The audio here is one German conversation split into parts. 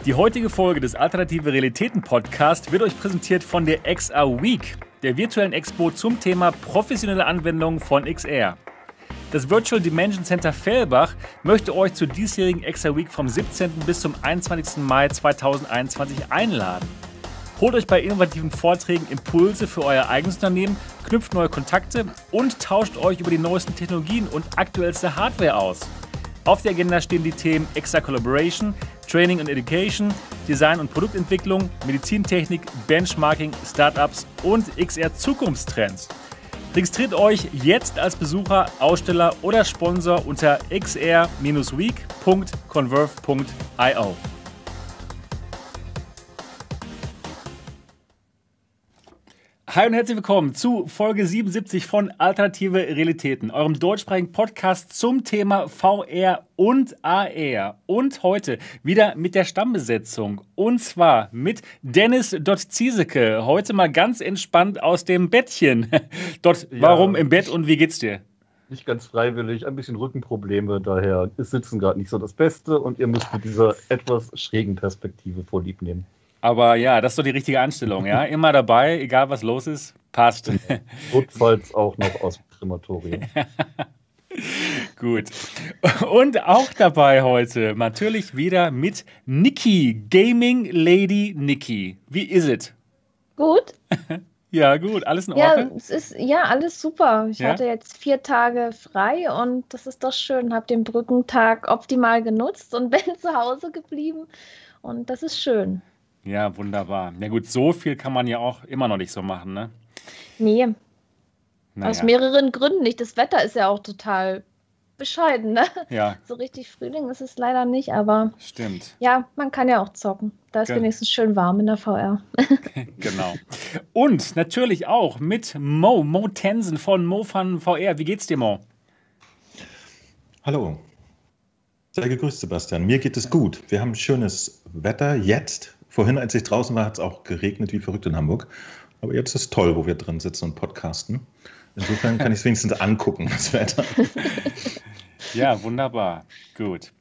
Die heutige Folge des Alternative Realitäten Podcast wird euch präsentiert von der XR Week, der virtuellen Expo zum Thema professionelle Anwendungen von XR. Das Virtual Dimension Center Fellbach möchte euch zur diesjährigen XR Week vom 17. bis zum 21. Mai 2021 einladen. Holt euch bei innovativen Vorträgen Impulse für euer eigenes Unternehmen, knüpft neue Kontakte und tauscht euch über die neuesten Technologien und aktuellste Hardware aus. Auf der Agenda stehen die Themen XR Collaboration, Training und Education, Design und Produktentwicklung, Medizintechnik, Benchmarking, Startups und XR Zukunftstrends. Registriert euch jetzt als Besucher, Aussteller oder Sponsor unter xr-week.converve.io. Hi und herzlich willkommen zu Folge 77 von Alternative Realitäten, eurem deutschsprachigen Podcast zum Thema VR und AR. Und heute wieder mit der Stammbesetzung. Und zwar mit Dennis Ziesecke. Heute mal ganz entspannt aus dem Bettchen. Dot, warum im Bett und wie geht's dir? Nicht ganz freiwillig, ein bisschen Rückenprobleme, daher ist Sitzen gerade nicht so das Beste und ihr müsst mit dieser etwas schrägen Perspektive vorlieb nehmen. Aber ja, das ist doch die richtige Anstellung, ja? Immer dabei, egal was los ist, passt. Notfalls auch noch aus dem Krematorium. Gut. Und auch dabei heute natürlich wieder mit Niki, Gaming Lady Niki. Wie ist es? Gut. Ja, gut. Alles in Ordnung? Ja, es ist alles super. Ich hatte jetzt 4 Tage frei und das ist doch schön. Habe den Brückentag optimal genutzt und bin zu Hause geblieben. Und das ist schön. Ja, wunderbar. Na gut, so viel kann man ja auch immer noch nicht so machen, ne? Nee. Naja. Aus mehreren Gründen nicht. Das Wetter ist ja auch total bescheiden, ne? Ja. So richtig Frühling ist es leider nicht, aber stimmt. Ja, man kann ja auch zocken. Da ist wenigstens schön warm in der VR. Genau. Und natürlich auch mit Mo Tensen von MoFun VR. Wie geht's dir, Mo? Hallo. Sehr gegrüßt, Sebastian. Mir geht es gut. Wir haben schönes Wetter jetzt. Vorhin, als ich draußen war, hat es auch geregnet wie verrückt in Hamburg. Aber jetzt ist es toll, wo wir drin sitzen und podcasten. Insofern kann ich es wenigstens angucken, das Wetter. Ja, wunderbar. Gut.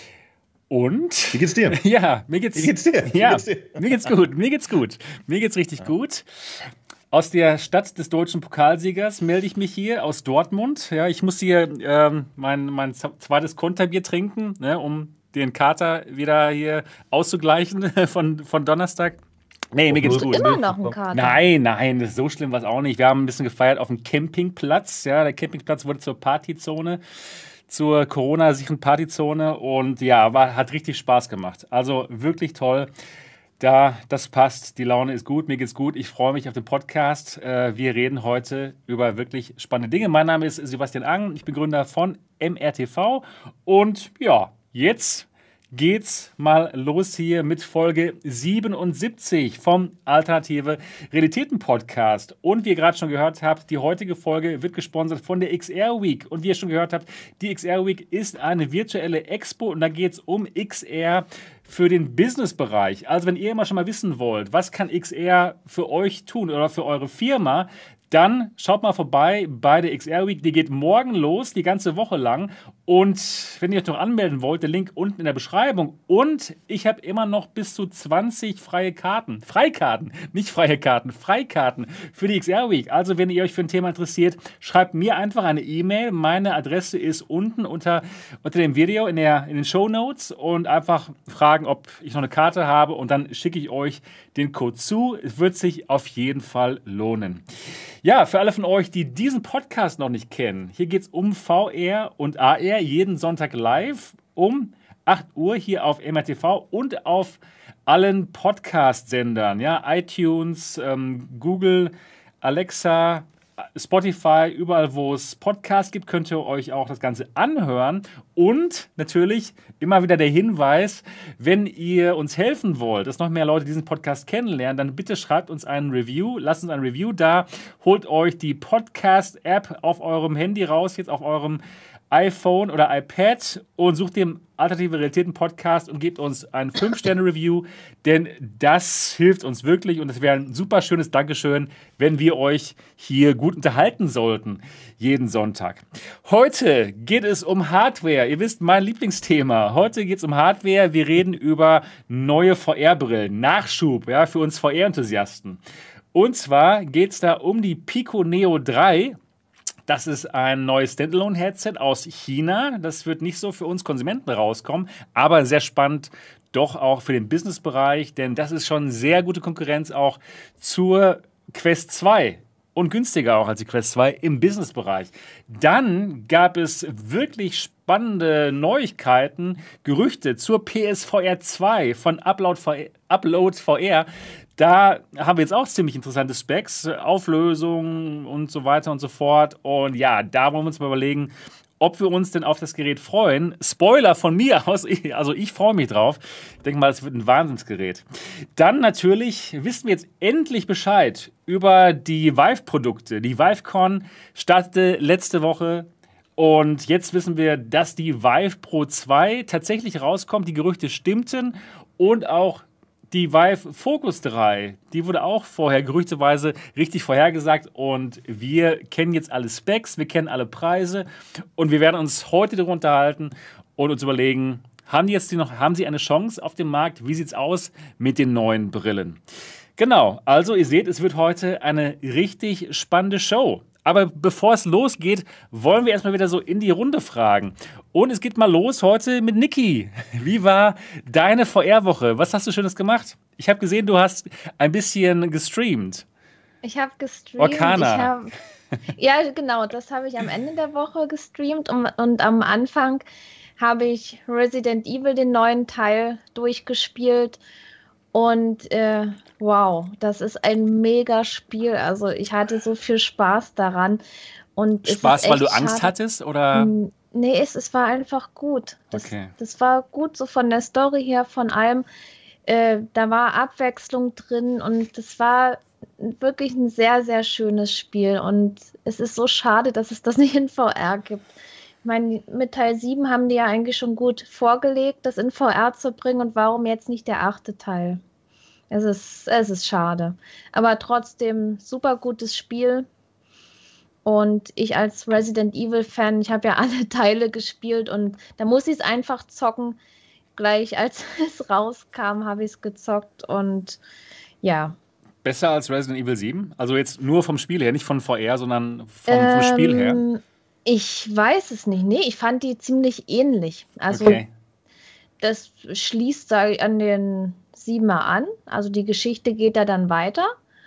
Und? Wie geht's dir? Ja, mir geht's. Wie geht's dir? Ja, mir geht's gut. Mir geht's gut. Mir geht's richtig gut. Aus der Stadt des deutschen Pokalsiegers melde ich mich hier aus Dortmund. Ja, ich muss hier mein zweites Konterbier trinken, ne, um den Kater wieder hier auszugleichen von Donnerstag. Nee, mir geht's gut. Immer noch ein Kater. Nein, so schlimm war es auch nicht. Wir haben ein bisschen gefeiert auf dem Campingplatz. Ja, der Campingplatz wurde zur Partyzone, zur Corona-sicheren Partyzone und ja, hat richtig Spaß gemacht. Also wirklich toll. Das passt, die Laune ist gut, mir geht's gut. Ich freue mich auf den Podcast. Wir reden heute über wirklich spannende Dinge. Mein Name ist Sebastian Ang, ich bin Gründer von MRTV und ja, jetzt geht's mal los hier mit Folge 77 vom Alternative Realitäten Podcast. Und wie ihr gerade schon gehört habt, die heutige Folge wird gesponsert von der XR Week. Und wie ihr schon gehört habt, die XR Week ist eine virtuelle Expo und da geht's um XR für den Business-Bereich. Also wenn ihr immer schon mal wissen wollt, was kann XR für euch tun oder für eure Firma, dann schaut mal vorbei bei der XR Week. Die geht morgen los, die ganze Woche lang. Und wenn ihr euch noch anmelden wollt, der Link unten in der Beschreibung. Und ich habe immer noch bis zu 20 Freikarten für die XR Week. Also wenn ihr euch für ein Thema interessiert, schreibt mir einfach eine E-Mail. Meine Adresse ist unten unter dem Video in den Shownotes und einfach fragen, ob ich noch eine Karte habe und dann schicke ich euch den Code zu. Es wird sich auf jeden Fall lohnen. Ja, für alle von euch, die diesen Podcast noch nicht kennen, hier geht es um VR und AR jeden Sonntag live um 8 Uhr hier auf MRTV und auf allen Podcast-Sendern, ja, iTunes, Google, Alexa, Spotify, überall wo es Podcasts gibt, könnt ihr euch auch das Ganze anhören. Und natürlich immer wieder der Hinweis, wenn ihr uns helfen wollt, dass noch mehr Leute diesen Podcast kennenlernen, dann bitte schreibt uns ein Review, lasst uns ein Review da, holt euch die Podcast-App auf eurem Handy raus, jetzt auf eurem iPhone oder iPad und sucht den Alternative Realitäten Podcast und gebt uns ein 5-Sterne-Review, denn das hilft uns wirklich und es wäre ein super schönes Dankeschön, wenn wir euch hier gut unterhalten sollten, jeden Sonntag. Heute geht es um Hardware. Ihr wisst, mein Lieblingsthema. Heute geht es um Hardware. Wir reden über neue VR-Brillen. Nachschub, ja, für uns VR-Enthusiasten. Und zwar geht es da um die Pico Neo 3. Das ist ein neues Standalone-Headset aus China. Das wird nicht so für uns Konsumenten rauskommen, aber sehr spannend doch auch für den Business-Bereich, denn das ist schon sehr gute Konkurrenz auch zur Quest 2 und günstiger auch als die Quest 2 im Business-Bereich. Dann gab es wirklich spannende Neuigkeiten, Gerüchte zur PSVR 2 von Upload VR. Da haben wir jetzt auch ziemlich interessante Specs, Auflösung und so weiter und so fort. Und ja, da wollen wir uns mal überlegen, ob wir uns denn auf das Gerät freuen. Spoiler von mir aus, also ich freue mich drauf. Ich denke mal, es wird ein Wahnsinnsgerät. Dann natürlich wissen wir jetzt endlich Bescheid über die Vive-Produkte. Die ViveCon startete letzte Woche. Und jetzt wissen wir, dass die Vive Pro 2 tatsächlich rauskommt. Die Gerüchte stimmten und auch die Vive Focus 3, die wurde auch vorher gerüchteweise richtig vorhergesagt und wir kennen jetzt alle Specs, wir kennen alle Preise und wir werden uns heute darüber unterhalten und uns überlegen, haben sie eine Chance auf dem Markt? Wie sieht es aus mit den neuen Brillen? Genau, also ihr seht, es wird heute eine richtig spannende Show. Aber bevor es losgeht, wollen wir erstmal wieder so in die Runde fragen. Und es geht mal los heute mit Niki. Wie war deine VR-Woche? Was hast du Schönes gemacht? Ich habe gesehen, du hast ein bisschen gestreamt. Ich habe gestreamt. Orkana. Ja, genau, das habe ich am Ende der Woche gestreamt und am Anfang habe ich Resident Evil, den neuen Teil, durchgespielt. Und wow, das ist ein mega Spiel. Also ich hatte so viel Spaß daran. Und Spaß, weil du Angst hattest? Oder? Nee, es war einfach gut. Okay. Das war gut, so von der Story her, von allem. Da war Abwechslung drin und das war wirklich ein sehr, sehr schönes Spiel. Und es ist so schade, dass es das nicht in VR gibt. Ich meine, mit Teil 7 haben die ja eigentlich schon gut vorgelegt, das in VR zu bringen. Und warum jetzt nicht der 8. Teil? Es ist schade. Aber trotzdem super gutes Spiel. Und ich als Resident Evil-Fan, ich habe ja alle Teile gespielt und da muss ich es einfach zocken. Gleich als es rauskam, habe ich es gezockt und ja. Besser als Resident Evil 7? Also jetzt nur vom Spiel her, nicht von VR, sondern vom Spiel her? Ich weiß es nicht. Nee, ich fand die ziemlich ähnlich. Also okay. Das schließt, sage ich, an den 7er an. Also die Geschichte geht da dann weiter.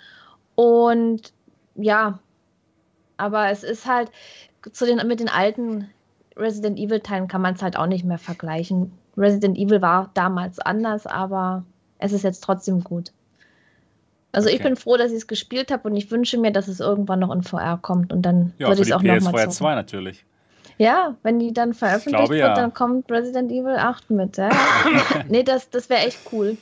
Und ja, aber es ist halt, mit den alten Resident Evil-Teilen kann man es halt auch nicht mehr vergleichen. Resident Evil war damals anders, aber es ist jetzt trotzdem gut. Also ich bin froh, dass ich es gespielt habe und ich wünsche mir, dass es irgendwann noch in VR kommt und dann würde ich es auch nochmal zocken. PSVR 2 natürlich. Ja, wenn die dann veröffentlicht wird, dann kommt Resident Evil 8 mit. Ja? Nee, das wäre echt cool.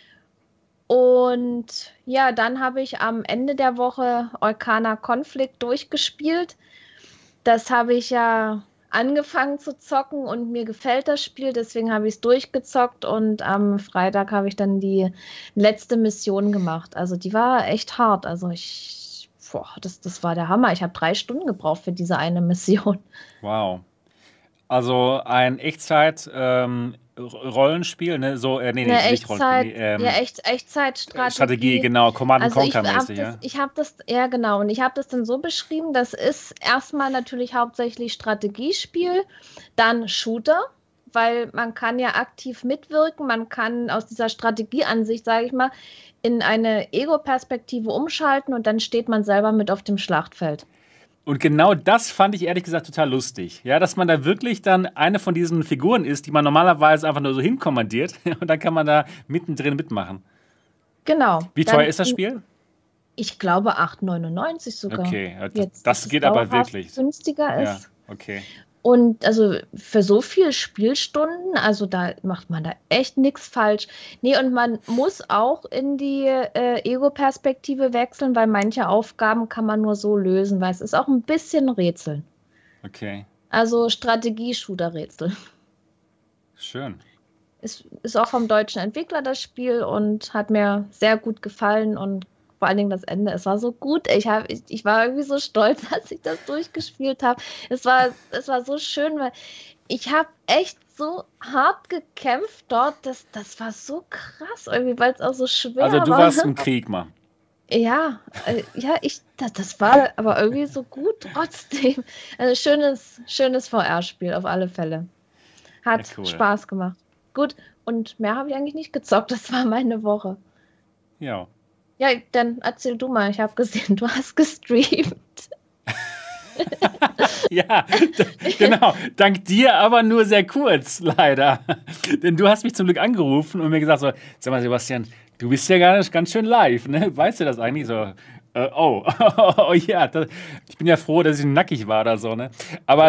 Und ja, dann habe ich am Ende der Woche Orkana Conflict durchgespielt. Das habe ich ja angefangen zu zocken und mir gefällt das Spiel, deswegen habe ich es durchgezockt und am Freitag habe ich dann die letzte Mission gemacht. Also die war echt hart. Also das war der Hammer. Ich habe 3 Stunden gebraucht für diese eine Mission. Wow. Also ein Echtzeit-Rollenspiel, ne? So, nicht Rollenspiel. Echtzeitstrategie. Strategie, genau, Command & Conquer-mäßig, ja. Ich habe das, ja genau, und ich habe das dann so beschrieben, das ist erstmal natürlich hauptsächlich Strategiespiel, dann Shooter, weil man kann ja aktiv mitwirken, man kann aus dieser Strategieansicht, sage ich mal, in eine Ego-Perspektive umschalten und dann steht man selber mit auf dem Schlachtfeld. Und genau das fand ich ehrlich gesagt total lustig. Ja, dass man da wirklich dann eine von diesen Figuren ist, die man normalerweise einfach nur so hinkommandiert und dann kann man da mittendrin mitmachen. Genau. Wie teuer ist das Spiel? Ich glaube 8,99 sogar. Okay, das geht aber wirklich. Günstiger ist. Ja, okay. Und also für so viele Spielstunden, also da macht man da echt nichts falsch. Nee, und man muss auch in die Ego-Perspektive wechseln, weil manche Aufgaben kann man nur so lösen, weil es ist auch ein bisschen Rätseln. Okay. Also Strategie-Shooter-Rätsel. Schön. Ist auch vom deutschen Entwickler das Spiel und hat mir sehr gut gefallen und vor allen Dingen das Ende. Es war so gut. Ich war irgendwie so stolz, als ich das durchgespielt habe. Es war so schön, weil ich habe echt so hart gekämpft dort. Das war so krass irgendwie, weil es auch so schwer war. Also du warst im Krieg mal. Ja, das war aber irgendwie so gut trotzdem. Also schönes VR-Spiel auf alle Fälle. Hat Ja, cool. Spaß gemacht. Gut, und mehr habe ich eigentlich nicht gezockt. Das war meine Woche. Ja. Ja, dann erzähl du mal. Ich habe gesehen, du hast gestreamt. Ja, genau. Dank dir aber nur sehr kurz, leider. Denn du hast mich zum Glück angerufen und mir gesagt so, sag mal Sebastian, du bist ja gar nicht ganz schön live, ne? Weißt du das eigentlich so? Oh ja, ich bin ja froh, dass ich nackig war oder so, ne? Aber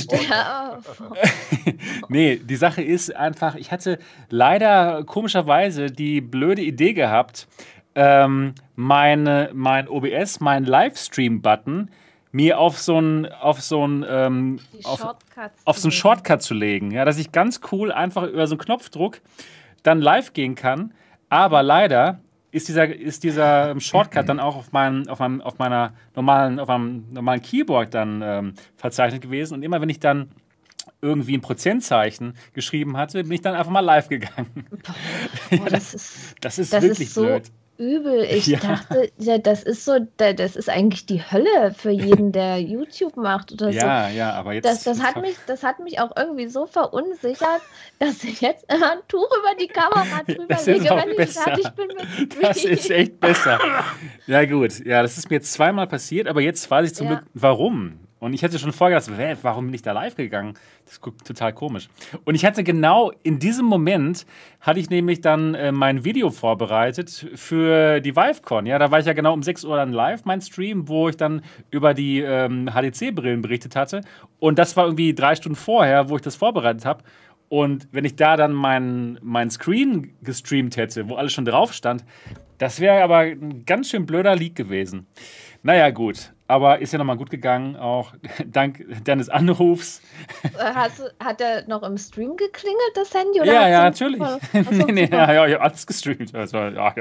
nee, die Sache ist einfach, ich hatte leider komischerweise die blöde Idee gehabt, mein OBS, mein Livestream-Button, mir auf so einen Shortcut zu legen, ja, dass ich ganz cool einfach über so einen Knopfdruck dann live gehen kann. Aber leider ist dieser Shortcut dann auch auf meinem normalen Keyboard dann verzeichnet gewesen. Und immer wenn ich dann irgendwie ein Prozentzeichen geschrieben hatte, bin ich dann einfach mal live gegangen. Boah, das ist wirklich so blöd. Übel. Ich dachte, ja, das ist eigentlich die Hölle für jeden, der YouTube macht oder so. Ja, aber jetzt. Das hat mich auch irgendwie so verunsichert, dass ich jetzt immer ein Tuch über die Kamera drüber lege, wenn ich fertig bin mit Stream. Das ist echt besser. Ja, gut. Ja, das ist mir jetzt zweimal passiert, aber jetzt weiß ich zum Glück, warum. Und ich hatte schon vorher gedacht, warum bin ich da live gegangen? Das ist total komisch. Und ich hatte genau in diesem Moment, hatte ich nämlich dann mein Video vorbereitet für die ViveCon. Ja, da war ich ja genau um 6 Uhr dann live, mein Stream, wo ich dann über die HTC-Brillen berichtet hatte. Und das war irgendwie 3 Stunden vorher, wo ich das vorbereitet habe. Und wenn ich da dann mein Screen gestreamt hätte, wo alles schon drauf stand, das wäre aber ein ganz schön blöder Leak gewesen. Naja, gut. Aber ist ja nochmal gut gegangen, auch dank deines Anrufs. Hat er noch im Stream geklingelt, das Handy? Oder ja, natürlich. Nee, ich habe alles gestreamt. Also, ja.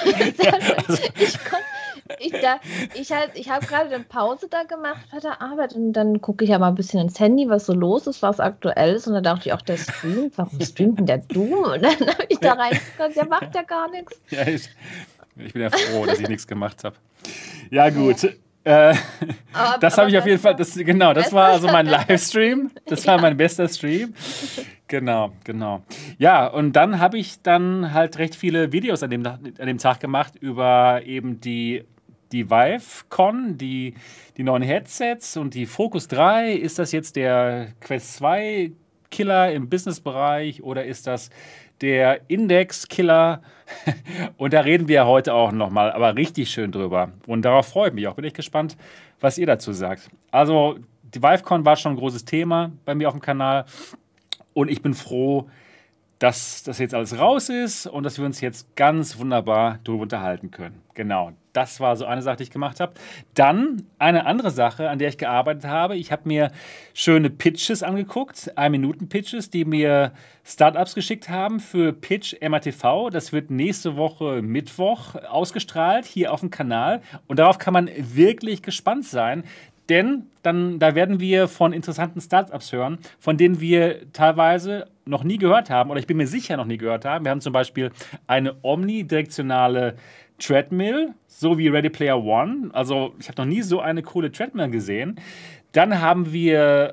Ich habe gerade eine Pause da gemacht bei der Arbeit und dann gucke ich ja mal ein bisschen ins Handy, was so los ist, was aktuell ist. Und dann dachte ich auch, der streamt, warum streamt denn der Doom? Und dann habe ich da reingeguckt, der macht ja gar nichts. Ja, ich bin ja froh, dass ich nichts gemacht habe. Ja, gut. Das habe ich auf jeden Fall, das war also mein Livestream, das war mein bester Stream. Genau. Ja, und dann habe ich dann halt recht viele Videos an dem Tag gemacht über eben die ViveCon, die neuen Headsets und die Focus 3. Ist das jetzt der Quest 2 Killer im Businessbereich oder ist das der Index-Killer? Und da reden wir ja heute auch nochmal, aber richtig schön drüber. Und darauf freue ich mich auch. Bin ich gespannt, was ihr dazu sagt. Also, die ViveCon war schon ein großes Thema bei mir auf dem Kanal. Und ich bin froh, dass das jetzt alles raus ist und dass wir uns jetzt ganz wunderbar darüber unterhalten können. Genau, das war so eine Sache, die ich gemacht habe. Dann eine andere Sache, an der ich gearbeitet habe. Ich habe mir schöne Pitches angeguckt, 1-Minuten-Pitches, die mir Startups geschickt haben für Pitch MATV. Das wird nächste Woche Mittwoch ausgestrahlt, hier auf dem Kanal. Und darauf kann man wirklich gespannt sein. Denn da werden wir von interessanten Startups hören, von denen wir teilweise noch nie gehört haben oder ich bin mir sicher noch nie gehört haben. Wir haben zum Beispiel eine omnidirektionale Treadmill, so wie Ready Player One. Also ich habe noch nie so eine coole Treadmill gesehen. Dann haben wir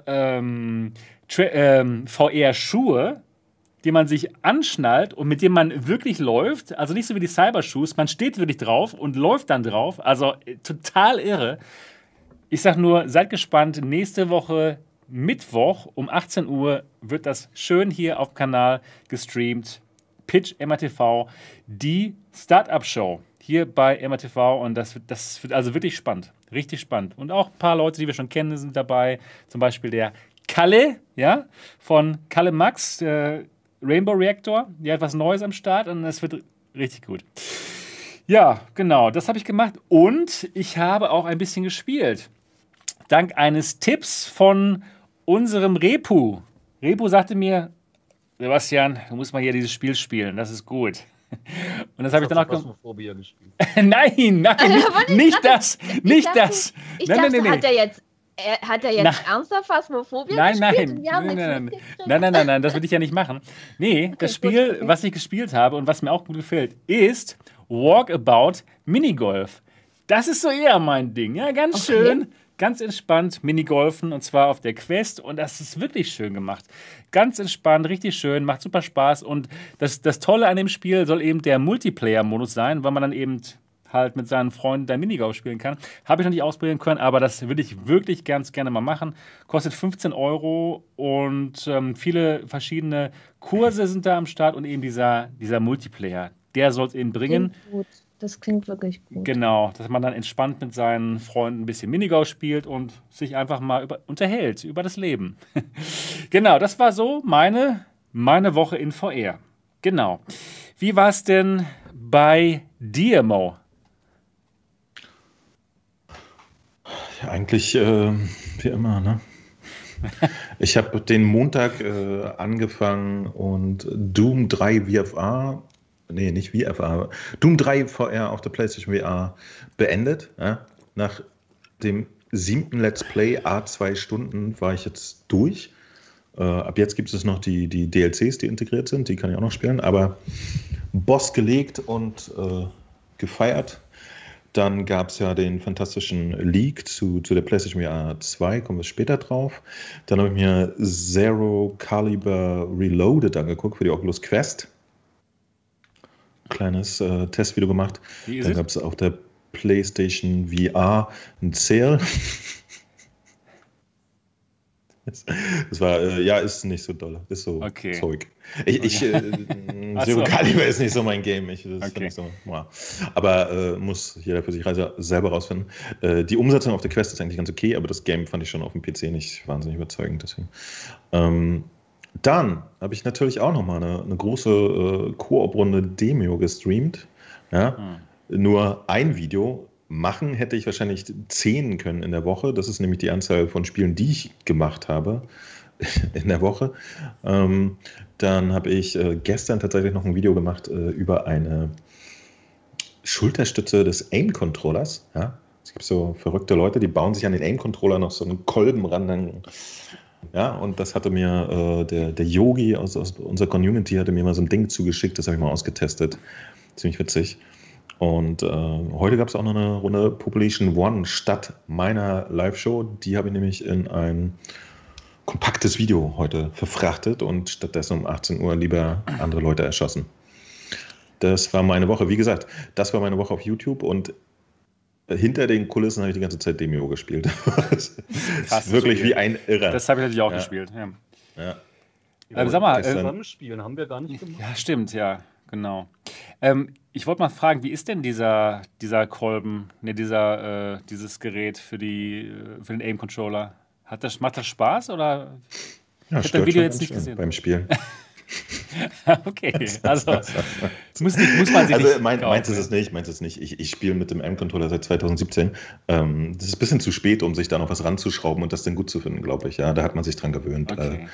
VR-Schuhe, die man sich anschnallt und mit denen man wirklich läuft. Also nicht so wie die Cybershoes. Man steht wirklich drauf und läuft dann drauf. Also total irre. Ich sag nur, seid gespannt. Nächste Woche Mittwoch um 18 Uhr wird das schön hier auf dem Kanal gestreamt. Pitch MATV, die Startup-Show hier bei MATV. Und das wird also wirklich spannend. Richtig spannend. Und auch ein paar Leute, die wir schon kennen, sind dabei. Zum Beispiel der Kalle, ja, von Kalle Max, Rainbow Reactor. Die hat was Neues am Start und es wird richtig gut. Ja, genau, das habe ich gemacht. Und ich habe auch ein bisschen gespielt. Dank eines Tipps von unserem Repu. Repu sagte mir, Sebastian, du musst mal hier dieses Spiel spielen, das ist gut. Und das habe ich dann auch Phasmophobia gespielt. Nein, nicht das. Ich dachte, hat er jetzt ernsthaft Phasmophobia gespielt? Nein, das würde ich ja nicht machen. Nee, das Spiel, was ich gespielt habe und was mir auch gut gefällt, ist Walkabout Minigolf. Das ist so eher mein Ding. Ja, ganz schön, ganz entspannt Minigolfen und zwar auf der Quest und das ist wirklich schön gemacht. Ganz entspannt, richtig schön, macht super Spaß und das Tolle an dem Spiel soll eben der Multiplayer-Modus sein, weil man dann eben halt mit seinen Freunden da Minigolf spielen kann. Habe ich noch nicht ausprobieren können, aber das würde ich wirklich ganz gerne mal machen. Kostet 15 € und viele verschiedene Kurse sind da am Start und eben dieser Multiplayer, der soll es eben bringen. Das klingt wirklich gut. Genau, dass man dann entspannt mit seinen Freunden ein bisschen Minigolf spielt und sich einfach mal unterhält über das Leben. Genau, das war so meine Woche in VR. Genau. Wie war es denn bei dir, Mo? Ja, eigentlich wie immer, ne? Ich habe den Montag angefangen und Doom 3 VFR, nee, nicht VFR, Doom 3 VR auf der PlayStation VR beendet. Ja? Nach dem 7. Let's Play, 2 Stunden, war ich jetzt durch. Ab jetzt gibt es noch die DLCs, die integriert sind, die kann ich auch noch spielen, aber Boss gelegt und gefeiert. Dann gab es ja den fantastischen Leak zu der PlayStation VR 2, kommen wir später drauf. Dann habe ich mir Zero Caliber Reloaded angeguckt für die Oculus Quest. Kleines Testvideo gemacht. Dann gab es auf der PlayStation VR ein Sale. Das war, ist nicht so doll. Ist so Zeug. Zero Caliber ist nicht so mein Game. Nicht so, aber muss jeder für sich selber rausfinden. Die Umsetzung auf der Quest ist eigentlich ganz okay, aber das Game fand ich schon auf dem PC nicht wahnsinnig überzeugend. Deswegen. Dann habe ich natürlich auch nochmal eine große Koop-Runde Demio gestreamt. Ja? Nur ein Video. Machen hätte ich wahrscheinlich 10 können in der Woche. Das ist nämlich die Anzahl von Spielen, die ich gemacht habe in der Woche. Dann habe ich gestern tatsächlich noch ein Video gemacht über eine Schulterstütze des Aim-Controllers. Ja? Es gibt so verrückte Leute, die bauen sich an den Aim-Controller noch so einen Kolben ran. Ja, und das hatte mir der Yogi aus unserer Community hatte mir mal so ein Ding zugeschickt. Das habe ich mal ausgetestet. Ziemlich witzig. Und heute gab es auch noch eine Runde Population One statt meiner Live-Show. Die habe ich nämlich in ein kompaktes Video heute verfrachtet und stattdessen um 18 Uhr lieber andere Leute erschossen. Das war meine Woche. Wie gesagt, das war meine Woche auf YouTube und hinter den Kulissen habe ich die ganze Zeit Demio gespielt. Krass, wirklich wie ein Irrer. Das habe ich natürlich auch gespielt. Ja. Sag mal, zusammenspielen haben wir gar nicht gemacht. Ja, stimmt, ja. Genau. Ich wollte mal fragen, wie ist denn dieser Kolben, dieses Gerät für den Aim-Controller? Macht das Spaß oder? Ja, ich habe das Video jetzt nicht gesehen. Beim Spielen. Okay, also muss man sich also, nicht meins ist es nicht. Ich spiele mit dem Aim-Controller seit 2017. Das ist ein bisschen zu spät, um sich da noch was ranzuschrauben und das dann gut zu finden, glaube ich. Ja, da hat man sich dran gewöhnt. Okay.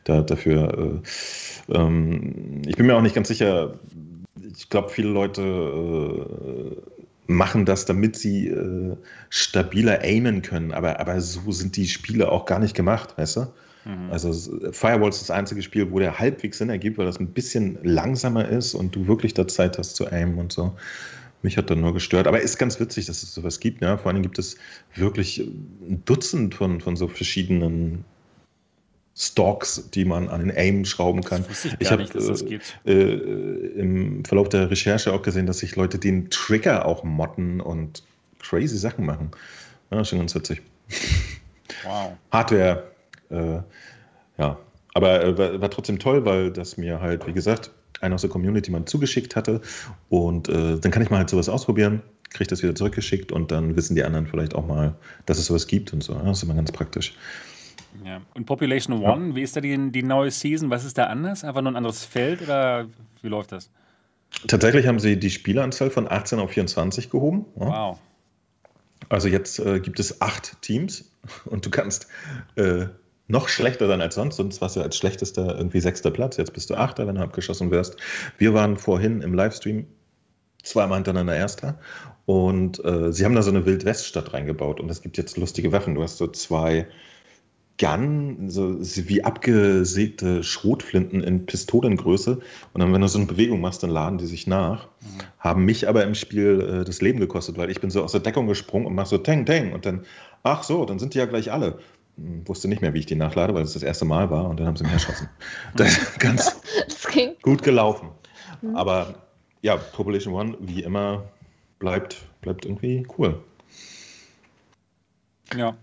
Ich bin mir auch nicht ganz sicher. Ich glaube, viele Leute machen das, damit sie stabiler aimen können. Aber so sind die Spiele auch gar nicht gemacht, weißt du? Mhm. Also Firewall ist das einzige Spiel, wo der halbwegs Sinn ergibt, weil das ein bisschen langsamer ist und du wirklich da Zeit hast zu aimen und so. Mich hat dann nur gestört. Aber ist ganz witzig, dass es sowas gibt. Ja? Vor allem gibt es wirklich ein Dutzend von so verschiedenen Stalks, die man an den Aim schrauben kann. Ich habe im Verlauf der Recherche auch gesehen, dass sich Leute den Trigger auch modden und crazy Sachen machen. Ja, schon ganz witzig. Wow. Hardware, aber war trotzdem toll, weil das mir halt, wie gesagt, einer aus der Community mal zugeschickt hatte und dann kann ich mal halt sowas ausprobieren, kriege das wieder zurückgeschickt und dann wissen die anderen vielleicht auch mal, dass es sowas gibt und so. Das ist immer ganz praktisch. Ja. Und Population One, wie ist da die neue Season? Was ist da anders? Einfach nur ein anderes Feld oder wie läuft das? Tatsächlich haben sie die Spieleranzahl von 18 auf 24 gehoben. Ja. Wow. Also jetzt gibt es 8 Teams und du kannst noch schlechter sein als sonst warst du als schlechtester irgendwie 6. Platz, jetzt bist du 8., wenn du abgeschossen wirst. Wir waren vorhin im Livestream 2-mal hintereinander Erster und sie haben da so eine Wild-West-Stadt reingebaut und es gibt jetzt lustige Waffen. Du hast so 2 Gun, so wie abgesägte Schrotflinten in Pistolengröße und dann, wenn du so eine Bewegung machst, dann laden die sich nach. Haben mich aber im Spiel das Leben gekostet, weil ich bin so aus der Deckung gesprungen und mach so Tang, Tang und dann, ach so, dann sind die ja gleich alle. Wusste nicht mehr, wie ich die nachlade, weil es das erste Mal war und dann haben sie mich erschossen. Das ist ganz gut gelaufen. Aber ja, Population One, wie immer, bleibt irgendwie cool. Ja.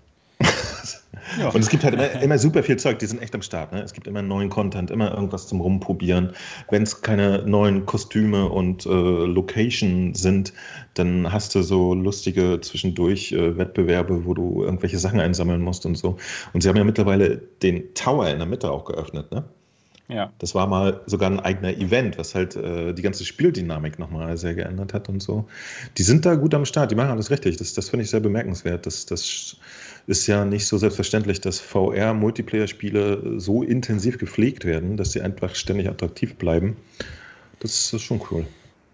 Und es gibt halt immer super viel Zeug, die sind echt am Start. Ne? Es gibt immer neuen Content, immer irgendwas zum Rumprobieren. Wenn es keine neuen Kostüme und Location sind, dann hast du so lustige zwischendurch Wettbewerbe, wo du irgendwelche Sachen einsammeln musst und so. Und sie haben ja mittlerweile den Tower in der Mitte auch geöffnet, ne? Ja. Das war mal sogar ein eigener Event, was halt die ganze Spieldynamik nochmal sehr geändert hat und so. Die sind da gut am Start, die machen alles richtig. Das finde ich sehr bemerkenswert. Das ist ja nicht so selbstverständlich, dass VR-Multiplayer-Spiele so intensiv gepflegt werden, dass sie einfach ständig attraktiv bleiben. Das ist schon cool.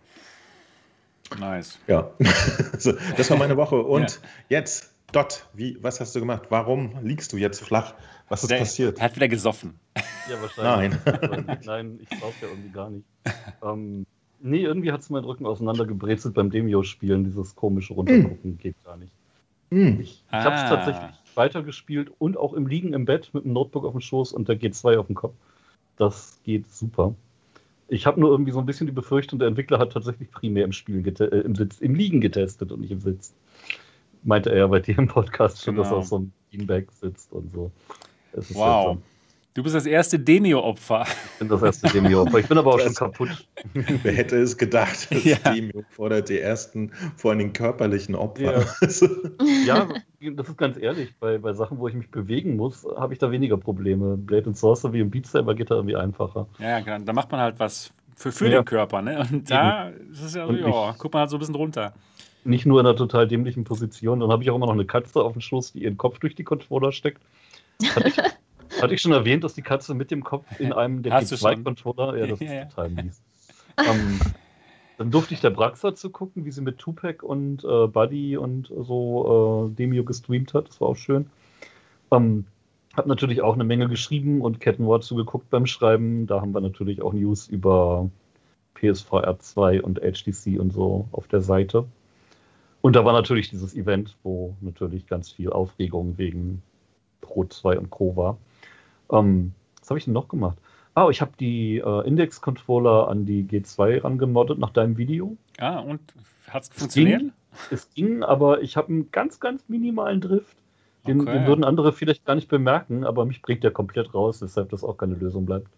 Nice. Ja, so, das war meine Woche. Und jetzt, Dot, was hast du gemacht? Warum liegst du jetzt flach? Was ist passiert? Er hat wieder gesoffen. Ja, wahrscheinlich. Nein, ich brauche ja irgendwie gar nicht. Nee, irgendwie hat es meinen Rücken auseinandergebrezelt beim Demio-Spielen. Dieses komische Runtergucken geht gar nicht. Ich habe es tatsächlich weitergespielt und auch im Liegen im Bett mit dem Notebook auf dem Schoß und der G2 auf dem Kopf. Das geht super. Ich habe nur irgendwie so ein bisschen die Befürchtung, der Entwickler hat tatsächlich primär im Liegen getestet und nicht im Sitz. Meinte er bei dir im Podcast schon, dass er auf so einem Beanbag sitzt und so. Wow. Seltsam. Du bist das erste Demio-Opfer. Ich bin das erste Demio-Opfer. Ich bin aber auch schon kaputt. Wer hätte es gedacht, dass Demio fordert die ersten, vor allem den körperlichen Opfer. Ja, das ist ganz ehrlich. Bei Sachen, wo ich mich bewegen muss, habe ich da weniger Probleme. Blade & Sorcery im Beat Saber geht da irgendwie einfacher. Ja, genau. Da macht man halt was für den Körper. Ne? Und da ist es guckt man halt so ein bisschen runter. Nicht nur in einer total dämlichen Position. Dann habe ich auch immer noch eine Katze auf dem Schoß, die ihren Kopf durch die Controller steckt. Hatte ich schon erwähnt, dass die Katze mit dem Kopf in einem der G2-Controller, das ist total mies. Dann durfte ich der Braxa zu gucken, wie sie mit Tupac und Buddy und so Demio gestreamt hat. Das war auch schön. Hab natürlich auch eine Menge geschrieben und Kettenwort zugeguckt beim Schreiben. Da haben wir natürlich auch News über PSVR 2 und HTC und so auf der Seite. Und da war natürlich dieses Event, wo natürlich ganz viel Aufregung wegen Pro 2 und Co. war. Was habe ich denn noch gemacht? Ich habe die Index-Controller an die G2 rangemoddet nach deinem Video. Und hat es funktioniert? Es ging, aber ich habe einen ganz, ganz minimalen Drift. Den würden andere vielleicht gar nicht bemerken, aber mich bringt der komplett raus, weshalb das auch keine Lösung bleibt.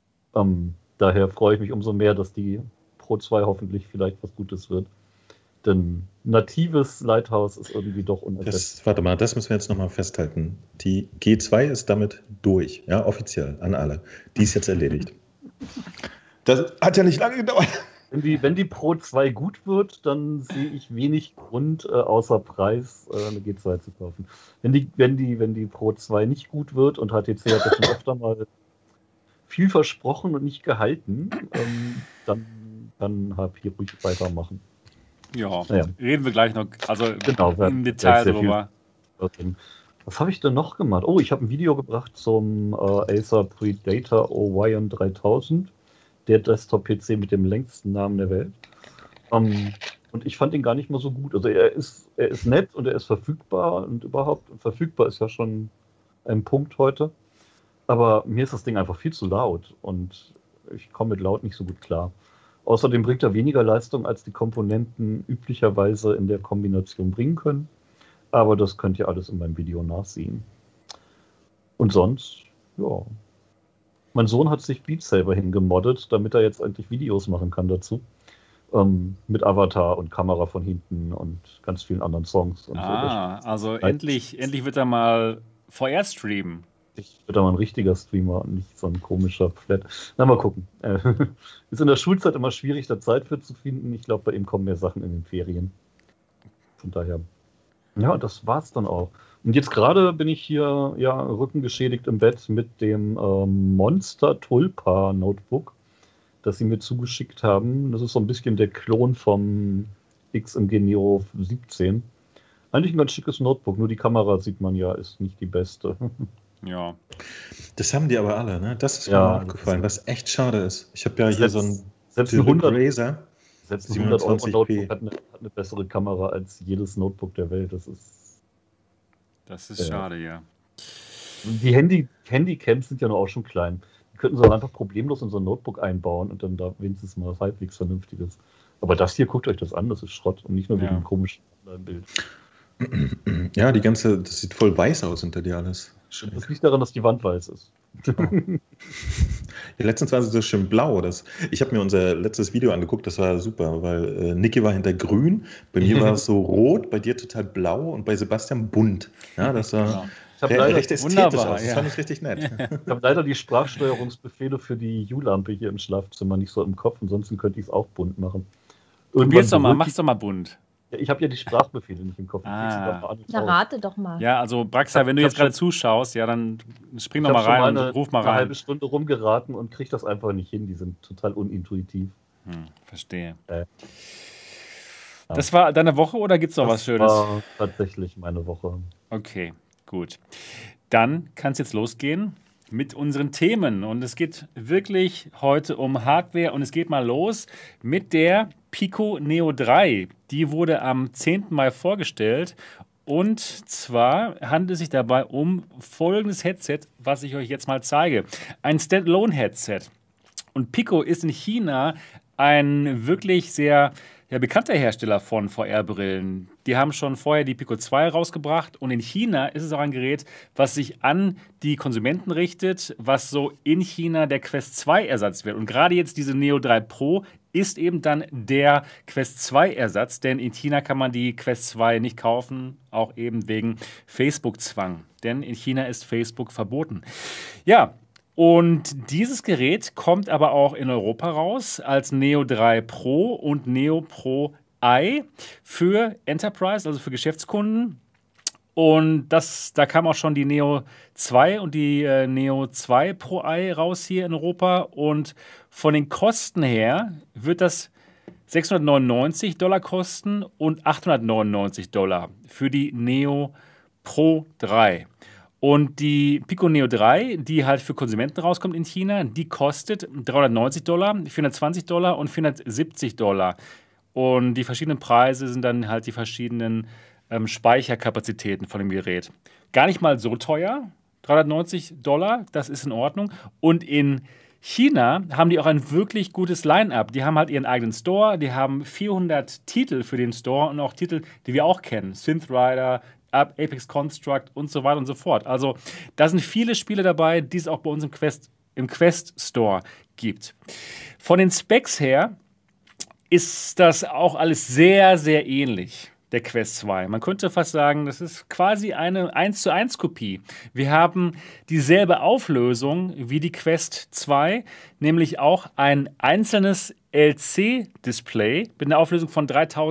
Daher freue ich mich umso mehr, dass die Pro 2 hoffentlich vielleicht was Gutes wird. Denn natives Lighthouse ist irgendwie doch unersetzlich. Warte mal, das müssen wir jetzt nochmal festhalten. Die G2 ist damit durch, ja, offiziell, an alle. Die ist jetzt erledigt. Das hat ja nicht lange gedauert. Wenn die Pro 2 gut wird, dann sehe ich wenig Grund, außer Preis, eine G2 zu kaufen. Wenn die Pro 2 nicht gut wird, und HTC hat das schon öfter mal viel versprochen und nicht gehalten, dann habe ich ruhig weitermachen. Ja, reden wir gleich noch, genau, im Detail darüber. Was habe ich denn noch gemacht? Ich habe ein Video gebracht zum Acer Predator Orion 3000, der Desktop-PC mit dem längsten Namen der Welt. Und ich fand ihn gar nicht mal so gut. Also er ist nett und er ist verfügbar und überhaupt, verfügbar ist ja schon ein Punkt heute. Aber mir ist das Ding einfach viel zu laut und ich komme mit laut nicht so gut klar. Außerdem bringt er weniger Leistung, als die Komponenten üblicherweise in der Kombination bringen können. Aber das könnt ihr alles in meinem Video nachsehen. Und sonst, mein Sohn hat sich Beat Saber hingemoddet, damit er jetzt endlich Videos machen kann dazu. Mit Avatar und Kamera von hinten und ganz vielen anderen Songs. Und also endlich wird er mal VR streamen. Ich bin da mal ein richtiger Streamer und nicht so ein komischer Flat. Na, mal gucken. Ist in der Schulzeit immer schwierig, da Zeit für zu finden. Ich glaube, bei ihm kommen mehr Sachen in den Ferien. Von daher. Ja, das war's dann auch. Und jetzt gerade bin ich hier ja rückengeschädigt im Bett mit dem Monster Tulpa Notebook, das sie mir zugeschickt haben. Das ist so ein bisschen der Klon vom XMG Neo 17. Eigentlich ein ganz schickes Notebook, nur die Kamera sieht man ja, ist nicht die beste. Ja. Das haben die aber alle, ne? Das ist mir Ja, aufgefallen, was echt schade ist. Ich habe ja hier so ein Selbst ein 100, Razer. selbst ein 100 Euro 27p. Notebook hat eine bessere Kamera als jedes Notebook der Welt. Das ist schade, ja. Die Handycams sind ja noch auch schon klein. Die könnten sie auch einfach problemlos in so ein Notebook einbauen und dann da wenigstens mal was halbwegs Vernünftiges. Aber das hier, guckt euch das an, das ist Schrott und nicht nur wegen dem komischen Bild. Ja, das sieht voll weiß aus hinter dir alles. Das liegt daran, dass die Wand weiß ist. Ja, letztens war sie so schön blau. Ich habe mir unser letztes Video angeguckt, das war super, weil Niki war hinter grün, bei mir war es so rot, bei dir total blau und bei Sebastian bunt. Ja, das war recht ästhetisch aus. Das fand ich richtig nett. Ich habe leider die Sprachsteuerungsbefehle für die U-Lampe hier im Schlafzimmer nicht so im Kopf, ansonsten könnte ich es auch bunt machen. Probier's doch mal, mach's doch mal bunt. Ja, ich habe ja die Sprachbefehle nicht im Kopf. Na, rate doch mal. Ja, also Braxa, wenn du jetzt gerade zuschaust, ja, dann spring doch mal rein und ruf mal rein. Ich habe eine halbe Stunde rumgeraten und kriege das einfach nicht hin. Die sind total unintuitiv. Verstehe. Das war deine Woche oder gibt es noch was Schönes? Das war tatsächlich meine Woche. Okay, gut. Dann kann es jetzt losgehen mit unseren Themen. Und es geht wirklich heute um Hardware und es geht mal los mit der Pico Neo 3. Die wurde am 10. Mai vorgestellt. Und zwar handelt es sich dabei um folgendes Headset, was ich euch jetzt mal zeige. Ein Standalone-Headset. Und Pico ist in China ein wirklich sehr bekannter Hersteller von VR-Brillen. Die haben schon vorher die Pico 2 rausgebracht und in China ist es auch ein Gerät, was sich an die Konsumenten richtet, was so in China der Quest 2 Ersatz wird. Und gerade jetzt diese Neo 3 Pro ist eben dann der Quest 2 Ersatz, denn in China kann man die Quest 2 nicht kaufen, auch eben wegen Facebook-Zwang. Denn in China ist Facebook verboten. Ja, und dieses Gerät kommt aber auch in Europa raus als Neo 3 Pro und Neo Pro i für Enterprise, also für Geschäftskunden. Und da kam auch schon die Neo 2 und die Neo 2 Pro i raus hier in Europa. Und von den Kosten her wird das $699 kosten und $899 für die Neo Pro 3. Und die Pico Neo 3, die halt für Konsumenten rauskommt in China, die kostet $390, $420 und $470. Und die verschiedenen Preise sind dann halt die verschiedenen Speicherkapazitäten von dem Gerät. Gar nicht mal so teuer, $390, das ist in Ordnung. Und in China haben die auch ein wirklich gutes Line-Up. Die haben halt ihren eigenen Store, die haben 400 Titel für den Store und auch Titel, die wir auch kennen. Synth Rider, Apex Construct und so weiter und so fort. Also da sind viele Spiele dabei, die es auch bei uns im Quest Store gibt. Von den Specs her ist das auch alles sehr, sehr ähnlich, der Quest 2. Man könnte fast sagen, das ist quasi eine 1:1 Kopie. Wir haben dieselbe Auflösung wie die Quest 2, nämlich auch ein einzelnes LC-Display mit einer Auflösung von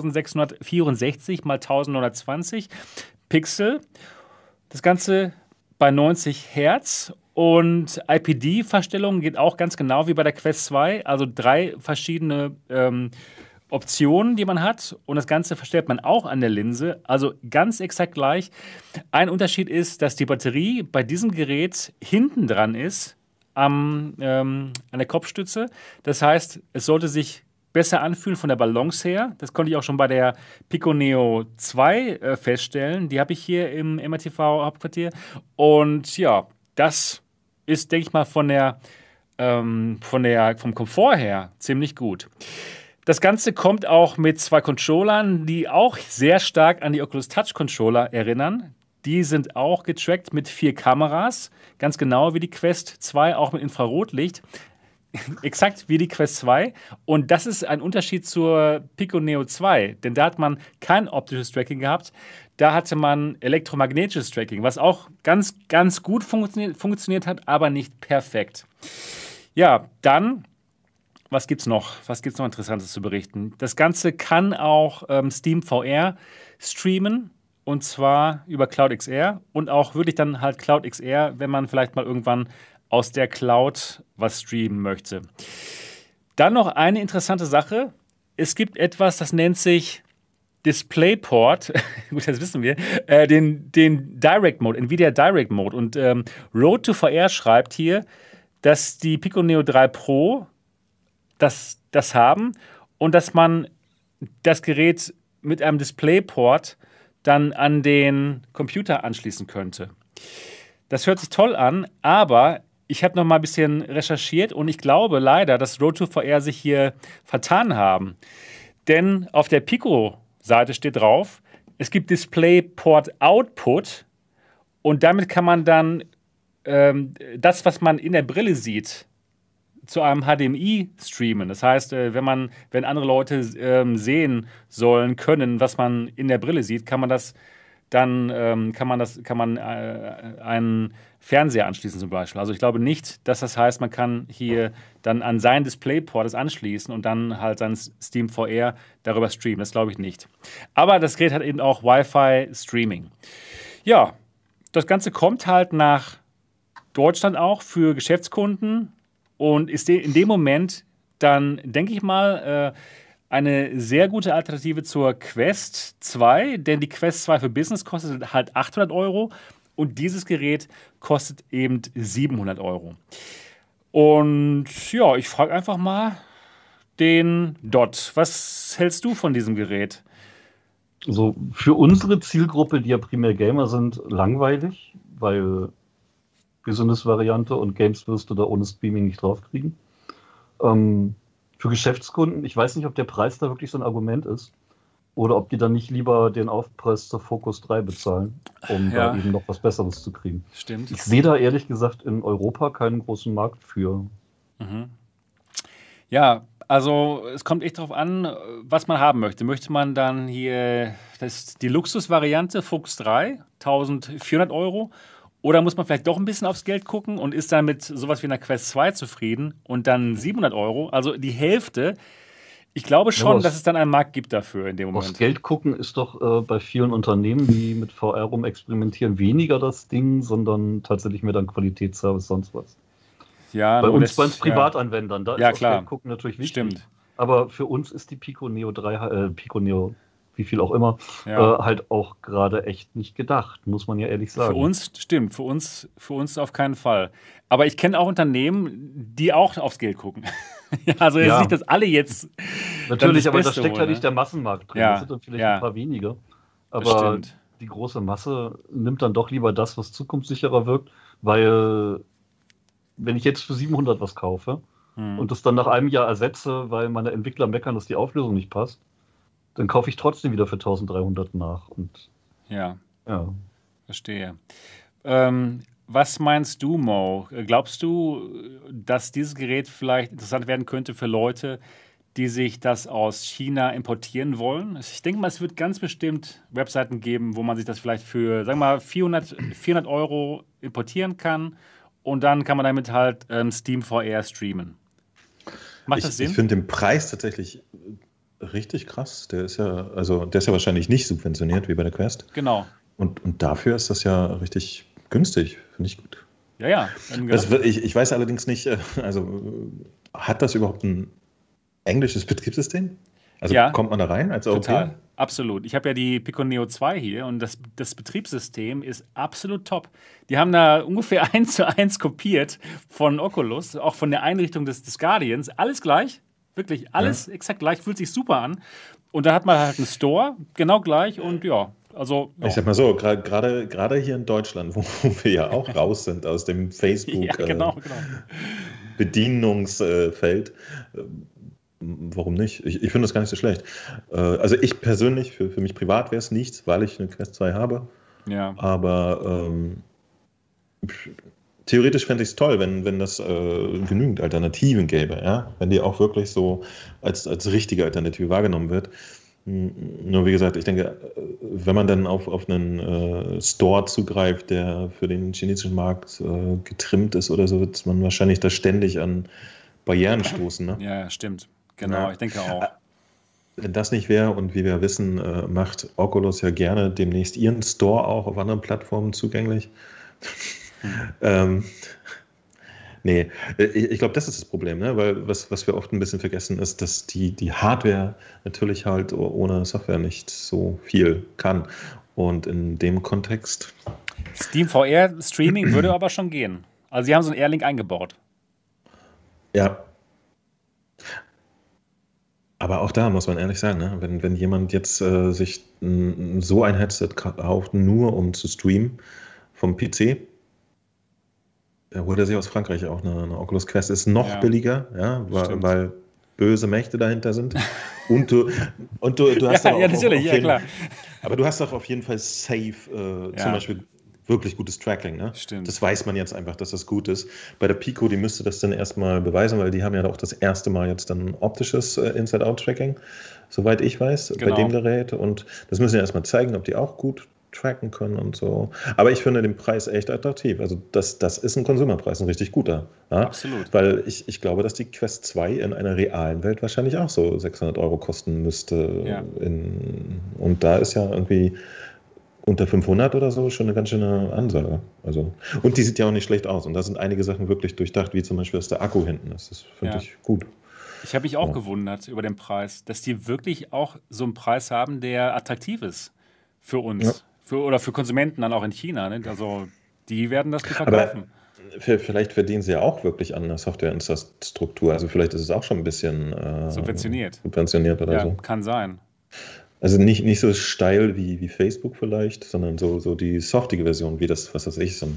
3664 x 1920 Pixel. Das Ganze bei 90 Hertz und IPD-Verstellung geht auch ganz genau wie bei der Quest 2, also 3 verschiedene Optionen, die man hat und das Ganze verstellt man auch an der Linse, also ganz exakt gleich. Ein Unterschied ist, dass die Batterie bei diesem Gerät hinten dran ist an der Kopfstütze. Das heißt, es sollte sich besser anfühlen von der Balance her. Das konnte ich auch schon bei der Pico Neo 2 feststellen. Die habe ich hier im MRTV Hauptquartier. Und ja, das ist, denke ich mal, vom Komfort her ziemlich gut. Das Ganze kommt auch mit 2 Controllern, die auch sehr stark an die Oculus Touch Controller erinnern. Die sind auch getrackt mit 4 Kameras, ganz genau wie die Quest 2, auch mit Infrarotlicht. Exakt wie die Quest 2. Und das ist ein Unterschied zur Pico Neo 2, denn da hat man kein optisches Tracking gehabt. Da hatte man elektromagnetisches Tracking, was auch ganz, ganz gut funktioniert hat, aber nicht perfekt. Ja, dann, was gibt's noch? Was gibt's noch Interessantes zu berichten? Das Ganze kann auch Steam VR streamen und zwar über Cloud XR und auch wirklich dann halt Cloud XR, wenn man vielleicht mal irgendwann aus der Cloud was streamen möchte. Dann noch eine interessante Sache. Es gibt etwas, das nennt sich DisplayPort, gut, das wissen wir, den Direct Mode, Nvidia Direct Mode. Und Road to VR schreibt hier, dass die Pico Neo 3 Pro das haben und dass man das Gerät mit einem DisplayPort dann an den Computer anschließen könnte. Das hört sich toll an, aber ich habe noch mal ein bisschen recherchiert und ich glaube leider, dass Road to VR sich hier vertan haben. Denn auf der Pico-Seite steht drauf, es gibt DisplayPort Output und damit kann man dann das, was man in der Brille sieht, zu einem HDMI streamen. Das heißt, wenn andere Leute sehen sollen können, was man in der Brille sieht, kann man einen Fernseher anschließen zum Beispiel. Also ich glaube nicht, dass das heißt, man kann hier dann an seinen DisplayPort das anschließen und dann halt sein Steam VR darüber streamen. Das glaube ich nicht. Aber das Gerät hat eben auch Wi-Fi-Streaming. Ja, das Ganze kommt halt nach Deutschland auch für Geschäftskunden und ist in dem Moment dann, denke ich mal, eine sehr gute Alternative zur Quest 2, denn die Quest 2 für Business kostet halt 800 € und dieses Gerät kostet eben 700 €. Und ja, ich frage einfach mal den Dot. Was hältst du von diesem Gerät? Also für unsere Zielgruppe, die ja primär Gamer sind, langweilig, weil Business-Variante und Games wirst du da ohne Streaming nicht draufkriegen. Für Geschäftskunden, ich weiß nicht, ob der Preis da wirklich so ein Argument ist oder ob die dann nicht lieber den Aufpreis zur Focus 3 bezahlen, um da eben noch was Besseres zu kriegen. Stimmt. Ich sehe da ehrlich gesagt in Europa keinen großen Markt für. Mhm. Ja, also es kommt echt darauf an, was man haben möchte. Möchte man dann hier die Luxusvariante Focus 3, 1400 €? Oder muss man vielleicht doch ein bisschen aufs Geld gucken und ist dann mit sowas wie einer Quest 2 zufrieden und dann 700 €, also die Hälfte. Ich glaube schon, dass es dann einen Markt gibt dafür in dem Moment. Aufs Geld gucken ist doch bei vielen Unternehmen, die mit VR rumexperimentieren, weniger das Ding, sondern tatsächlich mehr dann Qualitätsservice, sonst was. Ja, bei uns Privatanwendern, da ist aufs Geld gucken natürlich wichtig. Stimmt. Aber für uns ist die Pico Neo 3, Pico Neo, wie viel auch immer, halt auch gerade echt nicht gedacht, muss man ja ehrlich sagen. Für uns, stimmt, für uns auf keinen Fall. Aber ich kenne auch Unternehmen, die auch aufs Geld gucken. Also es ist nicht, dass alle jetzt natürlich, aber da steckt ja nicht der Massenmarkt drin. Das sind dann vielleicht ein paar wenige. Aber die große Masse nimmt dann doch lieber das, was zukunftssicherer wirkt, weil wenn ich jetzt für 700 was kaufe und das dann nach einem Jahr ersetze, weil meine Entwickler meckern, dass die Auflösung nicht passt, dann kaufe ich trotzdem wieder für 1300 nach. Und ja, verstehe. Was meinst du, Mo? Glaubst du, dass dieses Gerät vielleicht interessant werden könnte für Leute, die sich das aus China importieren wollen? Ich denke mal, es wird ganz bestimmt Webseiten geben, wo man sich das vielleicht für, sagen wir mal, 400 € importieren kann und dann kann man damit halt Steam VR streamen. Macht das Sinn? Ich finde den Preis tatsächlich richtig krass. Der ist ja wahrscheinlich nicht subventioniert wie bei der Quest. Genau. Und dafür ist das ja richtig günstig. Finde ich gut. Ja. Ich weiß allerdings nicht, hat das überhaupt ein englisches Betriebssystem? Also kommt man da rein als Europäer? Total. Absolut. Ich habe ja die Pico Neo 2 hier und das Betriebssystem ist absolut top. Die haben da ungefähr 1:1 kopiert von Oculus, auch von der Einrichtung des Guardians. Alles gleich. Wirklich alles exakt gleich, fühlt sich super an. Und da hat man halt einen Store, genau gleich und Ich sag mal so, gerade hier in Deutschland, wo wir ja auch raus sind aus dem Facebook Bedienungsfeld, warum nicht? Ich finde das gar nicht so schlecht. Also ich persönlich, für mich privat wäre es nichts, weil ich eine Quest 2 habe. Ja. Aber theoretisch fände ich es toll, wenn das genügend Alternativen gäbe, ja? Wenn die auch wirklich so als richtige Alternative wahrgenommen wird. Nur wie gesagt, ich denke, wenn man dann auf einen Store zugreift, der für den chinesischen Markt getrimmt ist oder so, wird man wahrscheinlich da ständig an Barrieren stoßen. Ne? Ja, stimmt. Genau, ich denke auch. wenn das nicht wäre und wie wir wissen, macht Oculus ja gerne demnächst ihren Store auch auf anderen Plattformen zugänglich. ähm, Nee, ich glaube, das ist das Problem, ne? Weil was wir oft ein bisschen vergessen ist, dass die Hardware natürlich halt ohne Software nicht so viel kann. Und in dem Kontext. Steam VR Streaming würde aber schon gehen. Also sie haben so einen Airlink eingebaut. Ja. Aber auch da muss man ehrlich sagen, ne? Wenn jemand jetzt sich so ein Headset kauft, nur um zu streamen vom PC, holt er sich aus Frankreich auch eine Oculus Quest, ist noch billiger, ja, weil böse Mächte dahinter sind. Und du hast ja, natürlich, ja, klar. Aber du hast doch auf jeden Fall safe zum Beispiel wirklich gutes Tracking, ne? Stimmt. Das weiß man jetzt einfach, dass das gut ist. Bei der Pico, die müsste das dann erstmal beweisen, weil die haben ja auch das erste Mal jetzt dann optisches Inside-Out-Tracking, soweit ich weiß, bei dem Gerät. Und das müssen ja erstmal zeigen, ob die auch gut tracken können und so. Aber ich finde den Preis echt attraktiv. Also das ist ein Konsumerpreis, ein richtig guter. Ja? Absolut. Weil ich glaube, dass die Quest 2 in einer realen Welt wahrscheinlich auch so 600 € kosten müsste. Ja. Und da ist ja irgendwie unter 500 oder so schon eine ganz schöne Ansage. Also, und die sieht ja auch nicht schlecht aus. Und da sind einige Sachen wirklich durchdacht, wie zum Beispiel, dass der Akku hinten ist. Das finde ich gut. Ich habe mich auch gewundert über den Preis, dass die wirklich auch so einen Preis haben, der attraktiv ist für uns. Ja. Oder für Konsumenten dann auch in China. Ne? Also die werden das gut verkaufen. Aber vielleicht verdienen sie ja auch wirklich an der Software-Struktur. Also vielleicht ist es auch schon ein bisschen subventioniert oder so. Kann sein. Also nicht so steil wie Facebook vielleicht, sondern so die softige Version, wie das, was weiß ich, so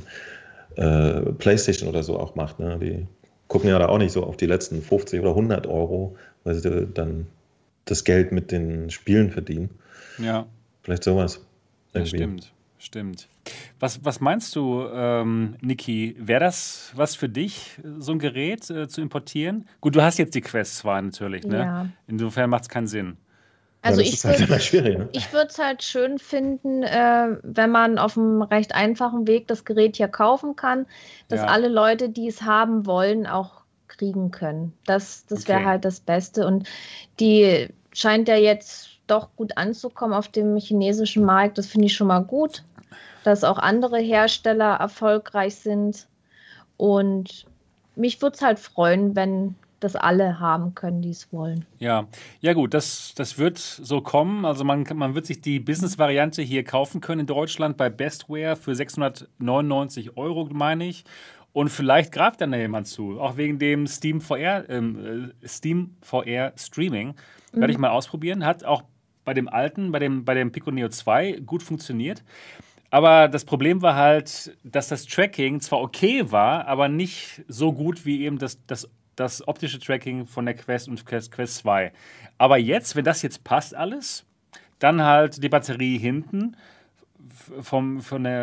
ein PlayStation oder so auch macht. Ne? Die gucken ja da auch nicht so auf die letzten 50 oder 100 €, weil sie dann das Geld mit den Spielen verdienen. Ja. Vielleicht sowas. Ja, stimmt. Was meinst du, Niki? Wäre das was für dich, so ein Gerät zu importieren? Gut, du hast jetzt die Quest 2 natürlich, ne? Ja. Insofern macht es keinen Sinn. Also ich würde es halt schön finden, wenn man auf einem recht einfachen Weg das Gerät hier kaufen kann, dass alle Leute, die es haben wollen, auch kriegen können. Das wäre halt das Beste. Und die scheint ja jetzt doch gut anzukommen auf dem chinesischen Markt. Das finde ich schon mal gut, dass auch andere Hersteller erfolgreich sind. Und mich würde es halt freuen, wenn das alle haben können, die es wollen. Ja gut, das wird so kommen. Also man wird sich die Business-Variante hier kaufen können in Deutschland bei Bestware für 699 €, meine ich. Und vielleicht greift dann da jemand zu, auch wegen dem Steam VR Streaming. Werde ich mal ausprobieren. Hat auch bei dem alten, bei dem Pico Neo 2 gut funktioniert. Aber das Problem war halt, dass das Tracking zwar okay war, aber nicht so gut wie eben das optische Tracking von der Quest und Quest 2. Aber jetzt, wenn das jetzt passt alles, dann halt die Batterie hinten vom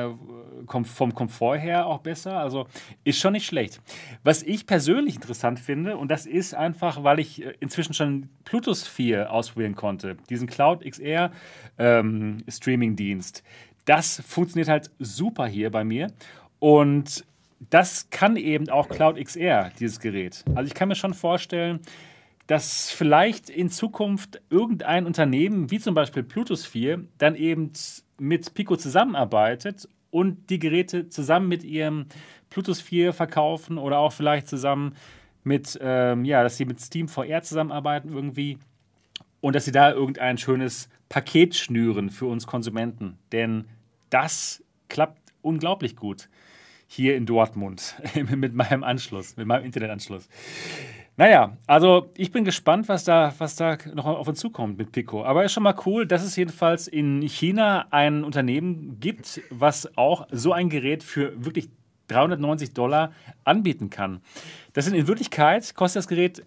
Komfort her auch besser. Also ist schon nicht schlecht. Was ich persönlich interessant finde, und das ist einfach, weil ich inzwischen schon Pluto Sphere ausprobieren konnte, diesen Cloud XR Streaming-Dienst. Das funktioniert halt super hier bei mir. Und das kann eben auch Cloud XR, dieses Gerät. Also ich kann mir schon vorstellen, dass vielleicht in Zukunft irgendein Unternehmen, wie zum Beispiel Pluto Sphere, dann eben mit Pico zusammenarbeitet und die Geräte zusammen mit ihrem Pluto Sphere verkaufen oder auch vielleicht zusammen mit, dass sie mit Steam VR zusammenarbeiten irgendwie und dass sie da irgendein schönes Paket schnüren für uns Konsumenten. Denn das klappt unglaublich gut hier in Dortmund mit meinem Internetanschluss. Naja, also ich bin gespannt, was da noch auf uns zukommt mit Pico. Aber ist schon mal cool, dass es jedenfalls in China ein Unternehmen gibt, was auch so ein Gerät für wirklich 390 $ anbieten kann. Das sind in Wirklichkeit, kostet das Gerät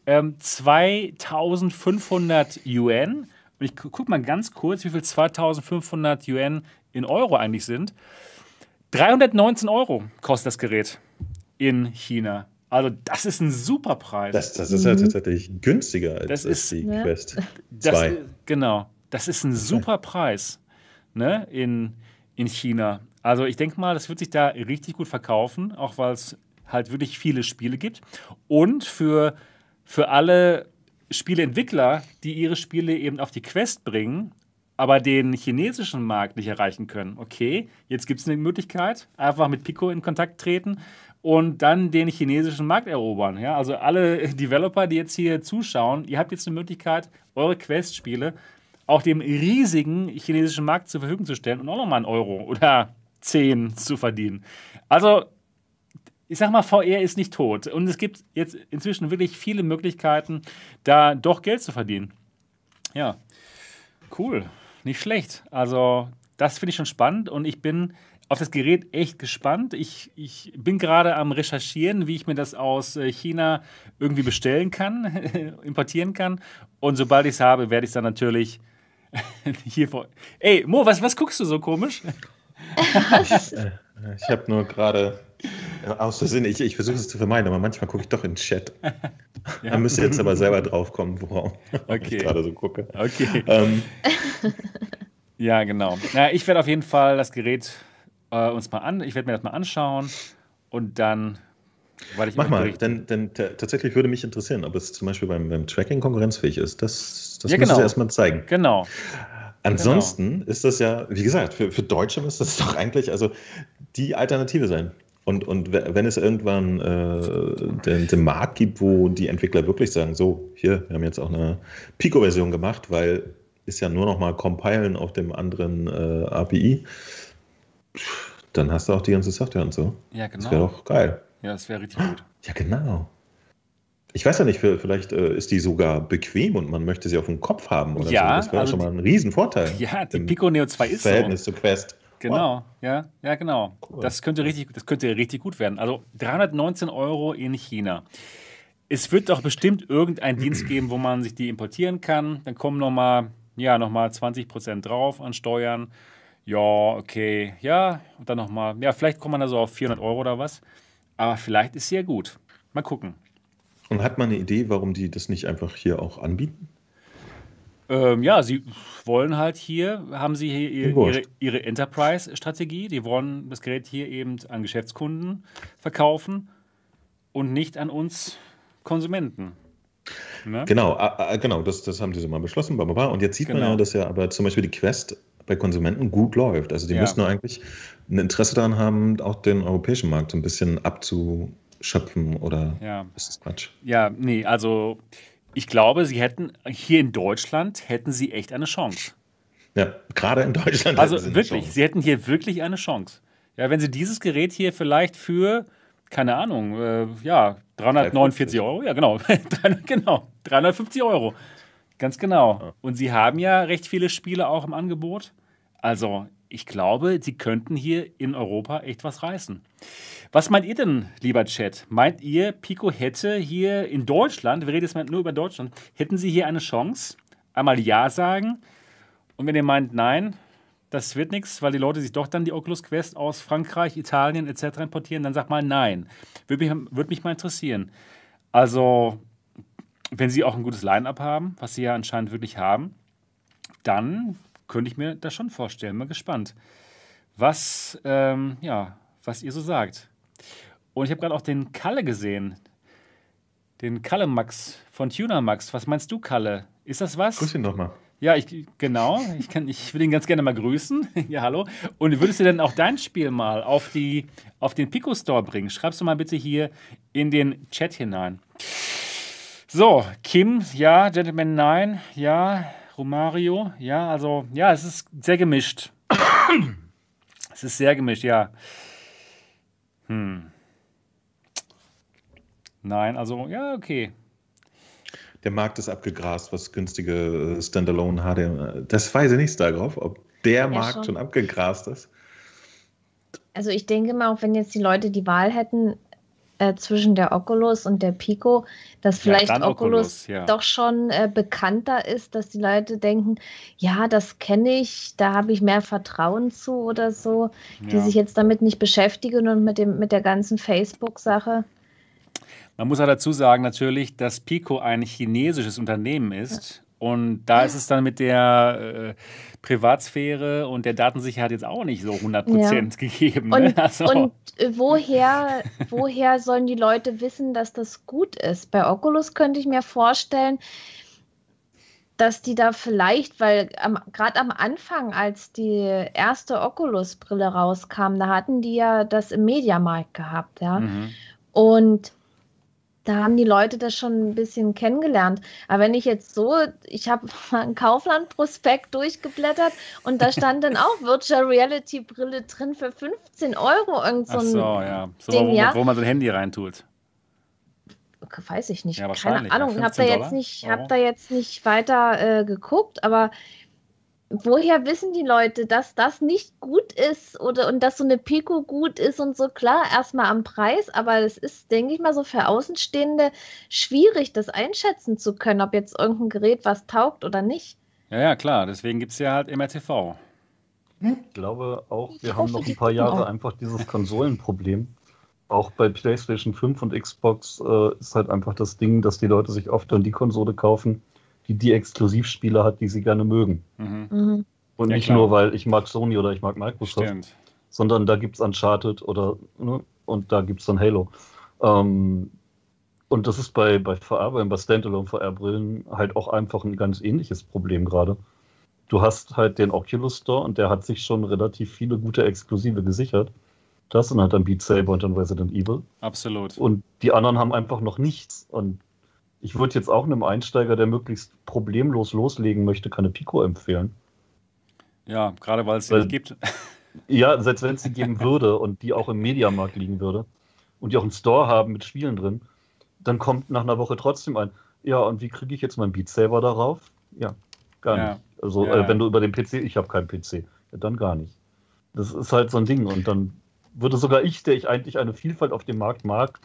2.500 Yuan. Und ich gucke mal ganz kurz, wie viel 2.500 Yuan in Euro eigentlich sind. 319 € kostet das Gerät in China. Also das ist ein super Preis. Das ist ja tatsächlich günstiger als die Quest 2. Genau, das ist ein super Preis, ne, in China. Also ich denke mal, das wird sich da richtig gut verkaufen, auch weil es halt wirklich viele Spiele gibt. Und für alle Spieleentwickler, die ihre Spiele eben auf die Quest bringen, aber den chinesischen Markt nicht erreichen können. Okay, jetzt gibt es eine Möglichkeit, einfach mit Pico in Kontakt treten und dann den chinesischen Markt erobern. Ja, also alle Developer, die jetzt hier zuschauen, ihr habt jetzt eine Möglichkeit, eure Quest-Spiele auch dem riesigen chinesischen Markt zur Verfügung zu stellen und auch nochmal einen Euro oder 10 zu verdienen. Also, ich sag mal, VR ist nicht tot. Und es gibt jetzt inzwischen wirklich viele Möglichkeiten, da doch Geld zu verdienen. Ja, cool. Nicht schlecht. Also, das finde ich schon spannend und ich bin auf das Gerät echt gespannt. Ich bin gerade am Recherchieren, wie ich mir das aus China irgendwie bestellen kann, importieren kann. Und sobald ich es habe, werde ich es dann natürlich hier vor. Ey, Mo, was guckst du so komisch? Ich habe nur gerade aus Versehen, ich versuche es zu vermeiden, aber manchmal gucke ich doch in den Chat. Ja. Da müsst ihr jetzt aber selber drauf kommen, worauf Okay. ich gerade so gucke. Okay. Ja, genau. Na, ich werde auf jeden Fall das Gerät ich werde mir das mal anschauen und dann weil ich Mach euch mal, berichten. denn tatsächlich würde mich interessieren, ob es zum Beispiel beim Tracking konkurrenzfähig ist. Das Ja, müssen genau. Sie erstmal zeigen. Genau. Ansonsten ist das ja, wie gesagt, für Deutsche müsste das doch eigentlich also die Alternative sein. Und wenn es irgendwann den Markt gibt, wo die Entwickler wirklich sagen, so, hier, wir haben jetzt auch eine Pico-Version gemacht, weil ist ja nur noch mal compilen auf dem anderen API, dann hast du auch die ganze Software und so. Ja, Das wäre genau. doch geil. Ja, das wäre richtig gut. Ja, genau. Ich weiß ja nicht, vielleicht ist die sogar bequem und man möchte sie auf dem Kopf haben oder Ja, so. Das wäre also schon mal ein Riesenvorteil. Ja, die im Pico Neo 2 ist so. Verhältnis zur Quest. Genau, ja, genau. Cool. Das könnte richtig gut werden. Also 319 € in China. Es wird doch bestimmt irgendeinen Dienst geben, wo man sich die importieren kann. Dann kommen nochmal 20% drauf an Steuern. Ja, okay, ja, und dann nochmal, vielleicht kommt man da so auf 400 € oder was. Aber vielleicht ist sie ja gut. Mal gucken. Und hat man eine Idee, warum die das nicht einfach hier auch anbieten? Sie wollen halt haben sie hier Wurscht. ihre Enterprise-Strategie. Die wollen das Gerät hier eben an Geschäftskunden verkaufen und nicht an uns Konsumenten. Ne? Genau, genau, das haben sie so mal beschlossen. Bla. Und jetzt sieht man Genau. ja, dass ja aber zum Beispiel die Quest bei Konsumenten gut läuft. Also die Ja. müssten eigentlich ein Interesse daran haben, auch den europäischen Markt so ein bisschen abzuschöpfen oder Ja. ist das Quatsch? Ja, nee, also ich glaube, sie hätten hier in Deutschland echt eine Chance. Ja, gerade in Deutschland. Also hätten sie eine wirklich, Chance. sie hätten hier wirklich eine Chance. Ja, wenn sie dieses Gerät hier vielleicht für, keine Ahnung, 349 €, ja genau, genau, 350 €. Ganz genau. Ja. Und sie haben ja recht viele Spiele auch im Angebot. Also ich glaube, sie könnten hier in Europa echt was reißen. Was meint ihr denn, lieber Chat? Meint ihr, Pico hätte hier in Deutschland, wir reden jetzt mal nur über Deutschland, hätten sie hier eine Chance? Einmal Ja sagen. Und wenn ihr meint, nein, das wird nichts, weil die Leute sich doch dann die Oculus Quest aus Frankreich, Italien etc. importieren, dann sagt mal nein. Würde mich mal interessieren. Also, wenn sie auch ein gutes Line-Up haben, was sie ja anscheinend wirklich haben, dann könnte ich mir das schon vorstellen. Mal gespannt, was ihr so sagt. Und ich habe gerade auch den Kalle gesehen. Den Kalle Max von Tuner Max. Was meinst du, Kalle? Ist das was? Grüß ihn doch mal. Ja, ich will ihn ganz gerne mal grüßen. Ja, hallo. Und würdest du denn auch dein Spiel mal auf den Pico Store bringen? Schreibst du mal bitte hier in den Chat hinein. So, Kim, ja, Gentleman 9, ja, Romario, ja, also, ja, es ist sehr gemischt. Es ist sehr gemischt, ja. Nein, also, ja, okay. Der Markt ist abgegrast, was günstige Standalone HDMI. Das weiß ich nicht, Stargraf, ob der Markt schon abgegrast ist. Also ich denke mal, auch wenn jetzt die Leute die Wahl hätten zwischen der Oculus und der Pico, dass vielleicht dann Oculus ja. doch schon bekannter ist, dass die Leute denken, ja, das kenne ich, da habe ich mehr Vertrauen zu oder so, die Ja. sich jetzt damit nicht beschäftigen und mit der ganzen Facebook-Sache. Man muss ja dazu sagen natürlich, dass Pico ein chinesisches Unternehmen ist Und da ist es dann mit der Privatsphäre und der Datensicherheit jetzt auch nicht so 100% gegeben. Ne? Und woher sollen die Leute wissen, dass das gut ist? Bei Oculus könnte ich mir vorstellen, dass die da vielleicht, weil gerade am Anfang, als die erste Oculus-Brille rauskam, da hatten die ja das im Mediamarkt gehabt, ja. Und da haben die Leute das schon ein bisschen kennengelernt. Aber wenn ich jetzt ich habe einen Kaufland-Prospekt durchgeblättert und da stand dann auch Virtual Reality Brille drin für 15 €. Irgend so ein Ding, wo man so ein Handy reintut. Weiß ich nicht, ja, keine Ahnung. Ich habe da jetzt nicht weiter geguckt, aber woher wissen die Leute, dass das nicht gut ist und dass so eine Pico gut ist und so? Klar, erstmal am Preis, aber es ist, denke ich mal, so für Außenstehende schwierig, das einschätzen zu können, ob jetzt irgendein Gerät was taugt oder nicht. Ja, klar, deswegen gibt es ja halt MRTV. Ich glaube auch, wir haben noch ein paar Jahre einfach dieses Konsolenproblem. Auch bei PlayStation 5 und Xbox ist halt einfach das Ding, dass die Leute sich oft dann die Konsole kaufen, die Exklusivspiele hat, die sie gerne mögen. Und nicht nur, weil ich mag Sony oder ich mag Microsoft, sondern da gibt es Uncharted und da gibt es dann Halo. Und das ist bei VR-Brillen, bei Standalone-VR-Brillen halt auch einfach ein ganz ähnliches Problem gerade. Du hast halt den Oculus Store und der hat sich schon relativ viele gute Exklusive gesichert. Das und halt dann Beat Saber und dann Resident Evil. Absolut. Und die anderen haben einfach noch nichts. Und ich würde jetzt auch einem Einsteiger, der möglichst problemlos loslegen möchte, keine Pico empfehlen. Ja, gerade weil es sie nicht gibt. Ja, selbst wenn es sie geben würde und die auch im Mediamarkt liegen würde und die auch einen Store haben mit Spielen drin, dann kommt nach einer Woche trotzdem ein, ja, und wie kriege ich jetzt mein Beat Saber darauf? Ja, gar nicht. Also wenn du über den PC, ich habe keinen PC, ja, dann gar nicht. Das ist halt so ein Ding. Und dann würde sogar ich, der ich eigentlich eine Vielfalt auf dem Markt mag,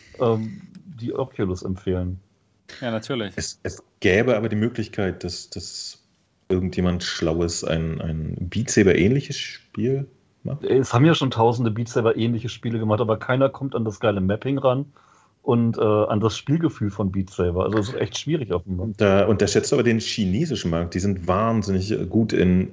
die Oculus empfehlen. Ja, natürlich. Es gäbe aber die Möglichkeit, dass irgendjemand Schlaues ein Beat Saber-ähnliches Spiel macht. Es haben ja schon tausende Beat Saber-ähnliche Spiele gemacht, aber keiner kommt an das geile Mapping ran und an das Spielgefühl von Beat Saber. Also es ist echt schwierig auf dem Markt. Da unterschätzt du aber den chinesischen Markt. Die sind wahnsinnig gut in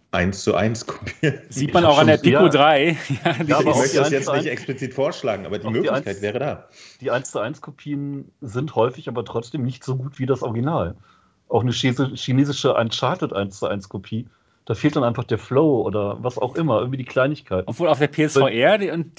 1:1 kopieren. Sieht man auch an der Pico 3. Ja, ich möchte das jetzt nicht explizit vorschlagen, aber die Möglichkeit wäre da. Die 1:1-Kopien sind häufig aber trotzdem nicht so gut wie das Original. Auch eine chinesische Uncharted 1:1-Kopie, da fehlt dann einfach der Flow oder was auch immer, irgendwie die Kleinigkeit. Obwohl auf der PSVR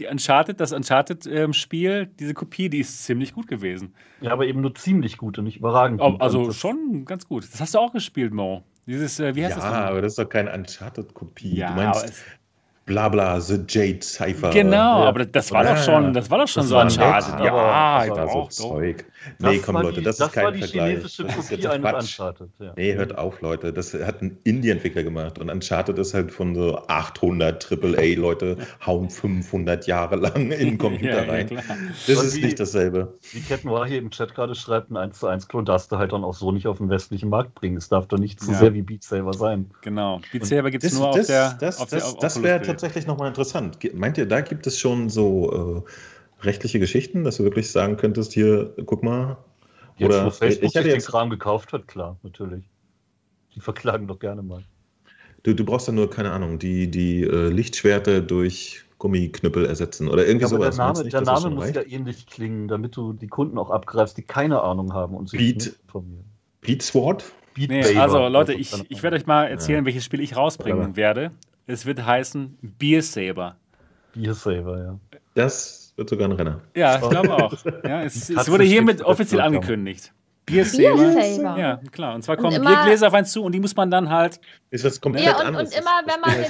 das Uncharted-Spiel, diese Kopie, die ist ziemlich gut gewesen. Ja, aber eben nur ziemlich gut und nicht überragend gut. Also schon ganz gut. Das hast du auch gespielt, Mo. Dieses, wie heißt das? Ja, aber das ist doch keine Uncharted-Kopie. Ja, du meinst Blabla, The Jade Cypher. Genau, aber das war doch schon so Uncharted. Ja, doch. Zeug. Nee, komm Leute, das ist kein Vergleich. Das war die chinesische Kopie eines Uncharted. Ja. Nee, hört auf, Leute. Das hat ein Indie-Entwickler gemacht und Uncharted ist halt von so 800 AAA-Leute hauen 500 Jahre lang in den Computer rein. Klar. Das ist nicht dasselbe. Wie Cat Noir hier im Chat gerade schreibt, ein 1:1-Klon darfst du halt dann auch so nicht auf den westlichen Markt bringen. Es darf doch nicht zu sehr wie Beat Saber sein. Genau. Beat Saber gibt es nur auf der Das wäre tatsächlich nochmal interessant. Meint ihr, da gibt es schon so rechtliche Geschichten, dass du wirklich sagen könntest, hier, guck mal. Jetzt, oder wo Facebook sich den Kram gekauft hat, klar, natürlich. Die verklagen doch gerne mal. Du brauchst ja nur, keine Ahnung, die Lichtschwerter durch Gummiknüppel ersetzen oder irgendwie sowas. Der Name muss ja ähnlich klingen, damit du die Kunden auch abgreifst, die keine Ahnung haben und sich nicht informieren. Beat Sword? Also Leute, ich werde euch mal erzählen, welches Spiel ich rausbringen werde. Es wird heißen Beat Saber. Beat Saber, ja. Das wird sogar ein Renner. Ja, ich glaube auch. Ja, es wurde hiermit offiziell angekündigt. Beat Saber. Ja, klar. Und zwar kommen Biergläser auf einen zu und die muss man dann halt. Ist das komplett anders? Und immer, wenn man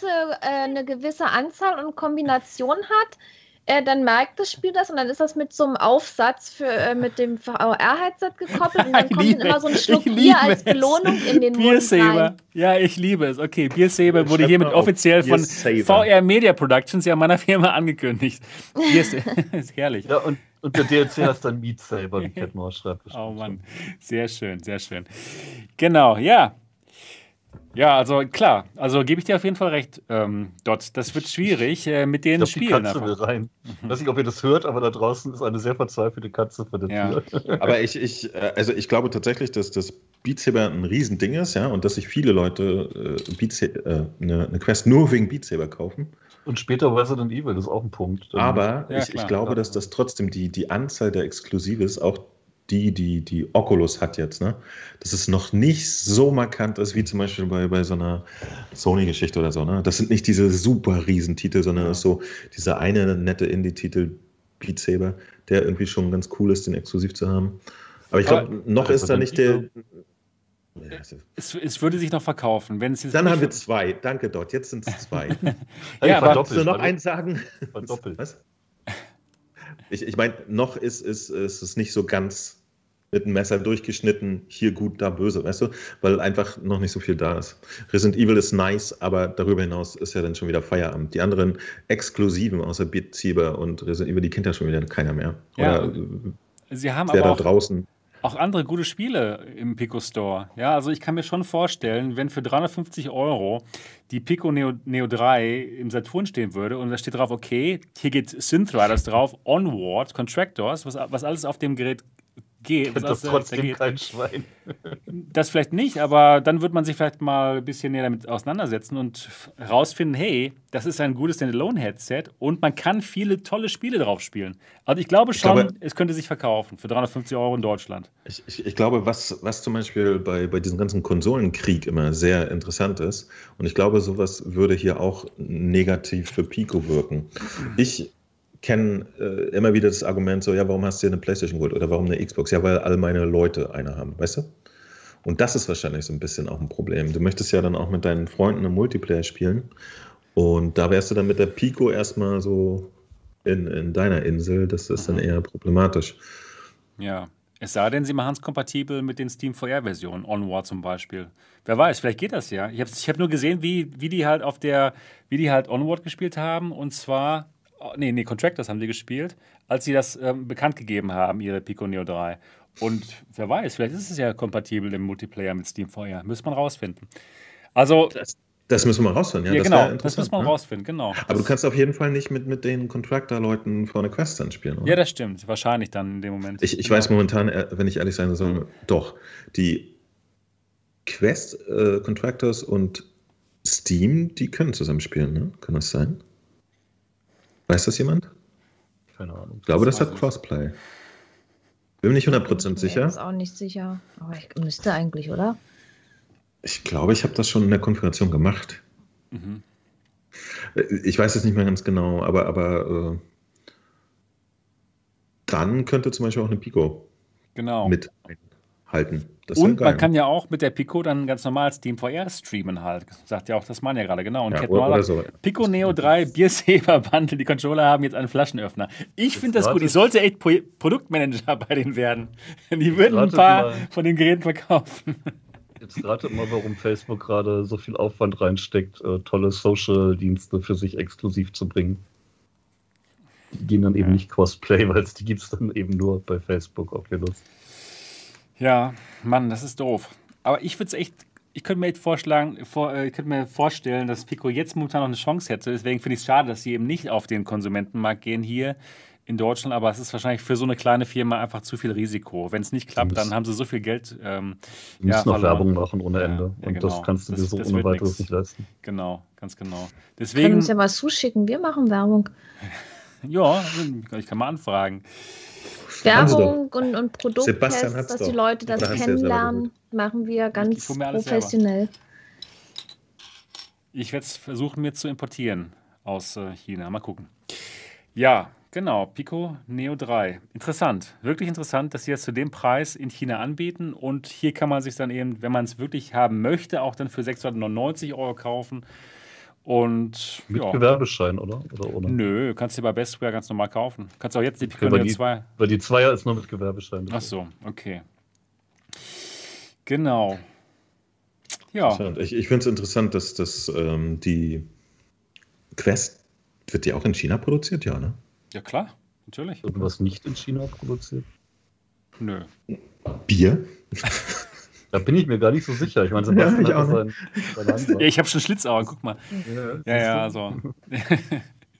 eine gewisse Anzahl und Kombination hat, dann merkt das Spiel das und dann ist das mit so einem Aufsatz mit dem VR-Headset gekoppelt und dann kommt dann immer so ein Schluck Bier als Belohnung in den Mund rein. Ja, ich liebe es. Okay, Beat Saber wurde hiermit offiziell von VR Media Productions, ja meiner Firma, angekündigt. Ist herrlich. Ja, und der DLC heißt dann Beat Saber, wie Cat Noir schreibt. Oh Mann, sehr schön, sehr schön. Genau, ja. Ja, also klar, also gebe ich dir auf jeden Fall recht, Dot. Das wird schwierig mit den Spielen. Die Katze will rein. Ich weiß nicht, ob ihr das hört, aber da draußen ist eine sehr verzweifelte Katze vor der Tür. Aber ich glaube tatsächlich, dass das Beat Saber ein Riesending ist, ja, und dass sich viele Leute eine Quest nur wegen Beat Saber kaufen. Und später Resident Evil, das ist auch ein Punkt. Aber Ja, ich klar. glaube, dass das trotzdem die Anzahl der Exclusives, auch die Oculus hat jetzt, ne, dass es noch nicht so markant ist, wie zum Beispiel bei so einer Sony-Geschichte oder so. Ne? Das sind nicht diese super Riesentitel, sondern es ist so dieser eine nette Indie-Titel Beat Saber, der irgendwie schon ganz cool ist, den exklusiv zu haben. Aber ich glaube, noch ist da nicht der... Es würde sich noch verkaufen. Wenn es jetzt Dann nicht haben wir 2. Danke, Dot. Jetzt sind es 2. Ja, aber Kannst du noch eins sagen? Verdoppelt. Was? Ich meine, noch ist es nicht so ganz mit dem Messer durchgeschnitten, hier gut, da böse, weißt du? Weil einfach noch nicht so viel da ist. Resident Evil ist nice, aber darüber hinaus ist ja dann schon wieder Feierabend. Die anderen Exklusiven außer Beat Saber und Resident Evil, die kennt ja schon wieder keiner mehr. Ja, Oder sie haben wer aber da draußen... auch andere gute Spiele im Pico Store. Ja, also ich kann mir schon vorstellen, wenn für 350 € die Pico Neo 3 im Saturn stehen würde und da steht drauf, okay, hier geht Synth Riders drauf, Onward, Contractors, was alles auf dem Gerät geht. Das ist trotzdem kein Schwein. Das vielleicht nicht, aber dann wird man sich vielleicht mal ein bisschen näher damit auseinandersetzen und rausfinden, hey, das ist ein gutes Standalone-Headset und man kann viele tolle Spiele drauf spielen. Also ich glaube schon, es könnte sich verkaufen für 350 € in Deutschland. Ich glaube, was zum Beispiel bei diesem ganzen Konsolenkrieg immer sehr interessant ist, und ich glaube, sowas würde hier auch negativ für Pico wirken. Ich kenne immer wieder das Argument so, ja, warum hast du dir eine PlayStation geholt oder warum eine Xbox? Ja, weil all meine Leute eine haben, weißt du? Und das ist wahrscheinlich so ein bisschen auch ein Problem. Du möchtest ja dann auch mit deinen Freunden im Multiplayer spielen und da wärst du dann mit der Pico erstmal so in deiner Insel, das ist dann eher problematisch. Ja, es sei denn, sie machen es kompatibel mit den Steam VR-Versionen, Onward zum Beispiel. Wer weiß, vielleicht geht das ja. Ich hab nur gesehen, wie die halt wie die halt Onward gespielt haben und zwar... Nee, Contractors haben sie gespielt, als sie das bekannt gegeben haben, ihre Pico Neo 3. Und wer weiß, vielleicht ist es ja kompatibel im Multiplayer mit Steam VR. Müsste man rausfinden. Also. Das müssen wir rausfinden, ja. Ja, genau, das müssen wir rausfinden, genau. Aber du kannst auf jeden Fall nicht mit den Contractor-Leuten vor eine Quest dann spielen, oder? Ja, das stimmt. Wahrscheinlich dann in dem Moment. Ich weiß momentan, wenn ich ehrlich sein soll, doch. Die Quest, Contractors und Steam, die können zusammen spielen, ne? Kann das sein? Weiß das jemand? Keine Ahnung. Ich glaube, das hat Crossplay. Bin mir nicht 100% Ich bin sicher. mir jetzt auch nicht sicher. Aber ich müsste eigentlich, oder? Ich glaube, ich habe das schon in der Konfiguration gemacht. Mhm. Ich weiß es nicht mehr ganz genau, aber dann könnte zum Beispiel auch eine Pico mit einhalten. Das und man kann ja auch mit der Pico dann ganz normal Steam VR streamen halt. Sagt ja auch das Mann ja gerade, genau. Und ja, oder so. Pico Neo 3 Biersaber Bundle, die Controller haben jetzt einen Flaschenöffner. Ich finde das gut. Ich sollte echt Produktmanager bei denen werden. Die würden ein paar von den Geräten verkaufen. Jetzt ratet mal, warum Facebook gerade so viel Aufwand reinsteckt, tolle Social-Dienste für sich exklusiv zu bringen. Die gehen dann eben nicht Cosplay, weil die gibt es dann eben nur bei Facebook, Oculus. Ja, Mann, das ist doof. Aber ich könnte mir vorstellen, dass Pico jetzt momentan noch eine Chance hätte. Deswegen finde ich es schade, dass sie eben nicht auf den Konsumentenmarkt gehen hier in Deutschland. Aber es ist wahrscheinlich für so eine kleine Firma einfach zu viel Risiko. Wenn es nicht klappt, dann haben sie so viel Geld. Du musst noch Werbung machen ohne Ende. Ja, und genau. das kannst du dir so ohne weiteres nicht leisten. Genau, ganz genau. Deswegen können uns ja mal zuschicken. Wir machen Werbung. Ja, ich kann mal anfragen. Werbung und Produkttests, dass die Leute das kennenlernen, machen wir ganz professionell. Ich werde es versuchen, mir zu importieren aus China. Mal gucken. Ja, genau. Pico Neo 3. Interessant. Wirklich interessant, dass sie das zu dem Preis in China anbieten. Und hier kann man sich dann eben, wenn man es wirklich haben möchte, auch dann für 699 € kaufen. Und, mit Gewerbeschein, oder ohne? Nö, kannst du bei Bestware ganz normal kaufen. Kannst auch jetzt die Pico Neo 2. Weil die 2er ist nur mit Gewerbeschein. Ach so, okay. Genau. Ja. Ich finde es interessant, dass die Quest, wird die auch in China produziert? Ja, ne? Ja, klar, natürlich. Irgendwas nicht in China produziert? Nö. Bier? Da bin ich mir gar nicht so sicher. Ich meine, Sebastian hat seine Hand. Ja, ich habe schon Schlitzaugen, guck mal. Ja, also.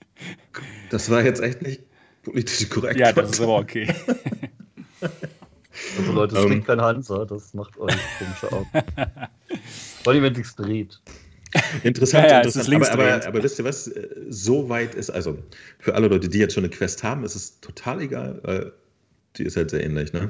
Das war jetzt echt nicht politisch korrekt. Ja, das ist aber okay. Also Leute, es trinkt kein Hansa, das macht euch komische Augen. Vor allem, wenn es sich dreht. Interessant, Ja, interessant. Aber wisst ihr was? So weit ist, also für alle Leute, die jetzt schon eine Quest haben, ist es total egal, weil die ist halt sehr ähnlich, ne?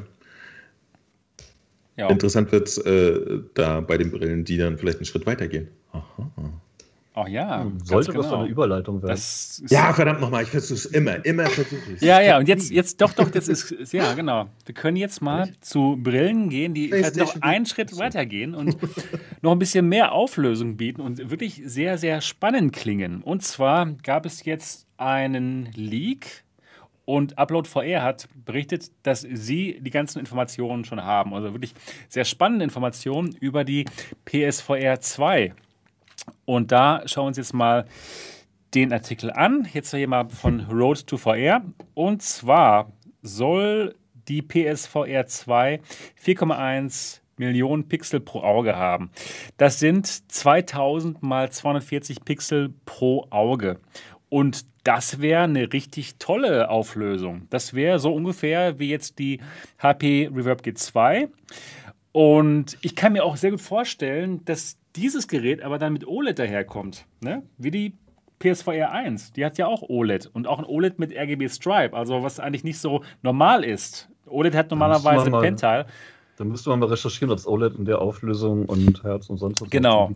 Ja. Interessant wird es da bei den Brillen, die dann vielleicht einen Schritt weitergehen. Aha. Oh ja, Sollte ganz das doch eine Überleitung werden. Ja, verdammt nochmal, ich versuche es immer versuche ich es. Ja, und jetzt ist, ja, genau. Wir können jetzt mal zu Brillen gehen, die vielleicht noch einen Schritt weitergehen und noch ein bisschen mehr Auflösung bieten und wirklich sehr, sehr spannend klingen. Und zwar gab es jetzt einen Leak und UploadVR hat berichtet, dass sie die ganzen Informationen schon haben. Also wirklich sehr spannende Informationen über die PSVR 2. Und da schauen wir uns jetzt mal den Artikel an. Jetzt hier mal von Road to VR. Und zwar soll die PSVR 2 4,1 Millionen Pixel pro Auge haben. Das sind 2000 mal 240 Pixel pro Auge. Und das wäre eine richtig tolle Auflösung. Das wäre so ungefähr wie jetzt die HP Reverb G2. Und ich kann mir auch sehr gut vorstellen, dass dieses Gerät aber dann mit OLED daherkommt. Ne? Wie die PSVR 1. Die hat ja auch OLED. Und auch ein OLED mit RGB Stripe. Also was eigentlich nicht so normal ist. OLED hat normalerweise Pental. Da müsste man mal recherchieren, ob es OLED in der Auflösung und Herz und sonst was. Genau.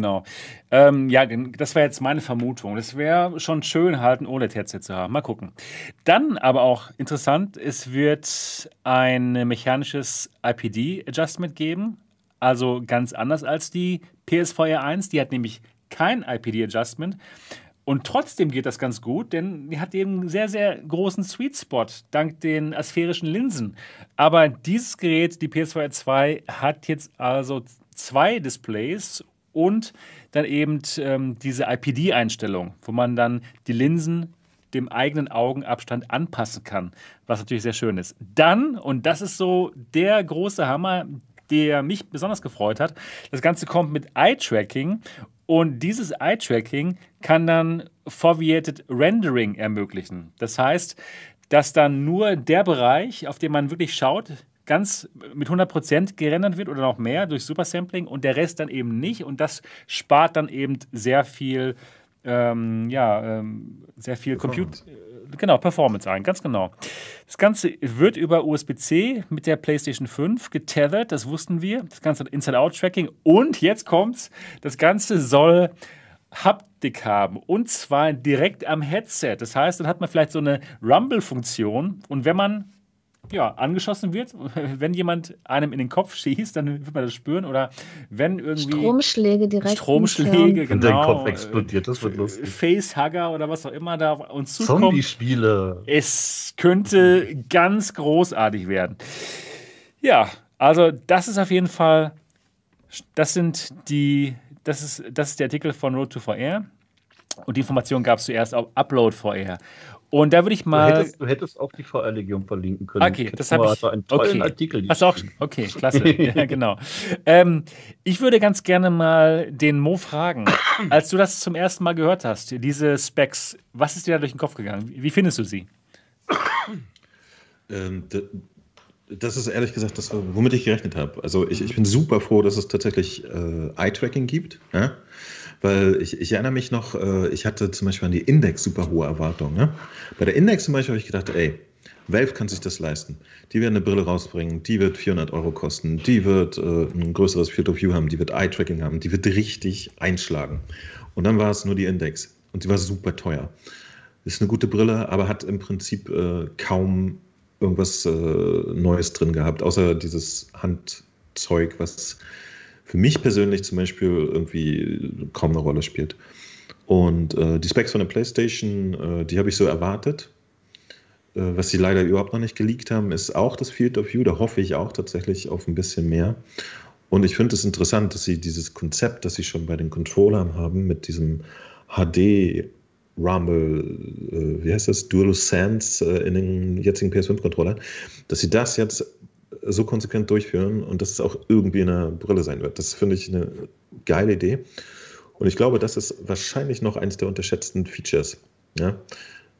Ja, das wäre jetzt meine Vermutung. Das wäre schon schön, halt ein OLED-Headset zu haben. Mal gucken. Dann aber auch interessant, es wird ein mechanisches IPD-Adjustment geben. Also ganz anders als die PSVR 1. Die hat nämlich kein IPD-Adjustment. Und trotzdem geht das ganz gut, denn die hat eben einen sehr, sehr großen Sweet Spot dank den asphärischen Linsen. Aber dieses Gerät, die PSVR 2, hat jetzt also 2 Displays und dann eben diese IPD-Einstellung, wo man dann die Linsen dem eigenen Augenabstand anpassen kann, was natürlich sehr schön ist. Dann, und das ist so der große Hammer, der mich besonders gefreut hat, das Ganze kommt mit Eye-Tracking. Und dieses Eye-Tracking kann dann Foveated Rendering ermöglichen. Das heißt, dass dann nur der Bereich, auf den man wirklich schaut, ganz mit 100% gerendert wird oder noch mehr durch Supersampling und der Rest dann eben nicht. Und das spart dann eben sehr viel, Performance ein, ganz genau. Das Ganze wird über USB-C mit der PlayStation 5 getethert, das wussten wir. Das Ganze hat Inside-Out-Tracking und jetzt kommt's, das Ganze soll Haptik haben und zwar direkt am Headset. Das heißt, dann hat man vielleicht so eine Rumble-Funktion und wenn man angeschossen wird, wenn jemand einem in den Kopf schießt, dann wird man das spüren oder wenn irgendwie Stromschläge direkt. Genau. Wenn dein Kopf explodiert, das wird lustig. Facehugger oder was auch immer da uns zukommt. Zombie-Spiele. Es könnte ganz großartig werden. Ja, also das ist auf jeden Fall, das ist der Artikel von Road to VR und die Information gab es zuerst auf UploadVR. Und da würde ich mal. Du hättest auch die VR-Legion verlinken können. Okay, das habe ich. Einen tollen Artikel. Hast du auch? Okay, klasse. Ja, genau. Ich würde ganz gerne mal den Mo fragen, als du das zum ersten Mal gehört hast, diese Specs, was ist dir da durch den Kopf gegangen? Wie findest du sie? Das ist ehrlich gesagt das, womit ich gerechnet habe. Also ich bin super froh, dass es tatsächlich Eye-Tracking gibt. Ja? Weil ich erinnere mich noch, ich hatte zum Beispiel an die Index super hohe Erwartungen. Ne? Bei der Index zum Beispiel habe ich gedacht, Valve kann sich das leisten. Die werden eine Brille rausbringen, die wird 400 € kosten, die wird ein größeres Field of View haben, die wird Eye-Tracking haben, die wird richtig einschlagen. Und dann war es nur die Index und die war super teuer. Ist eine gute Brille, aber hat im Prinzip kaum irgendwas Neues drin gehabt, außer dieses Handzeug, was für mich persönlich zum Beispiel irgendwie kaum eine Rolle spielt. Und die Specs von der PlayStation, die habe ich so erwartet. Was sie leider überhaupt noch nicht geleakt haben, ist auch das Field of View. Da hoffe ich auch tatsächlich auf ein bisschen mehr. Und ich finde es interessant, dass sie dieses Konzept, das sie schon bei den Controllern haben, mit diesem HD Rumble, wie heißt das, DualSense in den jetzigen PS5-Controllern, dass sie das jetzt so konsequent durchführen und dass es auch irgendwie in einer Brille sein wird. Das finde ich eine geile Idee. Und ich glaube, das ist wahrscheinlich noch eines der unterschätzten Features. Ja?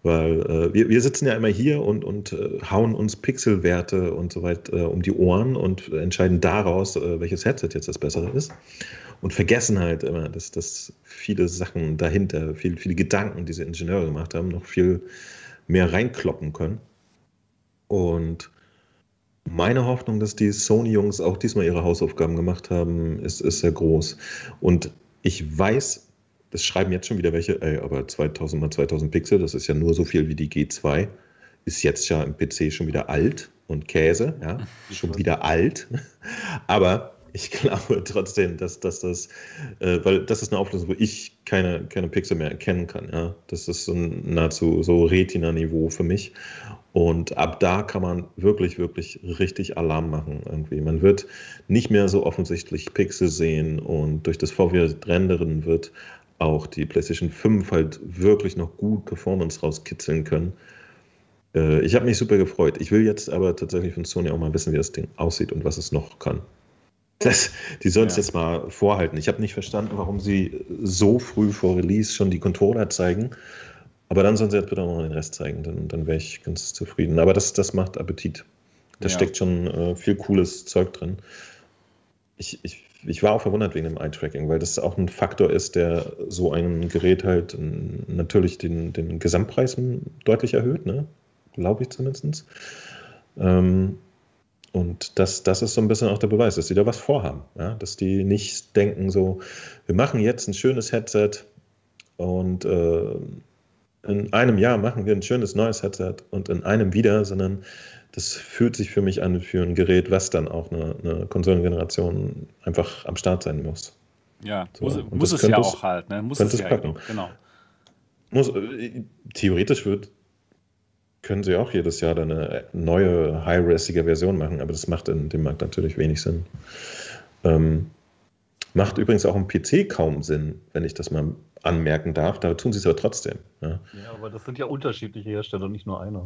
Weil wir sitzen ja immer hier und hauen uns Pixelwerte und so weiter um die Ohren und entscheiden daraus, welches Headset jetzt das bessere ist. Und vergessen halt immer, dass viele Sachen dahinter, viele Gedanken, die diese Ingenieure gemacht haben, noch viel mehr reinkloppen können. Und meine Hoffnung, dass die Sony-Jungs auch diesmal ihre Hausaufgaben gemacht haben, ist sehr groß. Und ich weiß, das schreiben jetzt schon wieder welche, aber 2000 mal 2000 Pixel, das ist ja nur so viel wie die G2, ist jetzt ja im PC schon wieder alt und Käse, ja, schon wieder alt. Aber ich glaube trotzdem, dass das, weil das ist eine Auflösung, wo ich keine Pixel mehr erkennen kann. Ja? Das ist so nahezu so Retina-Niveau für mich. Und ab da kann man wirklich, wirklich richtig Alarm machen irgendwie. Man wird nicht mehr so offensichtlich Pixel sehen und durch das Vorwärts-Rendern wird auch die PlayStation 5 halt wirklich noch gut Performance rauskitzeln können. Ich habe mich super gefreut. Ich will jetzt aber tatsächlich von Sony auch mal wissen, wie das Ding aussieht und was es noch kann. Die sollen es jetzt mal vorhalten. Ich habe nicht verstanden, warum sie so früh vor Release schon die Controller zeigen. Aber dann sollen sie jetzt bitte auch noch den Rest zeigen. Dann wäre ich ganz zufrieden. Aber das macht Appetit. Da steckt schon viel cooles Zeug drin. Ich war auch verwundert wegen dem Eye-Tracking, weil das auch ein Faktor ist, der so ein Gerät halt natürlich den Gesamtpreis deutlich erhöht, ne? Glaube ich zumindest. Und das ist so ein bisschen auch der Beweis, dass die da was vorhaben. Ja? Dass die nicht denken so, wir machen jetzt ein schönes Headset und in einem Jahr machen wir ein schönes neues Headset und in einem wieder, sondern das fühlt sich für mich an für ein Gerät, was dann auch eine Konsolengeneration einfach am Start sein muss. Ja, so, muss es ja auch halt. Ne? Muss es ja packen. Genau. Theoretisch können sie auch jedes Jahr eine neue, high-resige Version machen, aber das macht in dem Markt natürlich wenig Sinn. Macht übrigens auch im PC kaum Sinn, wenn ich das mal anmerken darf. Da tun sie es aber trotzdem. Ja, aber das sind ja unterschiedliche Hersteller, nicht nur einer.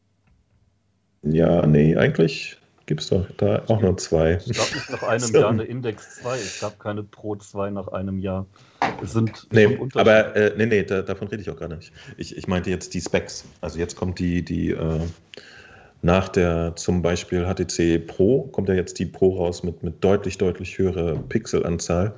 Ja, nee, eigentlich gibt es doch da auch nur zwei. Es gab nicht nach einem Jahr eine Index 2, es gab keine Pro 2 nach einem Jahr. Es sind aber davon rede ich auch gar nicht. Ich meinte jetzt die Specs. Also jetzt kommt die nach der zum Beispiel HTC Pro, kommt ja jetzt die Pro raus mit deutlich, deutlich höherer Pixelanzahl.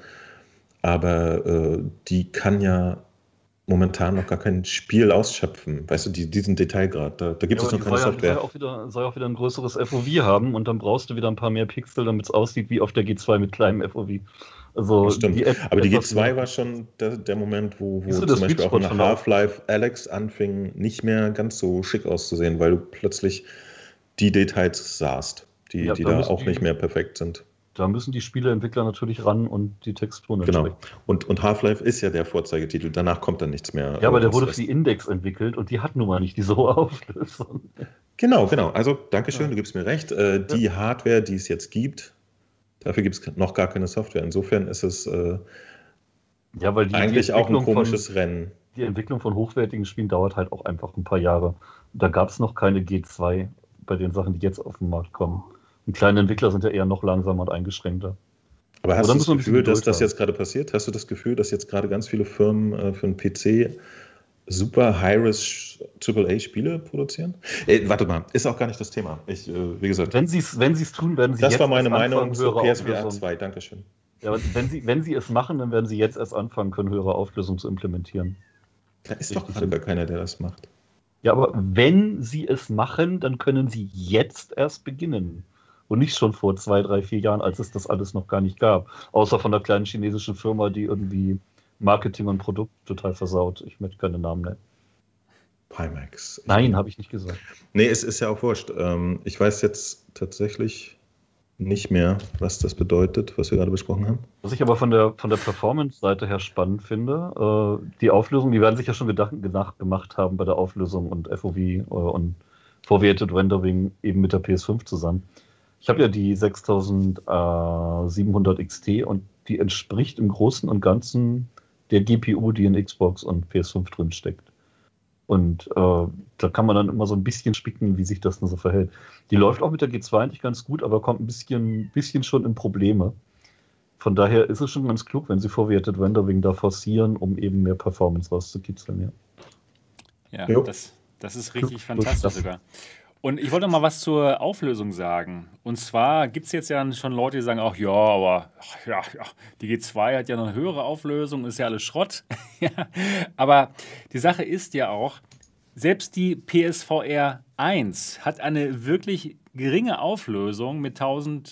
Aber die kann ja momentan noch gar kein Spiel ausschöpfen. Weißt du, diesen Detailgrad, da gibt es noch keine Software. Soll auch wieder ein größeres FOV haben und dann brauchst du wieder ein paar mehr Pixel, damit es aussieht wie auf der G2 mit kleinem FOV. Also stimmt. Aber die G2 war schon der Moment, wo zum Beispiel auch eine Half-Life Alyx anfing, nicht mehr ganz so schick auszusehen, weil du plötzlich die Details sahst, die da auch nicht mehr perfekt sind. Da müssen die Spieleentwickler natürlich ran und die Texturen entsprechen. Genau. Und Half-Life ist ja der Vorzeigetitel, danach kommt dann nichts mehr. Ja, aber der wurde für die Index entwickelt und die hat nun mal nicht diese hohe Auflösung. Genau. Also, Dankeschön, du gibst mir recht. Die Hardware, die es jetzt gibt, dafür gibt es noch gar keine Software. Insofern ist es weil eigentlich auch ein komisches Rennen. Die Entwicklung von hochwertigen Spielen dauert halt auch einfach ein paar Jahre. Da gab es noch keine G2 bei den Sachen, die jetzt auf den Markt kommen. Und kleine Entwickler sind ja eher noch langsamer und eingeschränkter. Aber hast du das Gefühl, dass das jetzt gerade passiert? Hast du das Gefühl, dass jetzt gerade ganz viele Firmen für den PC super High-Res AAA-Spiele produzieren? Warte mal, ist auch gar nicht das Thema. Wie gesagt, wenn sie es tun, werden sie das jetzt war meine Meinung zu PSVR 2. Dankeschön. Ja, aber wenn sie es machen, dann werden sie jetzt erst anfangen können, höhere Auflösung zu implementieren. Da ist doch gerade gar keiner, der das macht. Ja, aber wenn sie es machen, dann können sie jetzt erst beginnen. Und nicht schon vor 2, 3, 4 Jahren, als es das alles noch gar nicht gab. Außer von der kleinen chinesischen Firma, die irgendwie Marketing und Produkt total versaut. Ich möchte keine Namen nennen. Pimax. Nein, habe ich nicht gesagt. Nee, es ist ja auch wurscht. Ich weiß jetzt tatsächlich nicht mehr, was das bedeutet, was wir gerade besprochen haben. Was ich aber von der Performance-Seite her spannend finde, die Auflösung, die werden sich ja schon Gedanken gemacht haben bei der Auflösung und FOV und Forwarded Rendering eben mit der PS5 zusammen. Ich habe ja die 6700 XT und die entspricht im Großen und Ganzen der GPU, die in Xbox und PS5 drin steckt. Und da kann man dann immer so ein bisschen spicken, wie sich das denn so verhält. Die läuft auch mit der G2 eigentlich ganz gut, aber kommt ein bisschen schon in Probleme. Von daher ist es schon ganz klug, wenn sie Forwarded Rendering da forcieren, um eben mehr Performance rauszukitzeln. Ja, Das ist richtig fantastisch sogar. Und ich wollte noch mal was zur Auflösung sagen. Und zwar gibt es jetzt ja schon Leute, die sagen auch, ja, aber die G2 hat ja noch eine höhere Auflösung, ist ja alles Schrott. Ja, aber die Sache ist ja auch, selbst die PSVR 1 hat eine wirklich geringe Auflösung mit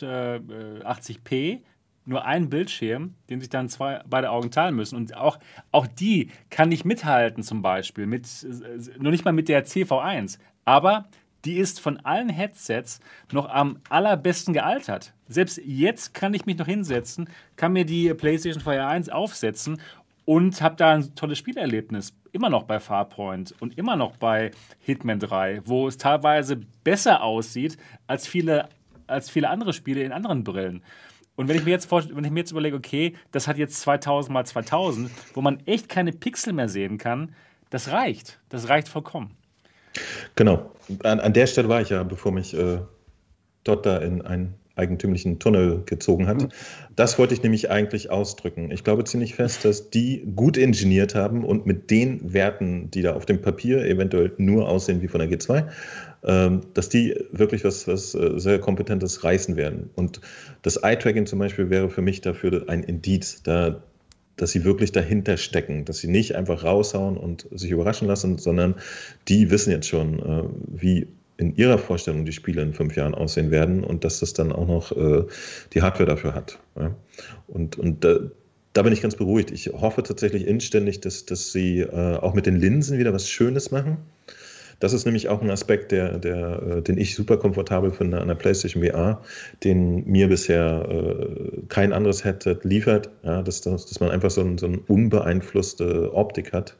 1080p, nur einen Bildschirm, den sich dann beide Augen teilen müssen. Und auch die kann nicht mithalten zum Beispiel, nur nicht mal mit der CV1. Aber die ist von allen Headsets noch am allerbesten gealtert. Selbst jetzt kann ich mich noch hinsetzen, kann mir die PlayStation VR 1 aufsetzen und habe da ein tolles Spielerlebnis. Immer noch bei Farpoint und immer noch bei Hitman 3, wo es teilweise besser aussieht als viele andere Spiele in anderen Brillen. Und wenn ich mir jetzt überlege, okay, das hat jetzt 2000 mal 2000, wo man echt keine Pixel mehr sehen kann, das reicht. Das reicht vollkommen. Genau. An der Stelle war ich ja, bevor mich dort da in einen eigentümlichen Tunnel gezogen hat. Das wollte ich nämlich eigentlich ausdrücken. Ich glaube ziemlich fest, dass die gut ingeniert haben und mit den Werten, die da auf dem Papier eventuell nur aussehen wie von der G2, dass die wirklich was sehr Kompetentes reißen werden. Und das Eye-Tracking zum Beispiel wäre für mich dafür ein Indiz, dass sie wirklich dahinter stecken, dass sie nicht einfach raushauen und sich überraschen lassen, sondern die wissen jetzt schon, wie in ihrer Vorstellung die Spiele in 5 Jahren aussehen werden und dass das dann auch noch die Hardware dafür hat. Ja? Und da bin ich ganz beruhigt. Ich hoffe tatsächlich inständig, dass sie auch mit den Linsen wieder was Schönes machen. Das ist nämlich auch ein Aspekt, den ich super komfortabel finde an der PlayStation VR, den mir bisher kein anderes Headset liefert, ja, dass man einfach so eine unbeeinflusste Optik hat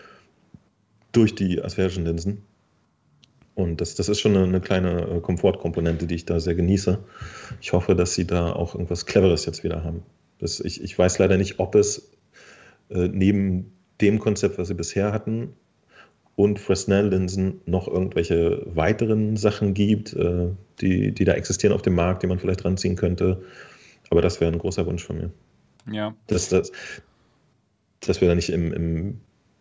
durch die asphärischen Linsen. Und das ist schon eine kleine Komfortkomponente, die ich da sehr genieße. Ich hoffe, dass sie da auch irgendwas Cleveres jetzt wieder haben. Ich weiß leider nicht, ob es neben dem Konzept, was sie bisher hatten, und Fresnel-Linsen noch irgendwelche weiteren Sachen gibt, die da existieren auf dem Markt, die man vielleicht ranziehen könnte. Aber das wäre ein großer Wunsch von mir. Ja. Dass wir da nicht im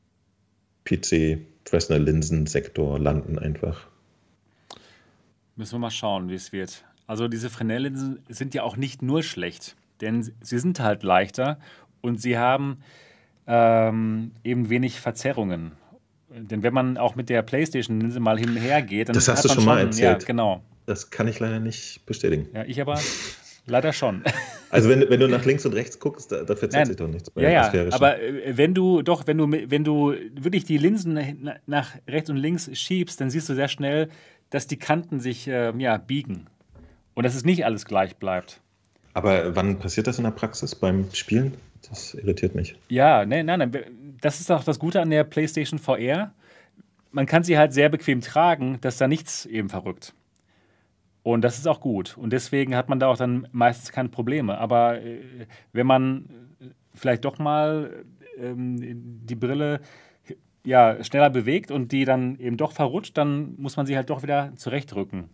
PC-Fresnel-Linsen-Sektor landen einfach. Müssen wir mal schauen, wie es wird. Also diese Fresnel-Linsen sind ja auch nicht nur schlecht, denn sie sind halt leichter und sie haben eben wenig Verzerrungen. Denn wenn man auch mit der PlayStation-Linse mal hin und her geht, dann das hast du schon mal erzählt. Ja, genau. Das kann ich leider nicht bestätigen. Ja, ich aber leider schon. Also wenn du nach links und rechts guckst, da verzerrt sich doch nichts bei aber wenn du wirklich die Linsen nach rechts und links schiebst, dann siehst du sehr schnell, dass die Kanten sich biegen und dass es nicht alles gleich bleibt. Aber wann passiert das in der Praxis beim Spielen? Das irritiert mich. Ja, nein. Das ist auch das Gute an der PlayStation VR. Man kann sie halt sehr bequem tragen, dass da nichts eben verrückt. Und das ist auch gut. Und deswegen hat man da auch dann meistens keine Probleme. Aber wenn man vielleicht doch mal die Brille schneller bewegt und die dann eben doch verrutscht, dann muss man sie halt doch wieder zurechtrücken.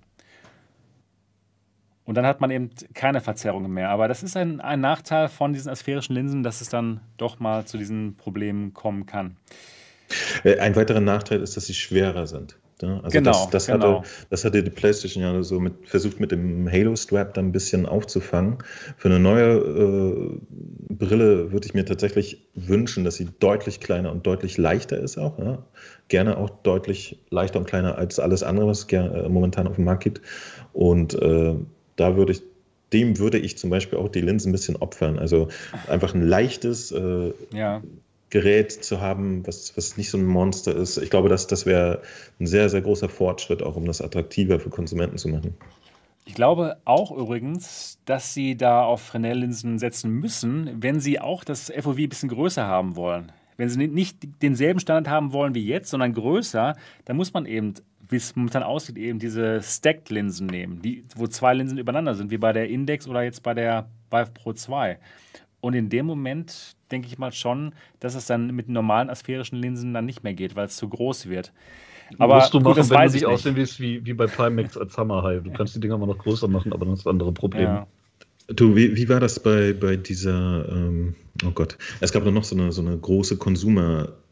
Und dann hat man eben keine Verzerrungen mehr. Aber das ist ein Nachteil von diesen asphärischen Linsen, dass es dann doch mal zu diesen Problemen kommen kann. Ein weiterer Nachteil ist, dass sie schwerer sind. Ja? Also genau, das hatte die PlayStation ja so versucht mit dem Halo-Strap dann ein bisschen aufzufangen. Für eine neue Brille würde ich mir tatsächlich wünschen, dass sie deutlich kleiner und deutlich leichter ist auch. Ja? Gerne auch deutlich leichter und kleiner als alles andere, was es momentan auf dem Markt gibt. Und dem würde ich zum Beispiel auch die Linsen ein bisschen opfern. Also einfach ein leichtes Gerät zu haben, was nicht so ein Monster ist. Ich glaube, das wäre ein sehr, sehr großer Fortschritt, auch um das attraktiver für Konsumenten zu machen. Ich glaube auch übrigens, dass sie da auf Fresnel-Linsen setzen müssen, wenn sie auch das FOV ein bisschen größer haben wollen. Wenn sie nicht denselben Standard haben wollen wie jetzt, sondern größer, dann muss man eben, wie es momentan aussieht, eben diese Stacked-Linsen nehmen, wo 2 Linsen übereinander sind, wie bei der Index oder jetzt bei der Vive Pro 2. Und in dem Moment denke ich mal schon, dass es dann mit normalen asphärischen Linsen dann nicht mehr geht, weil es zu groß wird. Aber musst du machen, das wenn weiß du ich nicht nicht. aussehen wie bei Pimax als Hammerhai. Du kannst die Dinger mal noch größer machen, aber dann hast du andere Probleme. Ja. Du, wie war das bei dieser, oh Gott, es gab noch so eine große Consumer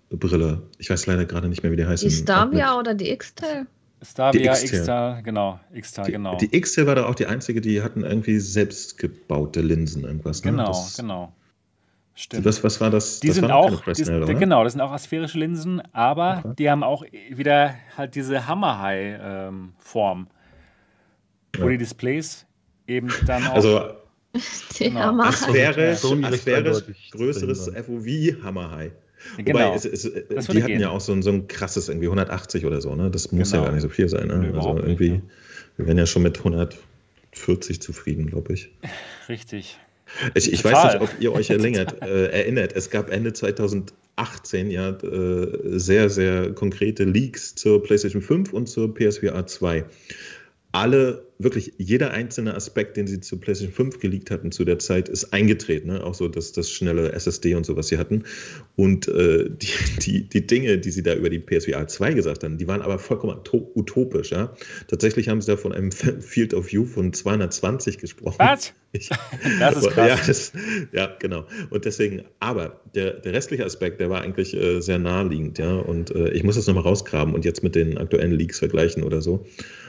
Brille. Ich weiß leider gerade nicht mehr, wie die heißt. Die Starvia oder die X-Tel? Starvia, Die X-Tel. X-Tel, genau. X-Tel, genau. Die X-Tel war da auch die einzige, die hatten irgendwie selbstgebaute Linsen, irgendwas. Ne? Genau. Stimmt. Was war das? Die das sind war auch, Fresnel, oder? genau, das sind auch asphärische Linsen, aber Okay. die haben auch wieder halt diese Hammerhai-Form, wo Ja. die Displays eben dann auch. Also Die Genau. Hammer. asphärisch Sony recht eindeutig größeres zu sehen FOV Hammerhai. Genau. Wobei, Das die würde hatten gehen. ja auch so ein krasses, irgendwie 180 oder so, ne? Das muss Genau. ja gar nicht so viel sein, ne? Nö, Also überhaupt nicht, irgendwie, ja. wir wären ja schon mit 140 zufrieden, glaube ich. Richtig. Ich Total. weiß nicht, ob ihr euch erinnert. Es gab Ende 2018 ja sehr, sehr konkrete Leaks zur PlayStation 5 und zur PSVR 2. Wirklich jeder einzelne Aspekt, den sie zu PlayStation 5 geleakt hatten zu der Zeit, ist eingetreten. Ne? Auch so das schnelle SSD und so, was sie hatten. Und die Dinge, die sie da über die PSVR 2 gesagt haben, die waren aber vollkommen utopisch. Ja? Tatsächlich haben sie da von einem Field of View von 220 gesprochen. Was? Das ist krass. Ja, genau. Und deswegen, aber der restliche Aspekt, der war eigentlich sehr naheliegend. Ja? Und ich muss das nochmal rausgraben und jetzt mit den aktuellen Leaks vergleichen oder so.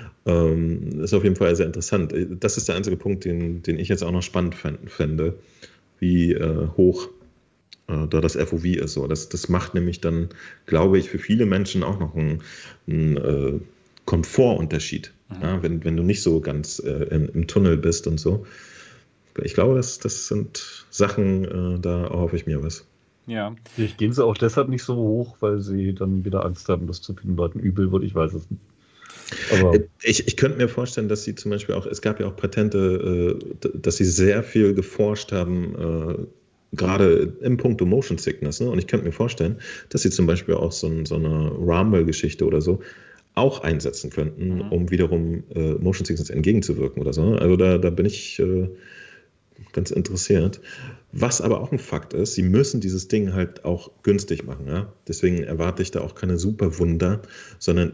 Ist auf jeden Fall sehr interessant. Das ist der einzige Punkt, den ich jetzt auch noch spannend fände, wie hoch da das FOV ist. So. Das macht nämlich dann, glaube ich, für viele Menschen auch noch einen Komfortunterschied. Mhm. Ja, wenn du nicht so ganz im Tunnel bist und so. Ich glaube, das sind Sachen, da erhoffe ich mir was. Ja. Vielleicht gehen sie auch deshalb nicht so hoch, weil sie dann wieder Angst haben, dass zu vielen Leuten übel wird. Ich weiß es nicht. Aber Ich könnte mir vorstellen, dass sie zum Beispiel auch, es gab ja auch Patente, dass sie sehr viel geforscht haben, gerade im Punkto Motion Sickness. Ne? Und ich könnte mir vorstellen, dass sie zum Beispiel auch so eine Rumble-Geschichte oder so auch einsetzen könnten, um wiederum Motion Sickness entgegenzuwirken oder so. Also da bin ich ganz interessiert. Was aber auch ein Fakt ist, sie müssen dieses Ding halt auch günstig machen. Ja? Deswegen erwarte ich da auch keine Superwunder, sondern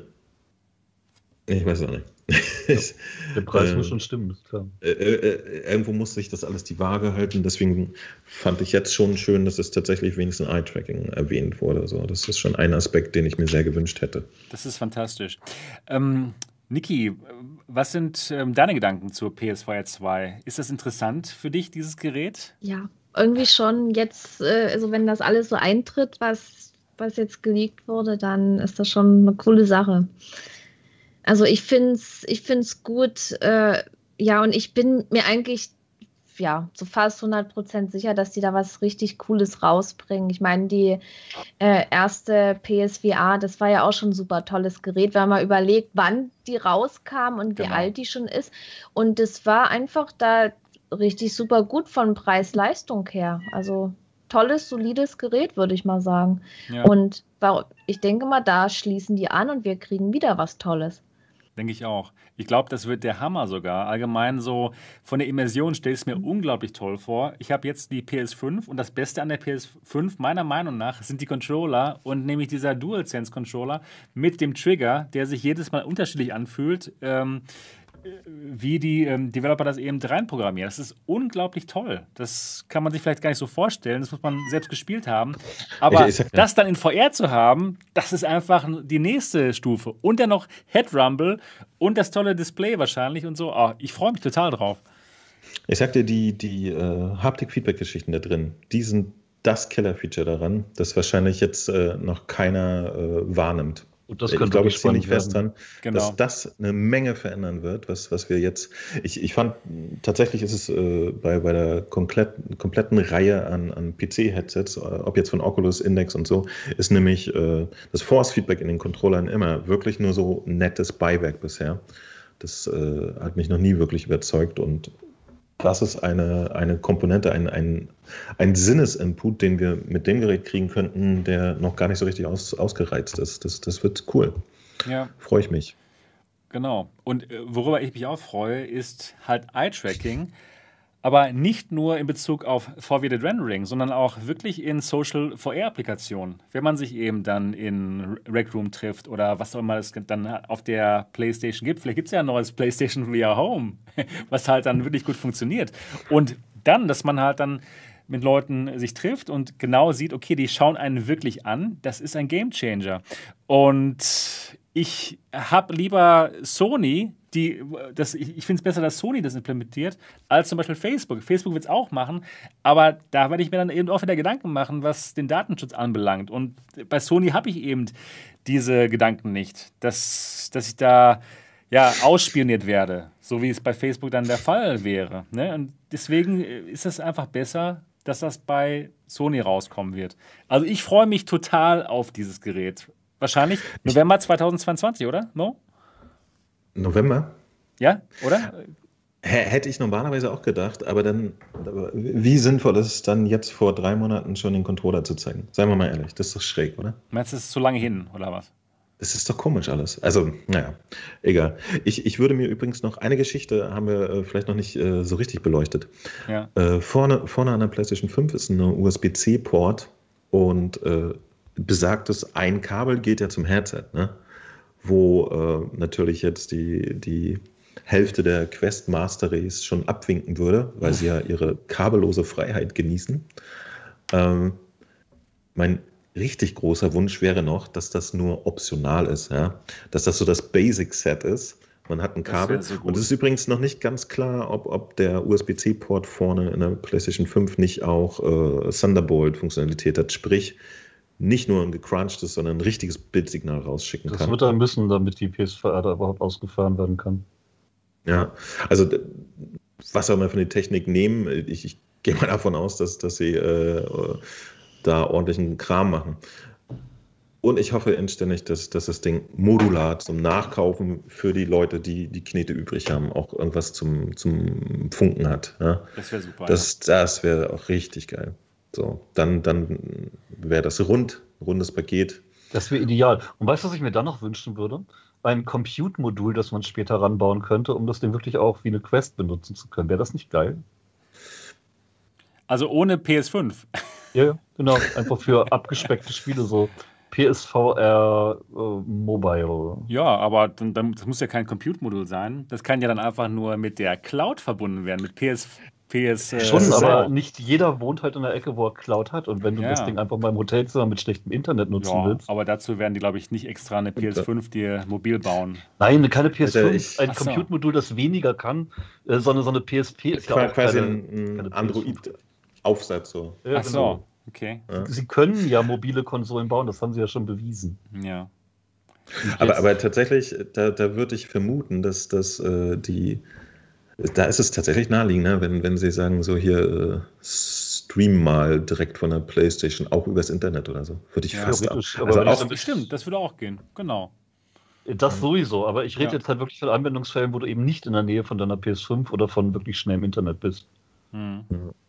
ich weiß es auch nicht. der Preis muss schon stimmen, ist klar. Irgendwo muss sich das alles die Waage halten. Deswegen fand ich jetzt schon schön, dass es tatsächlich wenigstens Eye-Tracking erwähnt wurde. So, das ist schon ein Aspekt, den ich mir sehr gewünscht hätte. Das ist fantastisch. Niki, was sind deine Gedanken zur PS4 2? Ist das interessant für dich, dieses Gerät? Ja, irgendwie schon jetzt, also wenn das alles so eintritt, was jetzt geleakt wurde, dann ist das schon eine coole Sache. Also ich find's gut, ja, und ich bin mir eigentlich zu fast 100% sicher, dass die da was richtig Cooles rausbringen. Ich meine, die erste PSVR, das war ja auch schon ein super tolles Gerät, wenn man überlegt, wann die rauskam und wie Genau. alt die schon ist. Und das war einfach da richtig super gut von Preis-Leistung her. Also tolles, solides Gerät, würde ich mal sagen. Ja. Und ich denke mal, da schließen die an und wir kriegen wieder was Tolles. Denke ich auch. Ich glaube, das wird der Hammer sogar. Allgemein so von der Immersion stelle ich es mir unglaublich toll vor. Ich habe jetzt die PS5 und das Beste an der PS5 meiner Meinung nach sind die Controller und nämlich dieser DualSense-Controller mit dem Trigger, der sich jedes Mal unterschiedlich anfühlt, wie die Developer das eben reinprogrammieren. Das ist unglaublich toll. Das kann man sich vielleicht gar nicht so vorstellen. Das muss man selbst gespielt haben. Aber das dann in VR zu haben, das ist einfach die nächste Stufe. Und dann noch Head Rumble und das tolle Display wahrscheinlich und so. Oh, ich freue mich total drauf. Ich sag dir, die Haptik-Feedback-Geschichten da drin, die sind das Killer-Feature daran, das wahrscheinlich jetzt noch keiner wahrnimmt. Und das Ich könnte glaube, wirklich ich ziehe nicht spannend fest werden. dran, dass das eine Menge verändern wird, was wir jetzt. Ich fand, tatsächlich ist es bei der kompletten Reihe an PC-Headsets, ob jetzt von Oculus, Index und so, ist nämlich das Force-Feedback in den Controllern immer wirklich nur so nettes Beiwerk bisher. Das hat mich noch nie wirklich überzeugt und das ist eine Komponente, ein Sinnesinput, den wir mit dem Gerät kriegen könnten, der noch gar nicht so richtig ausgereizt ist. Das wird cool. Ja. Freue ich mich. Genau. Und worüber ich mich auch freue, ist halt Eye-Tracking. Aber nicht nur in Bezug auf Foveated Rendering, sondern auch wirklich in Social VR-Applikationen. Wenn man sich eben dann in Rec Room trifft oder was auch immer es dann auf der PlayStation gibt. Vielleicht gibt es ja ein neues PlayStation VR Home, was halt dann wirklich gut funktioniert. Und dann, dass man halt dann mit Leuten sich trifft und genau sieht, okay, die schauen einen wirklich an, das ist ein Gamechanger. Und ich habe lieber Sony, ich finde es besser, dass Sony das implementiert, als zum Beispiel Facebook. Facebook wird es auch machen, aber da werde ich mir dann eben auch wieder Gedanken machen, was den Datenschutz anbelangt. Und bei Sony habe ich eben diese Gedanken nicht, dass ich da ausspioniert werde, so wie es bei Facebook dann der Fall wäre. Ne? Und deswegen ist es einfach besser, dass das bei Sony rauskommen wird. Also ich freue mich total auf dieses Gerät. Wahrscheinlich November 2022, oder? No? November? Ja, oder? Hätte ich normalerweise auch gedacht, aber wie sinnvoll ist es dann jetzt vor 3 Monaten schon den Controller zu zeigen? Seien wir mal ehrlich, das ist doch schräg, oder? Meinst du, es ist zu lange hin, oder was? Das ist doch komisch alles. Also, naja, egal. Ich würde mir übrigens noch eine Geschichte, haben wir vielleicht noch nicht so richtig beleuchtet. Ja. Vorne an der PlayStation 5 ist eine USB-C-Port und besagtes ein Kabel geht ja zum Headset, ne? Wo natürlich jetzt die Hälfte der Quest Master Race schon abwinken würde, weil sie ja ihre kabellose Freiheit genießen. Mein richtig großer Wunsch wäre noch, dass das nur optional ist, ja? Dass das so das Basic-Set ist. Man hat ein Kabel. So und es ist übrigens noch nicht ganz klar, ob der USB-C-Port vorne in der PlayStation 5 nicht auch Thunderbolt-Funktionalität hat. Sprich, nicht nur ein gecrunchtes, sondern ein richtiges Bildsignal rausschicken kann. Das wird er müssen, damit die PSVR da überhaupt ausgefahren werden kann. Ja, also was auch immer für eine Technik nehmen, ich gehe mal davon aus, dass sie da ordentlichen Kram machen. Und ich hoffe inständig, dass das Ding modular zum Nachkaufen für die Leute, die Knete übrig haben, auch irgendwas zum Funken hat. Ja? Das wäre super. Das wäre auch richtig geil. So, dann wäre das rundes Paket. Das wäre ideal. Und weißt du, was ich mir dann noch wünschen würde? Ein Compute-Modul, das man später ranbauen könnte, um das Ding wirklich auch wie eine Quest benutzen zu können. Wäre das nicht geil? Also ohne PS5. Ja, genau. Einfach für abgespeckte Spiele, so PSVR Mobile. Ja, aber das muss ja kein Compute-Modul sein. Das kann ja dann einfach nur mit der Cloud verbunden werden, mit PS. Schon, aber nicht jeder wohnt halt in der Ecke, wo er Cloud hat. Und wenn du das Ding einfach mal im Hotelzimmer mit schlechtem Internet nutzen willst. Aber dazu werden die, glaube ich, nicht extra eine PS5 dir mobil bauen. Nein, keine PS5. Ein Compute-Modul, das weniger kann, sondern so eine PSP ist ja auch quasi ein Android-Aufsatz. So. Ja, so, okay. Ja. Sie können ja mobile Konsolen bauen, das haben sie ja schon bewiesen. Ja. Aber tatsächlich, da würde ich vermuten, dass da ist es tatsächlich naheliegend, ne? Wenn Sie sagen, so hier stream mal direkt von der PlayStation, auch übers Internet oder so, würde ich fast ab. Stimmt, das würde auch gehen, genau. Das sowieso, aber ich rede jetzt halt wirklich von Anwendungsfällen, wo du eben nicht in der Nähe von deiner PS5 oder von wirklich schnellem Internet bist. Ja.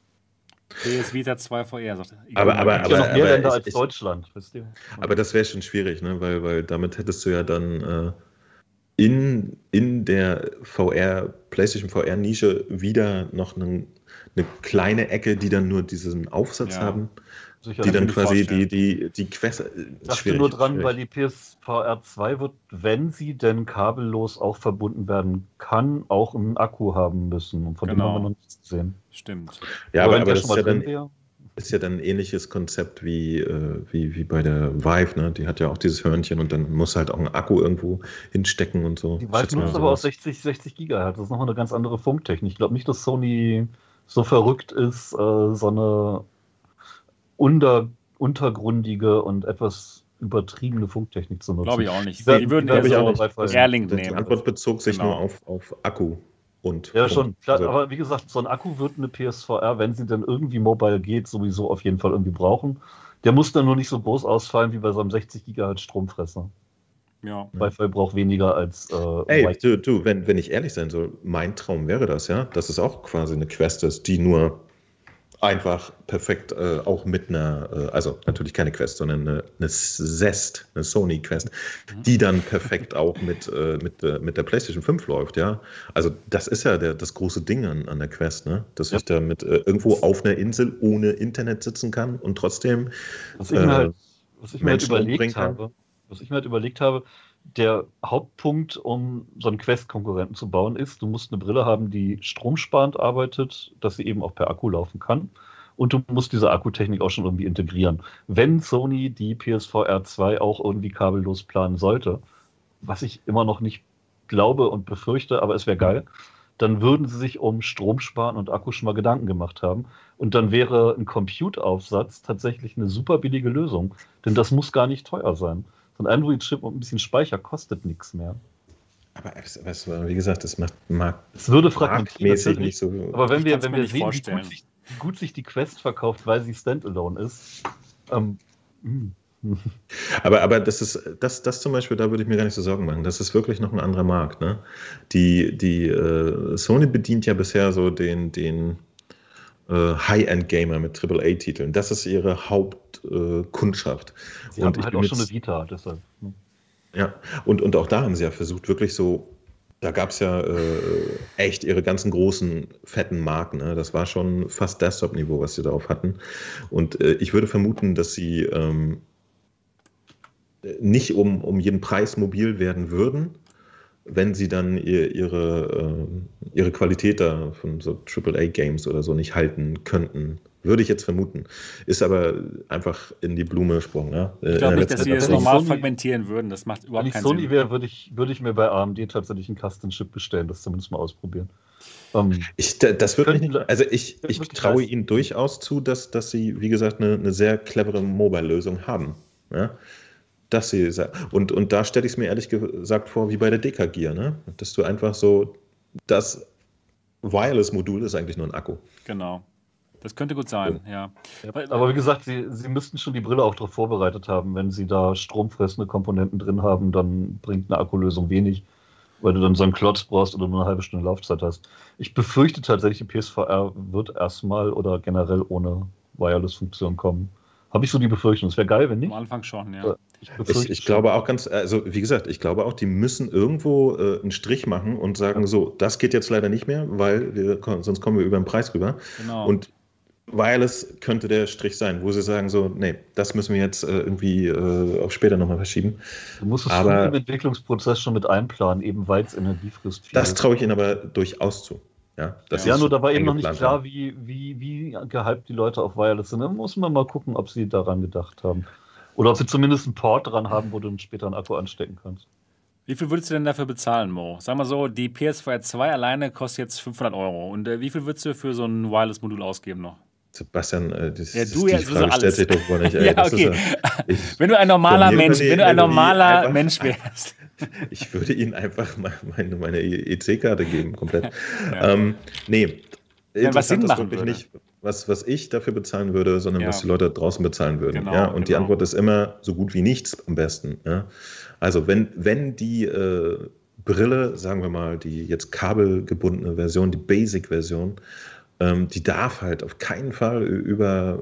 PS Vita 2 VR, sagt er. Aber noch mehr Länder als Deutschland, wisst ihr? Aber das wäre schon schwierig, ne? Weil damit hättest du ja dann in der PlayStation VR-Nische wieder noch eine kleine Ecke, die dann nur diesen Aufsatz haben, sicher, die dann quasi die Quest. Dachte nur dran, weil die PSVR 2 wird, wenn sie denn kabellos auch verbunden werden kann, auch einen Akku haben müssen. Und von dem haben wir noch nichts gesehen. Stimmt. Ja, aber das ist ja dann ein ähnliches Konzept wie bei der Vive, ne? Die hat ja auch dieses Hörnchen und dann muss halt auch ein Akku irgendwo hinstecken und so. Die Vive nutzt aber auch 60 Gigahertz. Das ist nochmal eine ganz andere Funktechnik. Ich glaube nicht, dass Sony so verrückt ist, so eine untergrundige und etwas übertriebene Funktechnik zu nutzen. Glaube ich auch nicht. Die würden eher so Airlink nehmen. Die Antwort bezog sich nur auf Akku. Ja, schon. Klar, aber wie gesagt, so ein Akku wird eine PSVR, wenn sie dann irgendwie mobile geht, sowieso auf jeden Fall irgendwie brauchen. Der muss dann nur nicht so groß ausfallen wie bei so einem 60 GHz Stromfresser. Ja. Wi-Fi braucht weniger als. Du, wenn ich ehrlich sein soll, mein Traum wäre das, ja, dass es auch quasi eine Quest ist, die nur einfach perfekt auch mit einer, also natürlich keine Quest, sondern eine Zest, eine Sony Quest, die dann perfekt auch mit der PlayStation 5 läuft, ja. Also das ist ja das große Ding an der Quest, ne? Dass ich da mit irgendwo auf einer Insel ohne Internet sitzen kann und trotzdem was ich mir halt überlegt habe, der Hauptpunkt, um so einen Quest-Konkurrenten zu bauen, ist, du musst eine Brille haben, die stromsparend arbeitet, dass sie eben auch per Akku laufen kann und du musst diese Akkutechnik auch schon irgendwie integrieren. Wenn Sony die PSVR 2 auch irgendwie kabellos planen sollte, was ich immer noch nicht glaube und befürchte, aber es wäre geil, dann würden sie sich um Stromsparen und Akku schon mal Gedanken gemacht haben. Und dann wäre ein Compute-Aufsatz tatsächlich eine super billige Lösung. Denn das muss gar nicht teuer sein. So ein Android-Chip und ein bisschen Speicher kostet nichts mehr. Aber wie gesagt, das mag es würde fragmentiert mäßig nicht so. Aber wenn wir sehen, vorstellen. wie gut sich die Quest verkauft, weil sie Standalone ist. Aber das zum Beispiel, da würde ich mir gar nicht so Sorgen machen. Das ist wirklich noch ein anderer Markt. Ne? Die Sony bedient ja bisher so den High-End-Gamer mit AAA-Titeln. Das ist ihre Hauptkundschaft. Sie haben halt auch schon eine Vita, deshalb. Ja, und auch da haben sie ja versucht, wirklich so, da gab es ja echt ihre ganzen großen, fetten Marken. Ne? Das war schon fast Desktop-Niveau, was sie darauf hatten. Und ich würde vermuten, dass sie nicht um jeden Preis mobil werden würden, wenn sie dann ihre Qualität da von so AAA-Games oder so nicht halten könnten. Würde ich jetzt vermuten. Ist aber einfach in die Blume gesprungen. Ja? Ich glaube nicht, dass sie das normal fragmentieren würden. Das macht überhaupt keinen Sinn. Wenn ich Sony wäre, würde ich mir bei AMD tatsächlich einen Custom-Chip bestellen. Das zumindest mal ausprobieren. Das wird nicht, also ich traue ihnen durchaus zu, dass sie, wie gesagt, eine sehr clevere Mobile-Lösung haben. Ja? Dass sie, und da stelle ich es mir ehrlich gesagt vor, wie bei der Deka-Gear, ne? Dass du einfach so, das Wireless-Modul ist eigentlich nur ein Akku. Genau. Das könnte gut sein, ja. Aber wie gesagt, sie müssten schon die Brille auch darauf vorbereitet haben. Wenn sie da stromfressende Komponenten drin haben, dann bringt eine Akkulösung wenig, weil du dann so einen Klotz brauchst oder nur eine halbe Stunde Laufzeit hast. Ich befürchte tatsächlich, die PSVR wird erstmal oder generell ohne Wireless-Funktion kommen. Habe ich so die Befürchtung. Es wäre geil, wenn nicht. Am Anfang schon, ja. Ich glaube auch also wie gesagt, ich glaube auch, die müssen irgendwo einen Strich machen und sagen, so, das geht jetzt leider nicht mehr, weil sonst kommen wir über den Preis rüber. Genau. Und Wireless könnte der Strich sein, wo sie sagen so, nee, das müssen wir jetzt irgendwie auf später nochmal verschieben. Du musst es früh im Entwicklungsprozess schon mit einplanen, eben weil es Energie frisst. Das traue ich ihnen aber durchaus zu. Ja, nur da war eben noch nicht klar, wie gehypt die Leute auf Wireless sind. Da muss man mal gucken, ob sie daran gedacht haben. Oder ob sie zumindest einen Port dran haben, wo du später einen Akku anstecken kannst. Wie viel würdest du denn dafür bezahlen, Mo? Sag mal so, die PSVR 2 alleine kostet jetzt 500 €. Und wie viel würdest du für so ein Wireless-Modul ausgeben noch? Sebastian, die Frage stellt sich doch vor nicht. Ey, ja, okay. Wenn du ein normaler Mensch wärst. Ich würde Ihnen einfach meine EC-Karte geben, komplett. Nee, was Sinn machen würde. Nicht, was ich dafür bezahlen würde, sondern was die Leute da draußen bezahlen würden. Genau, ja? Und die Antwort ist immer so gut wie nichts am besten. Ja? Also wenn die Brille, sagen wir mal, die jetzt kabelgebundene Version, die Basic-Version, die darf halt auf keinen Fall über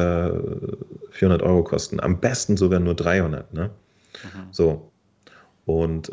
400 € kosten. Am besten sogar nur 300. Ne? So. Und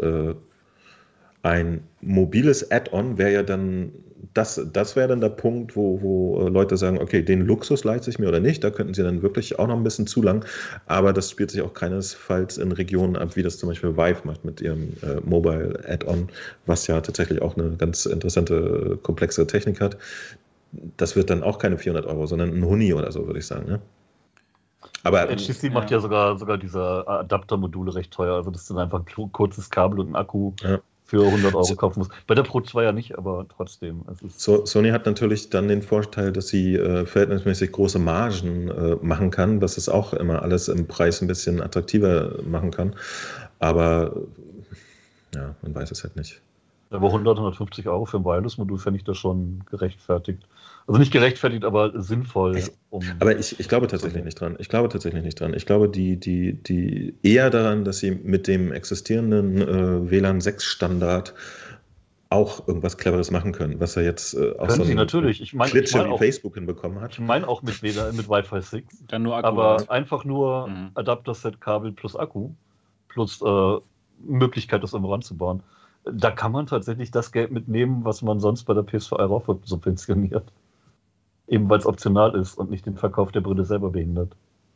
ein mobiles Add-on wäre ja dann, das wäre dann der Punkt, wo Leute sagen, okay, den Luxus leiste ich mir oder nicht. Da könnten sie dann wirklich auch noch ein bisschen zu lang. Aber das spielt sich auch keinesfalls in Regionen ab, wie das zum Beispiel Vive macht mit ihrem Mobile Add-on, was ja tatsächlich auch eine ganz interessante, komplexe Technik hat. Das wird dann auch keine 400 €, sondern ein Huni oder so, würde ich sagen. Ne? Aber HTC macht ja sogar diese Adaptermodule recht teuer. Also das sind einfach ein kurzes Kabel und ein Akku für 100 € kaufen muss. Bei der Pro 2 ja nicht, aber trotzdem. Sony hat natürlich dann den Vorteil, dass sie verhältnismäßig große Margen machen kann, was es auch immer alles im Preis ein bisschen attraktiver machen kann. Aber ja, man weiß es halt nicht. Aber 150 € für ein Wireless-Modul fände ich das schon gerechtfertigt. Also nicht gerechtfertigt, aber sinnvoll. Aber ich glaube tatsächlich nicht dran. Ich glaube, die eher daran, dass sie mit dem existierenden WLAN 6 Standard auch irgendwas Cleveres machen können, was er jetzt auch so eine Klitsche wie Facebook hinbekommen hat. Ich meine auch mit Wi-Fi 6. Dann nur Akku. Aber einfach nur Adapter-Set, Kabel plus Akku plus Möglichkeit, das irgendwo ranzubauen. Da kann man tatsächlich das Geld mitnehmen, was man sonst bei der PSVR auch subventioniert. Eben weil es optional ist und nicht den Verkauf der Brille selber behindert.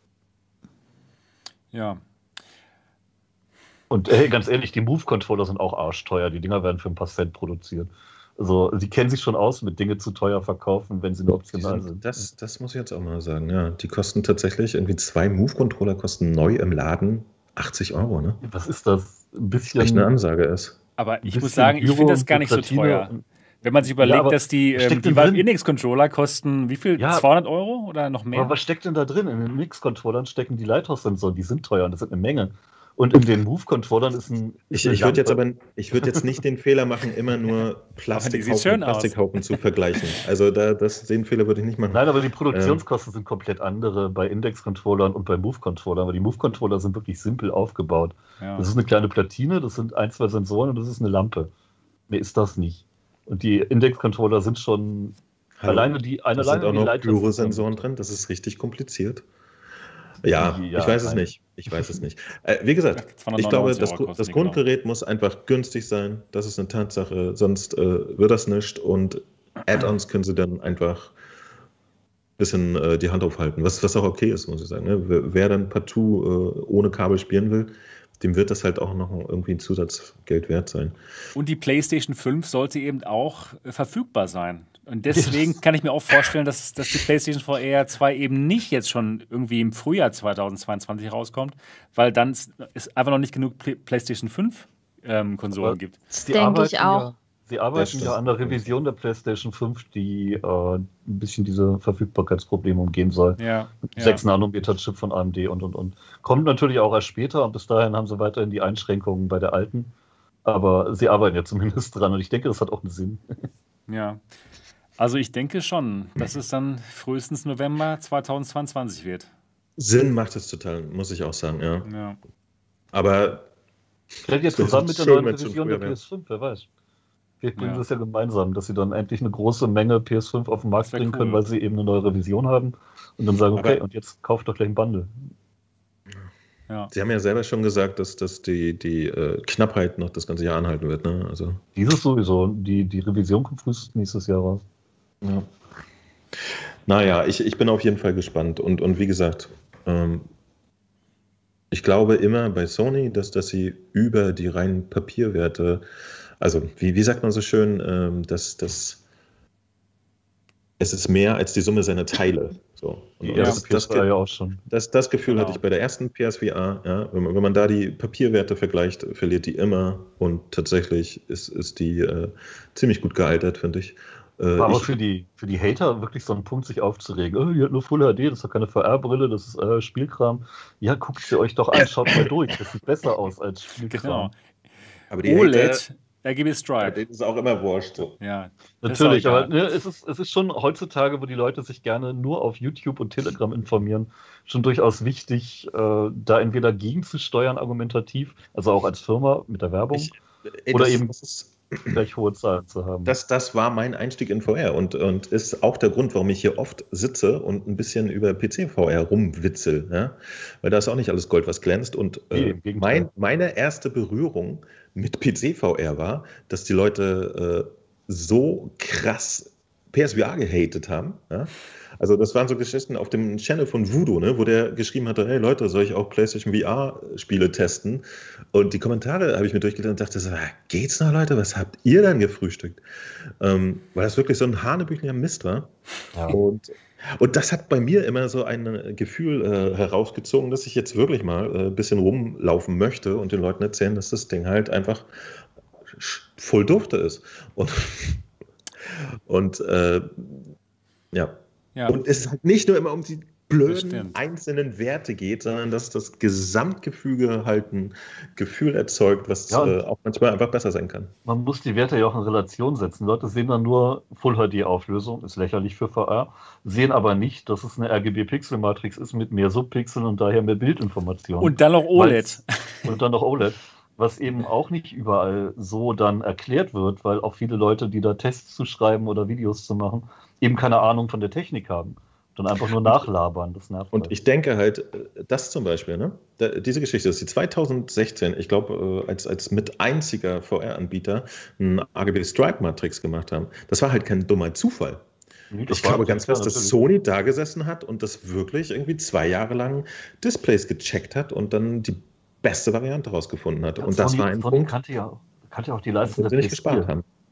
Ja. Und ganz ehrlich, die Move-Controller sind auch arschteuer. Die Dinger werden für ein paar Cent produziert. Also, sie kennen sich schon aus mit Dinge zu teuer verkaufen, wenn sie nur optional sind. Das muss ich jetzt auch mal sagen. Ja, die kosten tatsächlich irgendwie 2 Move-Controller kosten neu im Laden 80 €, ne? Was ist das? Ein bisschen. Echt eine Ansage ist. Aber ich bisschen muss sagen, ich Gyro finde das und gar nicht so Platine teuer. und- Wenn man sich überlegt, aber dass die steckt denn Valve drin? Index-Controller kosten, wie viel? Ja. 200 € oder noch mehr? Aber was steckt denn da drin? In den Mix-Controllern stecken die Lighthouse-Sensoren, die sind teuer und das sind eine Menge. Und in den Move-Controllern ist ein. Ich eine würde Lampe. jetzt nicht den Fehler machen, immer nur die sieht schön aus. Plastikhaufen zu vergleichen. Also den Fehler würde ich nicht machen. Nein, aber die Produktionskosten sind komplett andere bei Index-Controllern und bei Move-Controllern, weil die Move-Controller sind wirklich simpel aufgebaut. Ja. Das ist eine kleine Platine, das sind 1, 2 Sensoren und das ist eine Lampe. Mehr ist das nicht. Und die Index-Controller sind schon Hallo. alleine die Da sind auch noch Gyrosensoren drin, das ist richtig kompliziert. Ja, Ja, ich weiß es nein. nicht. Wie gesagt, 299 ich glaube, € kosten das die, Grundgerät muss einfach günstig sein. Das ist eine Tatsache, sonst wird das nicht. Und Add-ons können sie dann einfach ein bisschen die Hand aufhalten, was auch okay ist, muss ich sagen. Ne? Wer dann partout ohne Kabel spielen will, dem wird das halt auch noch irgendwie ein Zusatzgeld wert sein. Und die PlayStation 5 sollte eben auch verfüggbar sein. Und deswegen kann ich mir auch vorstellen, dass die PlayStation VR 2 eben nicht jetzt schon irgendwie im Frühjahr 2022 rauskommt, weil dann es einfach noch nicht genug PlayStation 5 Konsolen gibt. Denke ich auch. Sie arbeiten stimmt. ja an der Revision der PlayStation 5, die ein bisschen diese Verfügbarkeitsprobleme umgehen soll. Ja, 6 Nanometer Chip von AMD und. Kommt natürlich auch erst später und bis dahin haben sie weiterhin die Einschränkungen bei der alten. Aber sie arbeiten ja zumindest dran und ich denke, das hat auch einen Sinn. ja. Also ich denke schon, dass es dann frühestens November 2022 wird. Sinn macht es total, muss ich auch sagen, ja. Ja. Aber Vielleicht jetzt Das zusammen ist mit der schön, neuen wenn's schon Revision der früher wäre. PS5, wer weiß. Vielleicht bringen Ja. sie das ja gemeinsam, dass sie dann endlich eine große Menge PS5 auf den Markt Das wär bringen können, cool. weil sie eben eine neue Revision haben und dann sagen, okay, Aber- und jetzt kauft doch gleich ein Bundle. Ja. Sie haben ja selber schon gesagt, dass die Knappheit noch das ganze Jahr anhalten wird, ne? Also, Dieses sowieso. Die Revision kommt frühestens nächstes Jahr raus. ja. Naja, ich bin auf jeden Fall gespannt. Und wie gesagt, ich glaube immer bei Sony, dass sie über die reinen Papierwerte, also wie sagt man so schön, dass es ist mehr als die Summe seiner Teile. So. Und Die Ja. erste PS3 ja auch schon. Das Gefühl Genau. hatte ich bei der ersten PSVR. Ja, wenn man da die Papierwerte vergleicht, verliert die immer. Und tatsächlich ist die ziemlich gut gealtert, finde ich. War aber Ich- für die Hater wirklich so ein Punkt, sich aufzuregen. Oh, die hat nur Full HD, das ist doch keine VR-Brille, das ist Spielkram. Ja, guckt sie euch doch an, schaut mal durch. Das sieht besser aus als Spielkram. Genau. aber die OLED, RGB Hater, Stripe. denen ist auch immer wurscht. So. Ja. Das ist Natürlich, auch aber egal. ne, es ist schon heutzutage, wo die Leute sich gerne nur auf YouTube und Telegram informieren, schon durchaus wichtig, da entweder gegenzusteuern argumentativ, also auch als Firma mit der Werbung, Oder eben- gleich hohe Zahlen zu haben. Das war mein Einstieg in VR und ist auch der Grund, warum ich hier oft sitze und ein bisschen über PC-VR rumwitzel. Ja? Weil da ist auch nicht alles Gold, was glänzt. Und Nee, im Gegenteil. meine erste Berührung mit PC-VR war, dass die Leute so krass PSVR gehatet haben. Ja? Also das waren so Geschichten auf dem Channel von Voodoo, ne, wo der geschrieben hatte, hey Leute, soll ich auch PlayStation VR-Spiele testen? Und die Kommentare habe ich mir durchgelesen und dachte so, geht's noch, Leute? Was habt ihr denn gefrühstückt? Weil das wirklich so ein hanebüchlicher Mist war. Ja. Und das hat bei mir immer so ein Gefühl herausgezogen, dass ich jetzt wirklich mal ein bisschen rumlaufen möchte und den Leuten erzählen, dass das Ding halt einfach voll dufte ist. Und ja. Ja. Und es halt nicht nur immer um die Das blöden stimmt. einzelnen Werte geht, sondern dass das Gesamtgefüge halt ein Gefühl erzeugt, was Ja, und- auch manchmal einfach besser sein kann. Man muss die Werte ja auch in Relation setzen. Leute sehen dann nur Full-HD-Auflösung, ist lächerlich für VR, sehen aber nicht, dass es eine RGB-Pixel-Matrix ist mit mehr Subpixeln und daher mehr Bildinformationen. Und dann noch OLED. Und dann noch OLED, was eben auch nicht überall so dann erklärt wird, weil auch viele Leute, die da Tests zu schreiben oder Videos zu machen, eben keine Ahnung von der Technik haben. Dann einfach nur nachlabern, das nervt. Und halt. ich denke halt, das zum Beispiel, ne? Diese Geschichte, dass sie 2016, ich glaube, als mit einziger VR-Anbieter ein RGB-Stripe-Matrix gemacht haben, das war halt kein dummer Zufall. Nee, das Ich war glaube ganz klar, fest, dass natürlich. Sony da gesessen hat und das wirklich irgendwie 2 Jahre lang Displays gecheckt hat und dann die beste Variante rausgefunden hat. Ja, Und das Sony- war ein Sony Punkt, kannte ja auch die den Leistung sie der nicht PS4. gespart haben.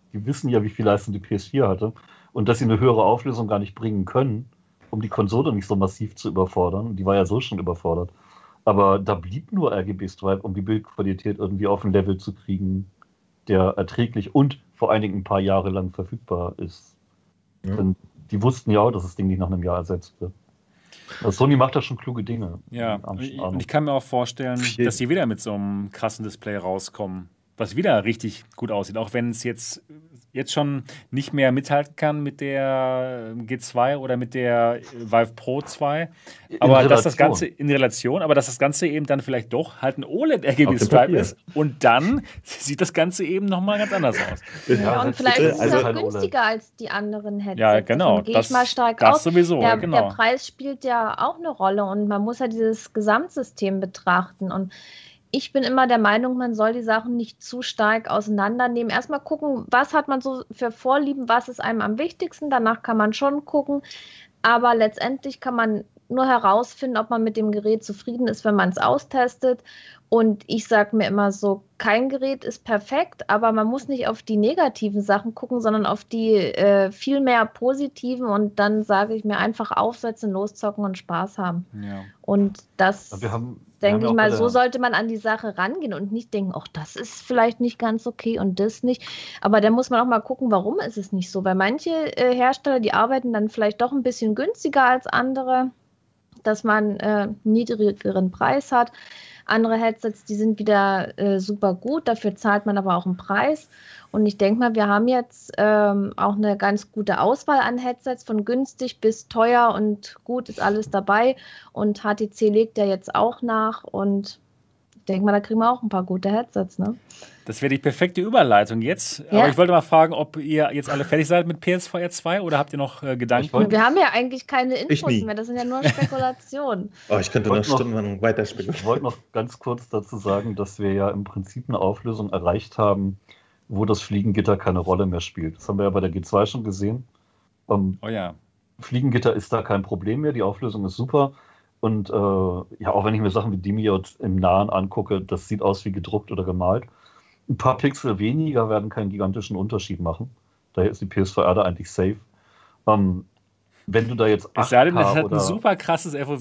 die wissen ja, wie viel Leistung die PS4 hatte und dass sie eine höhere Auflösung gar nicht bringen können, um die Konsole nicht so massiv zu überfordern. Die war ja so schon überfordert. Aber da blieb nur RGB Stripe, um die Bildqualität irgendwie auf ein Level zu kriegen, der erträglich und vor allen Dingen ein paar Jahre lang verfügbar ist. Ja. Denn die wussten ja auch, dass das Ding nicht nach einem Jahr ersetzt wird. Also Sony macht da schon kluge Dinge. Ja, und ich kann mir auch vorstellen, dass die wieder mit so einem krassen Display rauskommen, was wieder richtig gut aussieht, auch wenn es jetzt schon nicht mehr mithalten kann mit der G2 oder mit der Vive Pro 2. Aber dass das Ganze in Relation, aber dass das Ganze eben dann vielleicht doch halt ein OLED-RGB-Stripe ist und dann sieht das Ganze eben nochmal ganz anders aus. Ja, und vielleicht ist es auch günstiger als die anderen Headsets. Ja, genau. Gehe ich mal stark aus. Sowieso, der genau. Preis spielt ja auch eine Rolle und man muss ja dieses Gesamtsystem betrachten und ich bin immer der Meinung, man soll die Sachen nicht zu stark auseinandernehmen. Erstmal gucken, was hat man so für Vorlieben, was ist einem am wichtigsten. Danach kann man schon gucken. Aber letztendlich kann man nur herausfinden, ob man mit dem Gerät zufrieden ist, wenn man es austestet. Und ich sage mir immer so, kein Gerät ist perfekt, aber man muss nicht auf die negativen Sachen gucken, sondern auf die viel mehr positiven. Und dann sage ich mir einfach aufsetzen, loszocken und Spaß haben. Ja. Und das... denke ich mal, so sollte sollte man an die Sache rangehen und nicht denken, ach, das ist vielleicht nicht ganz okay und das nicht. Aber da muss man auch mal gucken, warum ist es nicht so. Weil manche Hersteller, die arbeiten dann vielleicht doch ein bisschen günstiger als andere, dass man niedrigeren Preis hat. Andere Headsets, die sind wieder super gut, dafür zahlt man aber auch einen Preis. Und ich denke mal, wir haben jetzt auch eine ganz gute Auswahl an Headsets, von günstig bis teuer und gut ist alles dabei. Und HTC legt ja jetzt auch nach und ich denke mal, da kriegen wir auch ein paar gute Headsets, ne? Das wäre die perfekte Überleitung jetzt. Ja. Aber ich wollte mal fragen, ob ihr jetzt alle fertig seid mit PSVR 2 oder habt ihr noch Gedanken? Wir haben ja eigentlich keine Infos mehr, das sind ja nur Spekulationen. Ich könnte noch stundenlang weiterspielen. Ich wollte noch ganz kurz dazu sagen, dass wir ja im Prinzip eine Auflösung erreicht haben, wo das Fliegengitter keine Rolle mehr spielt. Das haben wir ja bei der G2 schon gesehen. Oh ja. Fliegengitter ist da kein Problem mehr, die Auflösung ist super. Und ja, auch wenn ich mir Sachen wie Demiot im Nahen angucke, das sieht aus wie gedruckt oder gemalt. Ein paar Pixel weniger werden keinen gigantischen Unterschied machen. Daher ist die PSVR da eigentlich safe. Wenn du da jetzt 8K es sei denn, das hat ein super krasses FOV.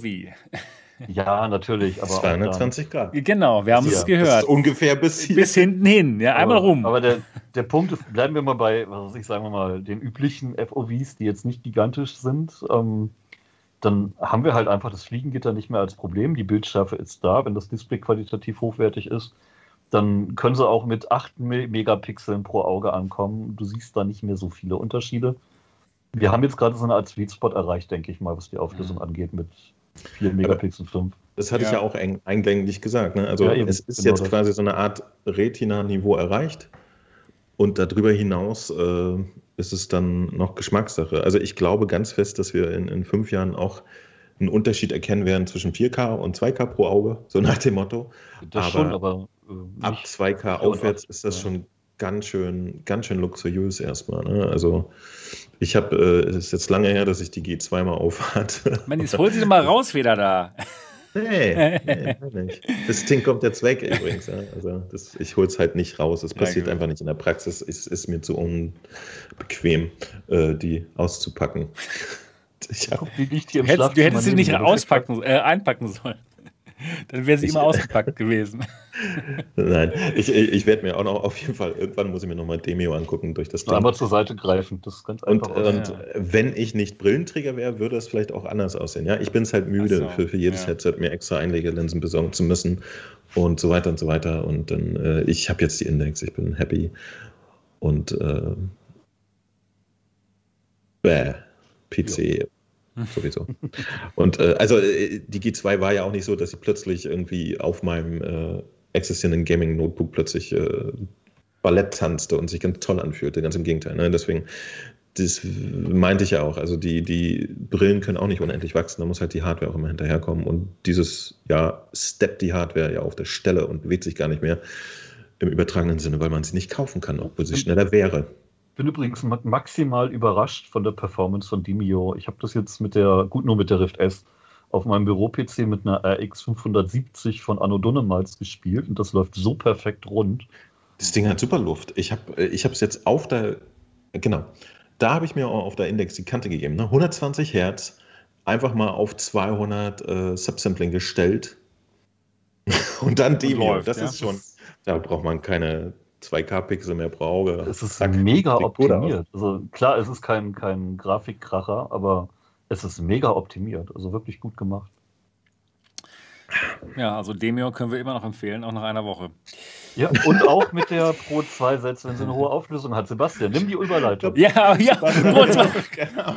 Ja, natürlich. Aber 220 Grad. Genau, wir haben es gehört. Das ist ungefähr bis hier. Bis hinten hin, ja, einmal rum. Aber der Punkt ist, bleiben wir mal bei, sagen wir mal, den üblichen FOVs, die jetzt nicht gigantisch sind. Dann haben wir halt einfach das Fliegengitter nicht mehr als Problem. Die Bildschärfe ist da. Wenn das Display qualitativ hochwertig ist, dann können sie auch mit 8 Megapixeln pro Auge ankommen. Du siehst da nicht mehr so viele Unterschiede. Wir haben jetzt gerade so eine Art Sweet Spot erreicht, denke ich mal, was die Auflösung angeht mit 4 Megapixel 5. Das hatte ich ja auch eingängig gesagt. Ne? Also es ist genau jetzt quasi so eine Art Retina-Niveau erreicht und darüber hinaus ist es dann noch Geschmackssache. Also ich glaube ganz fest, dass wir in 5 Jahren auch einen Unterschied erkennen werden zwischen 4K und 2K pro Auge, so nach dem Motto. Das schon, aber ab 2K aufwärts ist das schon ganz schön luxuriös erstmal. Ne? Also es ist jetzt lange her, dass ich die G2 mal aufhatte. Man, jetzt hol sie doch mal raus wieder da. Nee, nicht. Das Ding kommt jetzt weg übrigens. Ja. Also ich hole es halt nicht raus. Es passiert einfach nicht in der Praxis. Es ist mir zu unbequem, die auszupacken. Du hättest sie nicht einpacken sollen. Dann wäre sie immer ausgepackt gewesen. Nein, ich werde mir auch noch auf jeden Fall, irgendwann muss ich mir nochmal Demio angucken durch das Ding. Einmal zur Seite greifen, das ist ganz einfach. Und wenn ich nicht Brillenträger wäre, würde es vielleicht auch anders aussehen. Ja? Ich bin es halt müde, für jedes Headset mir extra Einlegelinsen besorgen zu müssen und so weiter und so weiter. Und dann, ich habe jetzt die Index, ich bin happy. Und PC. Sowieso. Und also die G2 war ja auch nicht so, dass sie plötzlich irgendwie auf meinem existierenden Gaming-Notebook plötzlich Ballett tanzte und sich ganz toll anfühlte. Ganz im Gegenteil. Ne? Deswegen, das meinte ich ja auch. Also die Brillen können auch nicht unendlich wachsen. Da muss halt die Hardware auch immer hinterherkommen. Und dieses Jahr steppt die Hardware ja auf der Stelle und bewegt sich gar nicht mehr im übertragenen Sinne, weil man sie nicht kaufen kann, obwohl sie schneller wäre. Ich bin übrigens maximal überrascht von der Performance von Demio. Ich habe das jetzt nur mit der Rift S auf meinem Büro-PC mit einer RX 570 von Anno Dunnemals gespielt und das läuft so perfekt rund. Das Ding hat super Luft. Ich habe es jetzt genau, da habe ich mir auch auf der Index die Kante gegeben. Ne? 120 Hertz, einfach mal auf 200 Subsampling gestellt und dann Demio. läuft, Das ja. ist schon, da braucht man keine 2K-Pixel mehr brauche. Es ist Zack, mega sieht gut aus. optimiert. Also klar, es ist kein Grafikkracher, aber es ist mega optimiert. Also wirklich gut gemacht. Ja, also Demio können wir immer noch empfehlen, auch nach einer Woche. Ja, und auch mit der Pro 2, selbst wenn sie eine hohe Auflösung hat. Sebastian, nimm die Überleitung. Ja, Genau.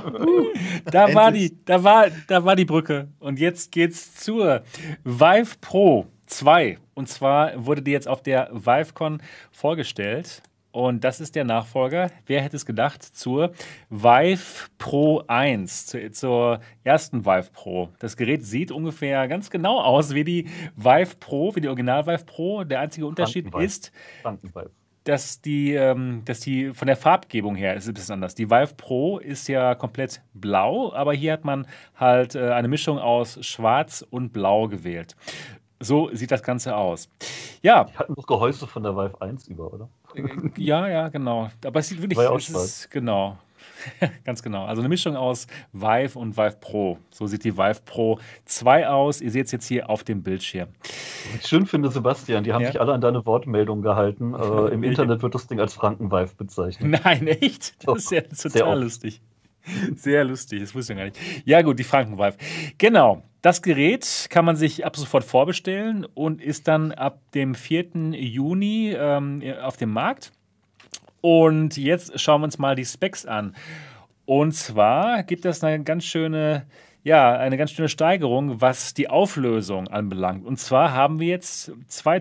da war die Brücke. Und jetzt geht's zur Vive Pro 2. Und zwar wurde die jetzt auf der ViveCon vorgestellt. Und das ist der Nachfolger, wer hätte es gedacht, zur Vive Pro 1, zur ersten Vive Pro. Das Gerät sieht ungefähr ganz genau aus wie die Vive Pro, wie die Original Vive Pro. Der einzige Unterschied ist, dass die von der Farbgebung her ist ein bisschen anders. Die Vive Pro ist ja komplett blau, aber hier hat man halt eine Mischung aus Schwarz und Blau gewählt. So sieht das Ganze aus. Ja. Die hatten doch Gehäuse von der Vive 1 über, oder? Ja, genau. Aber es sieht wirklich aus. Genau. Ganz genau. Also eine Mischung aus Vive und Vive Pro. So sieht die Vive Pro 2 aus. Ihr seht es jetzt hier auf dem Bildschirm. Was ich schön finde, Sebastian, die haben sich alle an deine Wortmeldung gehalten. Im Internet wird das Ding als Franken-Vive bezeichnet. Nein, echt? Das ist ja total lustig. Sehr lustig, das wusste ich gar nicht. Ja gut, die Franken-Vive. Genau, das Gerät kann man sich ab sofort vorbestellen und ist dann ab dem 4. Juni auf dem Markt. Und jetzt schauen wir uns mal die Specs an. Und zwar gibt es eine ganz schöne Steigerung, was die Auflösung anbelangt. Und zwar haben wir jetzt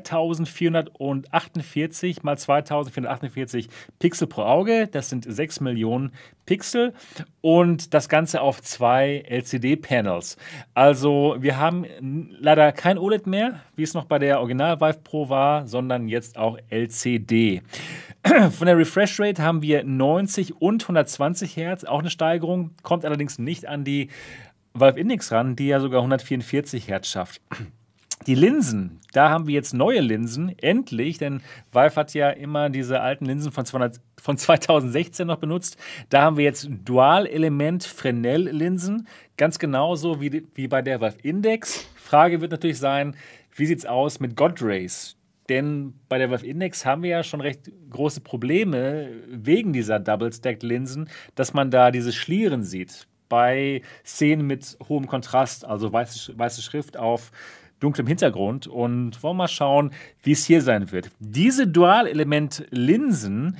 2448 mal 2448 Pixel pro Auge. Das sind 6 Millionen Pixel. Und das Ganze auf 2 LCD-Panels. Also wir haben leider kein OLED mehr, wie es noch bei der Original Vive Pro war, sondern jetzt auch LCD. Von der Refresh Rate haben wir 90 und 120 Hertz, auch eine Steigerung, kommt allerdings nicht an die Valve Index ran, die ja sogar 144 Hertz schafft. Die Linsen, da haben wir jetzt neue Linsen, endlich, denn Valve hat ja immer diese alten Linsen von 2016 noch benutzt. Da haben wir jetzt Dual-Element-Fresnel-Linsen, ganz genauso wie bei der Valve Index. Frage wird natürlich sein, wie sieht es aus mit God Rays? Denn bei der Valve Index haben wir ja schon recht große Probleme wegen dieser Double-Stacked-Linsen, dass man da diese Schlieren sieht. Bei Szenen mit hohem Kontrast, also weiße Schrift auf dunklem Hintergrund. Und wollen wir mal schauen, wie es hier sein wird. Diese Dual-Element-Linsen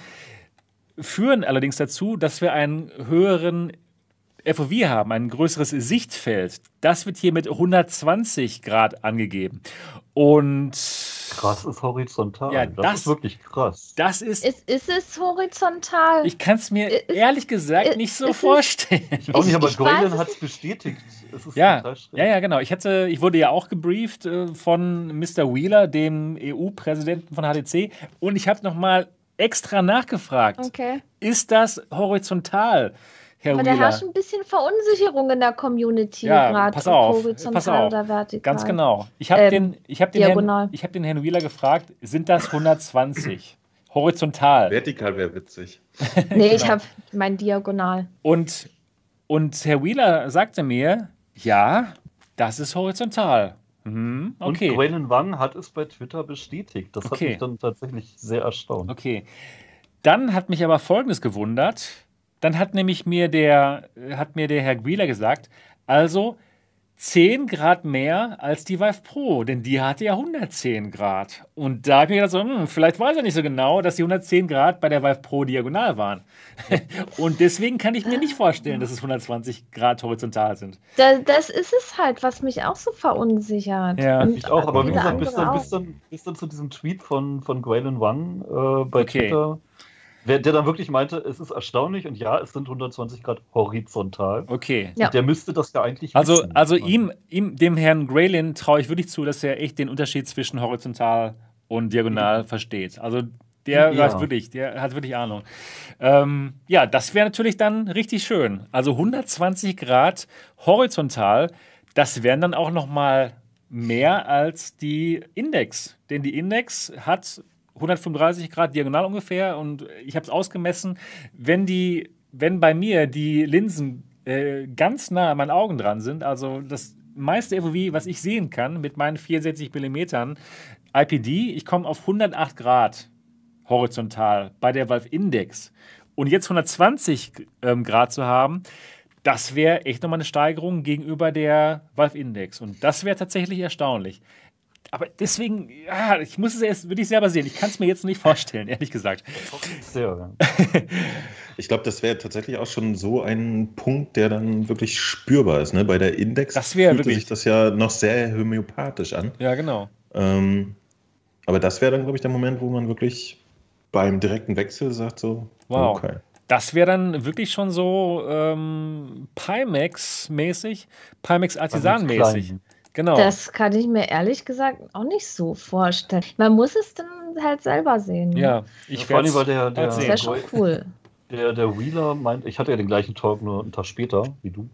führen allerdings dazu, dass wir einen höheren FOV haben, ein größeres Sichtfeld. Das wird hier mit 120 Grad angegeben. Und krass ist horizontal. Ja, das ist wirklich krass. Das ist es horizontal? Ich kann es mir ehrlich gesagt nicht so vorstellen. Ich auch nicht, aber Graylan hat es bestätigt. Es ist ja, genau. Ich wurde ja auch gebrieft von Mr. Wheeler, dem EU-Präsidenten von HTC. Und ich habe nochmal extra nachgefragt. Okay. Ist das horizontal? Herr Aber Wheeler. da herrscht ein bisschen Verunsicherung in der Community Ja, gerade, pass auf. horizontal oder vertikal. Ganz genau. Ich habe den diagonal. den Herrn Wheeler gefragt, sind das 120? Horizontal. Vertikal wäre witzig. Nee, ich habe mein diagonal. Und Herr Wheeler sagte mir, ja, das ist horizontal. Mhm, okay. Und Graylan Wang hat es bei Twitter bestätigt. Das hat mich dann tatsächlich sehr erstaunt. Okay. Dann hat mich aber Folgendes gewundert. Dann hat nämlich mir der Herr Wheeler gesagt, also 10 Grad mehr als die Vive Pro, denn die hatte ja 110 Grad. Und da habe ich mir gedacht, so, vielleicht weiß er nicht so genau, dass die 110 Grad bei der Vive Pro diagonal waren. Und deswegen kann ich mir nicht vorstellen, dass es 120 Grad horizontal sind. Das ist es halt, was mich auch so verunsichert. Ja, und ich auch, aber wie gesagt, bis dann zu diesem Tweet von Graylan Wang bei Twitter, der dann wirklich meinte, es ist erstaunlich und ja, es sind 120 Grad horizontal. Okay. Ja. Der müsste das ja eigentlich wissen. Also ihm, dem Herrn Graylan, traue ich wirklich zu, dass er echt den Unterschied zwischen horizontal und diagonal versteht. Also der hat wirklich Ahnung. Ja, das wäre natürlich dann richtig schön. Also 120 Grad horizontal, das wären dann auch noch mal mehr als die Index. Denn die Index hat 135 Grad diagonal ungefähr und ich habe es ausgemessen, wenn bei mir die Linsen ganz nah an meinen Augen dran sind, also das meiste FOV, was ich sehen kann mit meinen 64 mm IPD, ich komme auf 108 Grad horizontal bei der Valve Index. Und jetzt 120 Grad zu haben, das wäre echt nochmal eine Steigerung gegenüber der Valve Index. Und das wäre tatsächlich erstaunlich. Aber deswegen, ja, ich muss es erst wirklich selber sehen. Ich kann es mir jetzt nicht vorstellen, ehrlich gesagt. Ich glaube, das wäre tatsächlich auch schon so ein Punkt, der dann wirklich spürbar ist. Ne? Bei der Index fühlte sich das ja noch sehr homöopathisch an. Ja, genau. Aber das wäre dann, glaube ich, der Moment, wo man wirklich beim direkten Wechsel sagt so, wow. Okay. Das wäre dann wirklich schon so Pimax-mäßig, Pimax-Artisan-mäßig. Genau. Das kann ich mir ehrlich gesagt auch nicht so vorstellen. Man muss es dann halt selber sehen. Ja, vor allem, weil das wäre schon cool. Der Wheeler meint, ich hatte ja den gleichen Talk nur einen Tag später wie du.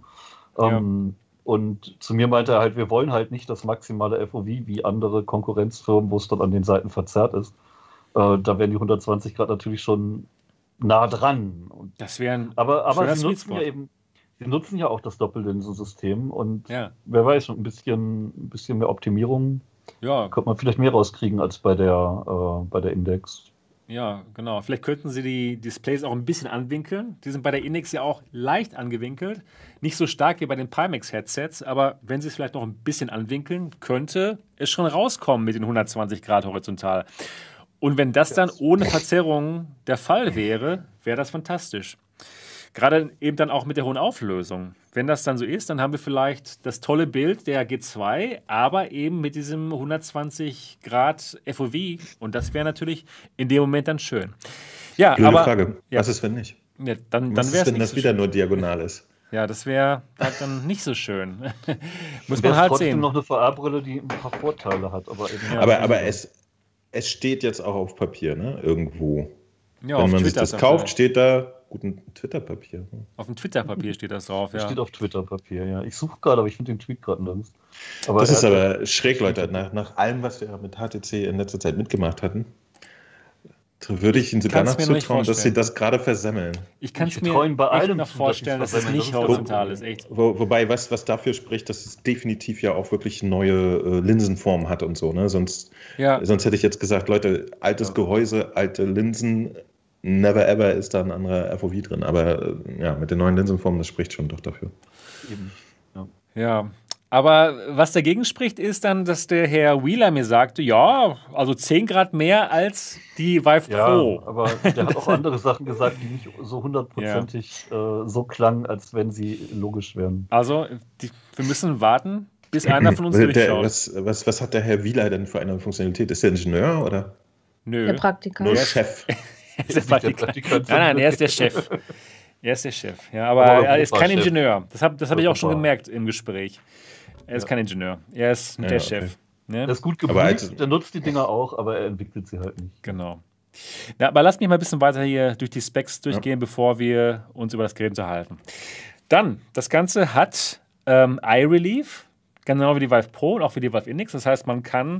Und zu mir meinte er halt, wir wollen halt nicht das maximale FOV wie andere Konkurrenzfirmen, wo es dann an den Seiten verzerrt ist. Da wären die 120 Grad natürlich schon nah dran. Das wären aber sie nutzen ja auch das Doppellinsensystem und wer weiß, ein bisschen mehr Optimierung könnte man vielleicht mehr rauskriegen als bei der Index. Ja, genau. Vielleicht könnten sie die Displays auch ein bisschen anwinkeln. Die sind bei der Index ja auch leicht angewinkelt. Nicht so stark wie bei den Pimax-Headsets, aber wenn sie es vielleicht noch ein bisschen anwinkeln, könnte es schon rauskommen mit den 120 Grad horizontal. Und wenn das dann ohne Verzerrung der Fall wäre, wäre das fantastisch. Gerade eben dann auch mit der hohen Auflösung. Wenn das dann so ist, dann haben wir vielleicht das tolle Bild der G2, aber eben mit diesem 120 Grad FOV. Und das wäre natürlich in dem Moment dann schön. Ja, blöde Frage. Was ist, wenn nicht? Ja, dann was wäre es, wenn das so wieder schön. Nur diagonal ist? Ja, das wäre halt dann nicht so schön. Muss man halt trotzdem sehen. Noch eine VR-Brille, die ein paar Vorteile hat. Aber es steht jetzt auch auf Papier, ne? Irgendwo. Ja, wenn man sich das kauft, steht da ein Twitter-Papier. Auf dem Twitter-Papier steht das drauf, ja. Steht auf Twitter-Papier, ja. Ich suche gerade, aber ich finde den Tweet gerade nirgends. Das ist aber schräg, Leute. Nach allem, was wir mit HTC in letzter Zeit mitgemacht hatten, würde ich Ihnen sogar noch zutrauen, dass Sie das gerade versemmeln. Ich kann es mir bei allem noch vorstellen, dass es nicht horizontal ist. Echt. Wobei, was dafür spricht, dass es definitiv ja auch wirklich neue Linsenformen hat und so. Ne? Sonst hätte ich jetzt gesagt, Leute, altes Gehäuse, alte Linsen, never ever ist da ein anderer FOV drin. Aber mit den neuen Linsenformen, das spricht schon doch dafür. Eben. Ja. Aber was dagegen spricht, ist dann, dass der Herr Wheeler mir sagte, ja, also 10 Grad mehr als die Vive Pro. Ja, aber der hat auch andere Sachen gesagt, die nicht so hundertprozentig so klangen, als wenn sie logisch wären. Also, wir müssen warten, bis einer von uns durchschaut. Was hat der Herr Wheeler denn für eine Funktionalität? Ist der Ingenieur oder? Nö. Der Praktikant. Nur Chef. Er ist der Praktikant. Nein, er ist der Chef. Er ist der Chef. Ja, aber er ist kein Ingenieur. Das hab ich auch schon gemerkt im Gespräch. Er ist kein Ingenieur. Er ist der Chef. Ne? Er ist gut gebrieft, der nutzt die Dinger auch, aber er entwickelt sie halt nicht. Genau. Na, aber lasst mich mal ein bisschen weiter hier durch die Specs durchgehen, bevor wir uns über das Gerät unterhalten. Dann, das Ganze hat Eye Relief, genau wie die Vive Pro und auch wie die Vive Index. Das heißt, man kann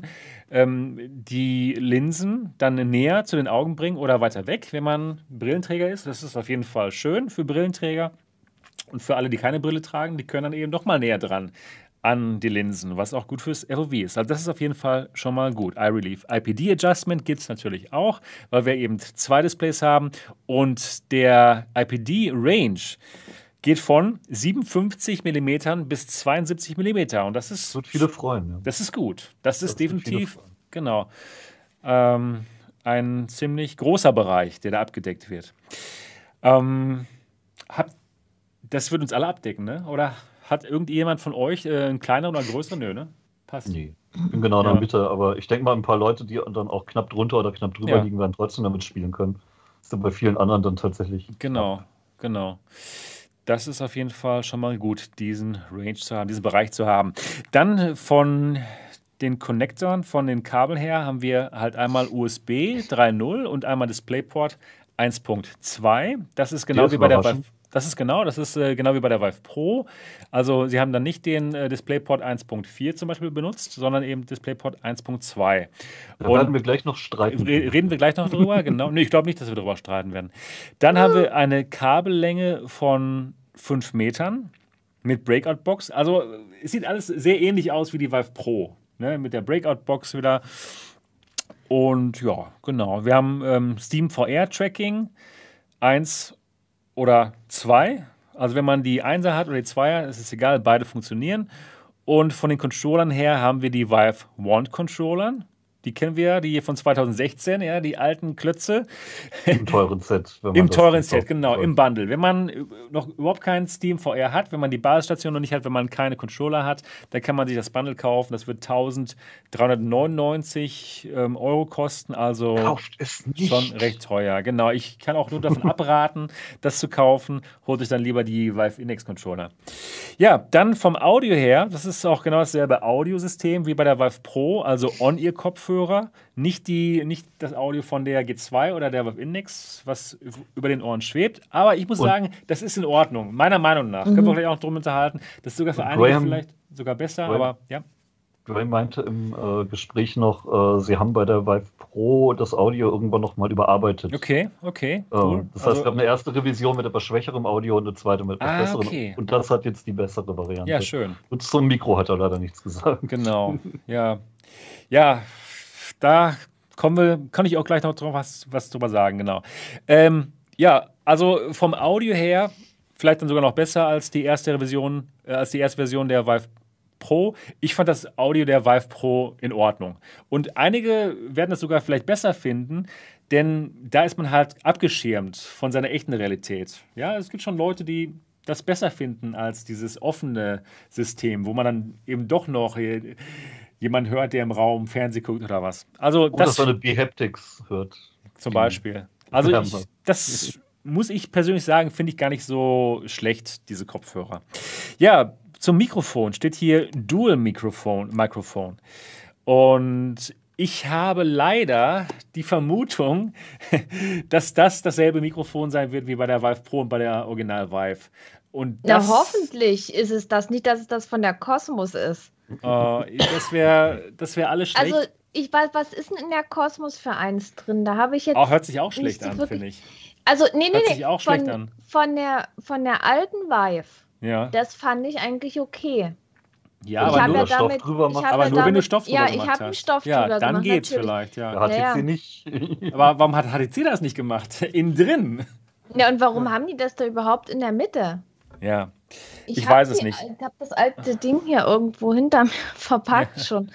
die Linsen dann näher zu den Augen bringen oder weiter weg, wenn man Brillenträger ist. Das ist auf jeden Fall schön für Brillenträger. Und für alle, die keine Brille tragen, die können dann eben noch mal näher dran an die Linsen, was auch gut fürs FOV ist. Also das ist auf jeden Fall schon mal gut. Eye Relief. IPD Adjustment gibt es natürlich auch, weil wir eben 2 Displays haben. Und der IPD Range geht von 57 mm bis 72 mm. Und das ist. Das wird viele freuen. Ja. Das ist gut. Das ist definitiv, genau, ein ziemlich großer Bereich, der da abgedeckt wird. Das wird uns alle abdecken, ne? Oder hat irgendjemand von euch einen kleineren oder größeren? Nö, ne? Passt. Nee, ich bin genau in der Mitte, aber ich denke mal, ein paar Leute, die dann auch knapp drunter oder knapp drüber liegen, werden trotzdem damit spielen können. Das ist dann bei vielen anderen dann tatsächlich. Genau. Das ist auf jeden Fall schon mal gut, diesen Range zu haben, diesen Bereich zu haben. Dann von den Konnektoren, von den Kabeln her, haben wir halt einmal USB 3.0 und einmal DisplayPort 1.2. Das ist genau wie bei der Vive. Das ist genau wie bei der Vive Pro. Also sie haben dann nicht den DisplayPort 1.4 zum Beispiel benutzt, sondern eben DisplayPort 1.2. Da werden wir gleich noch streiten. Reden wir gleich noch drüber, genau. Nee, ich glaube nicht, dass wir darüber streiten werden. Dann haben wir eine Kabellänge von 5 Metern mit Breakout-Box. Also es sieht alles sehr ähnlich aus wie die Vive Pro, ne? Mit der Breakout-Box wieder. Und ja, genau. Wir haben Steam VR-Tracking 1 oder 2. Also wenn man die 1er hat oder die 2er, ist es egal, beide funktionieren. Und von den Controllern her haben wir die Vive Wand Controller. Die kennen wir, die von 2016, ja, die alten Klötze. Im teuren Set. Im teuren Set, genau, im Bundle. Wenn man noch überhaupt keinen Steam VR hat, wenn man die Basisstation noch nicht hat, wenn man keine Controller hat, dann kann man sich das Bundle kaufen. Das wird 1.399 Euro kosten, also Kauft es nicht. schon recht teuer. Genau, ich kann auch nur davon abraten, das zu kaufen. Holt euch dann lieber die Vive Index Controller. Ja, dann vom Audio her, das ist auch genau dasselbe Audiosystem wie bei der Vive Pro, also On-Ear-Kopfhörer. Nicht das Audio von der G2 oder der Vive Index, was über den Ohren schwebt. Aber ich muss sagen, das ist in Ordnung, meiner Meinung nach. Können wir vielleicht auch drum unterhalten. Das ist sogar für einige vielleicht sogar besser, aber ja. Graham meinte im Gespräch noch, sie haben bei der Vive Pro das Audio irgendwann noch mal überarbeitet. Okay, cool. Das heißt, wir haben eine erste Revision mit etwas schwächerem Audio und eine zweite mit etwas besserem. Okay. Und das hat jetzt die bessere Variante. Ja, schön. Und zum Mikro hat er leider nichts gesagt. Genau, ja. Ja, da kann ich auch gleich noch was drüber sagen, genau. Ja, also vom Audio her vielleicht dann sogar noch besser als die erste Version der Vive Pro. Ich fand das Audio der Vive Pro in Ordnung. Und einige werden das sogar vielleicht besser finden, denn da ist man halt abgeschirmt von seiner echten Realität. Ja, es gibt schon Leute, die das besser finden als dieses offene System, wo man dann eben doch noch jemand hört, der im Raum Fernsehen guckt oder was. Also oder dass man eine B-Haptics hört. Zum Beispiel. Also das muss ich persönlich sagen, finde ich gar nicht so schlecht, diese Kopfhörer. Ja, zum Mikrofon steht hier Dual-Mikrofon. Und ich habe leider die Vermutung, dass das dasselbe Mikrofon sein wird wie bei der Vive Pro und bei der Original Vive. Und das, hoffentlich ist es das. Nicht, dass es das von der Cosmos ist. Das wär alles schlecht. Also, ich weiß, was ist denn in der Cosmos für eins drin? Da habe ich jetzt. Hört sich auch schlecht an, finde ich. Also, nee. Hört sich auch schlecht an. Von der alten Vive. Ja. Das fand ich eigentlich okay. Ja, aber nur Stoff drüber machst. Aber nur wenn du Stoff drüber gemacht hast. Ja, ich habe einen Stoff drüber gemacht. Ja, dann geht's natürlich. vielleicht, ja. Hat jetzt sie nicht. Aber warum hat HTC das nicht gemacht? Innen drin. Ja, und warum haben die das da überhaupt in der Mitte? Ja, ich weiß es nicht. Ich habe das alte Ding hier irgendwo hinter mir verpackt schon.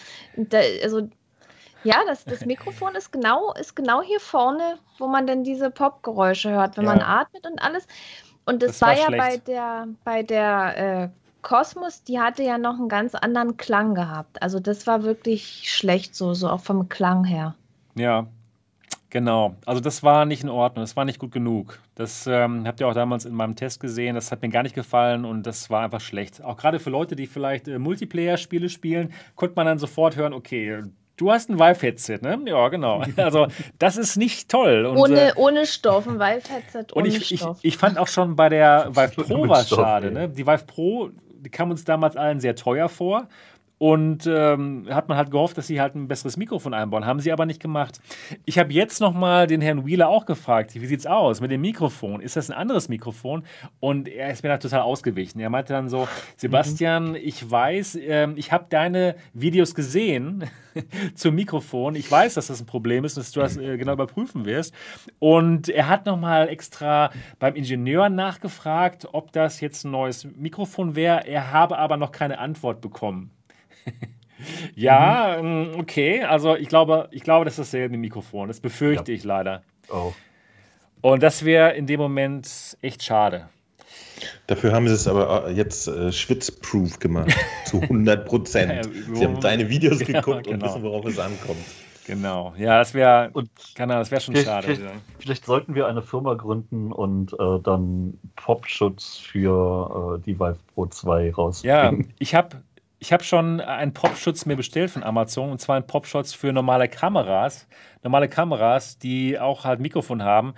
Das Mikrofon ist genau hier vorne, wo man dann diese Popgeräusche hört, wenn man atmet und alles. Und das war ja schlecht. bei der Cosmos, die hatte ja noch einen ganz anderen Klang gehabt. Also das war wirklich schlecht, so auch vom Klang her. Ja, genau. Also das war nicht in Ordnung, das war nicht gut genug. Das habt ihr auch damals in meinem Test gesehen, das hat mir gar nicht gefallen und das war einfach schlecht. Auch gerade für Leute, die vielleicht Multiplayer-Spiele spielen, konnte man dann sofort hören, okay, du hast ein Vive-Headset, ne? Ja, genau. Also das ist nicht toll. Und, ohne Stoff, ein Vive-Headset ohne Stoff. Ich fand auch schon bei der Vive Pro war es schade. Ne? Die Vive Pro, die kam uns damals allen sehr teuer vor. Und hat man halt gehofft, dass sie halt ein besseres Mikrofon einbauen. Haben sie aber nicht gemacht. Ich habe jetzt nochmal den Herrn Wheeler auch gefragt, wie sieht's aus mit dem Mikrofon? Ist das ein anderes Mikrofon? Und er ist mir da total ausgewichen. Er meinte dann so, Sebastian, ich weiß, ich habe deine Videos gesehen zum Mikrofon. Ich weiß, dass das ein Problem ist und dass du das genau überprüfen wirst. Und er hat nochmal extra beim Ingenieur nachgefragt, ob das jetzt ein neues Mikrofon wäre. Er habe aber noch keine Antwort bekommen. Ja, okay. Also ich glaube, das ist dasselbe Mikrofon. Das befürchte ich leider. Oh. Und das wäre in dem Moment echt schade. Dafür haben sie es aber jetzt schwitzproof gemacht. Zu 100%. Sie haben deine Videos geguckt und wissen, worauf es ankommt. Genau. Ja, das wäre schon schade. Vielleicht sollten wir eine Firma gründen und dann Popschutz für die Vive Pro 2 rausbringen. Ja, ich hab schon einen Popschutz mir bestellt von Amazon, und zwar einen Popschutz für normale Kameras, die auch halt Mikrofon haben.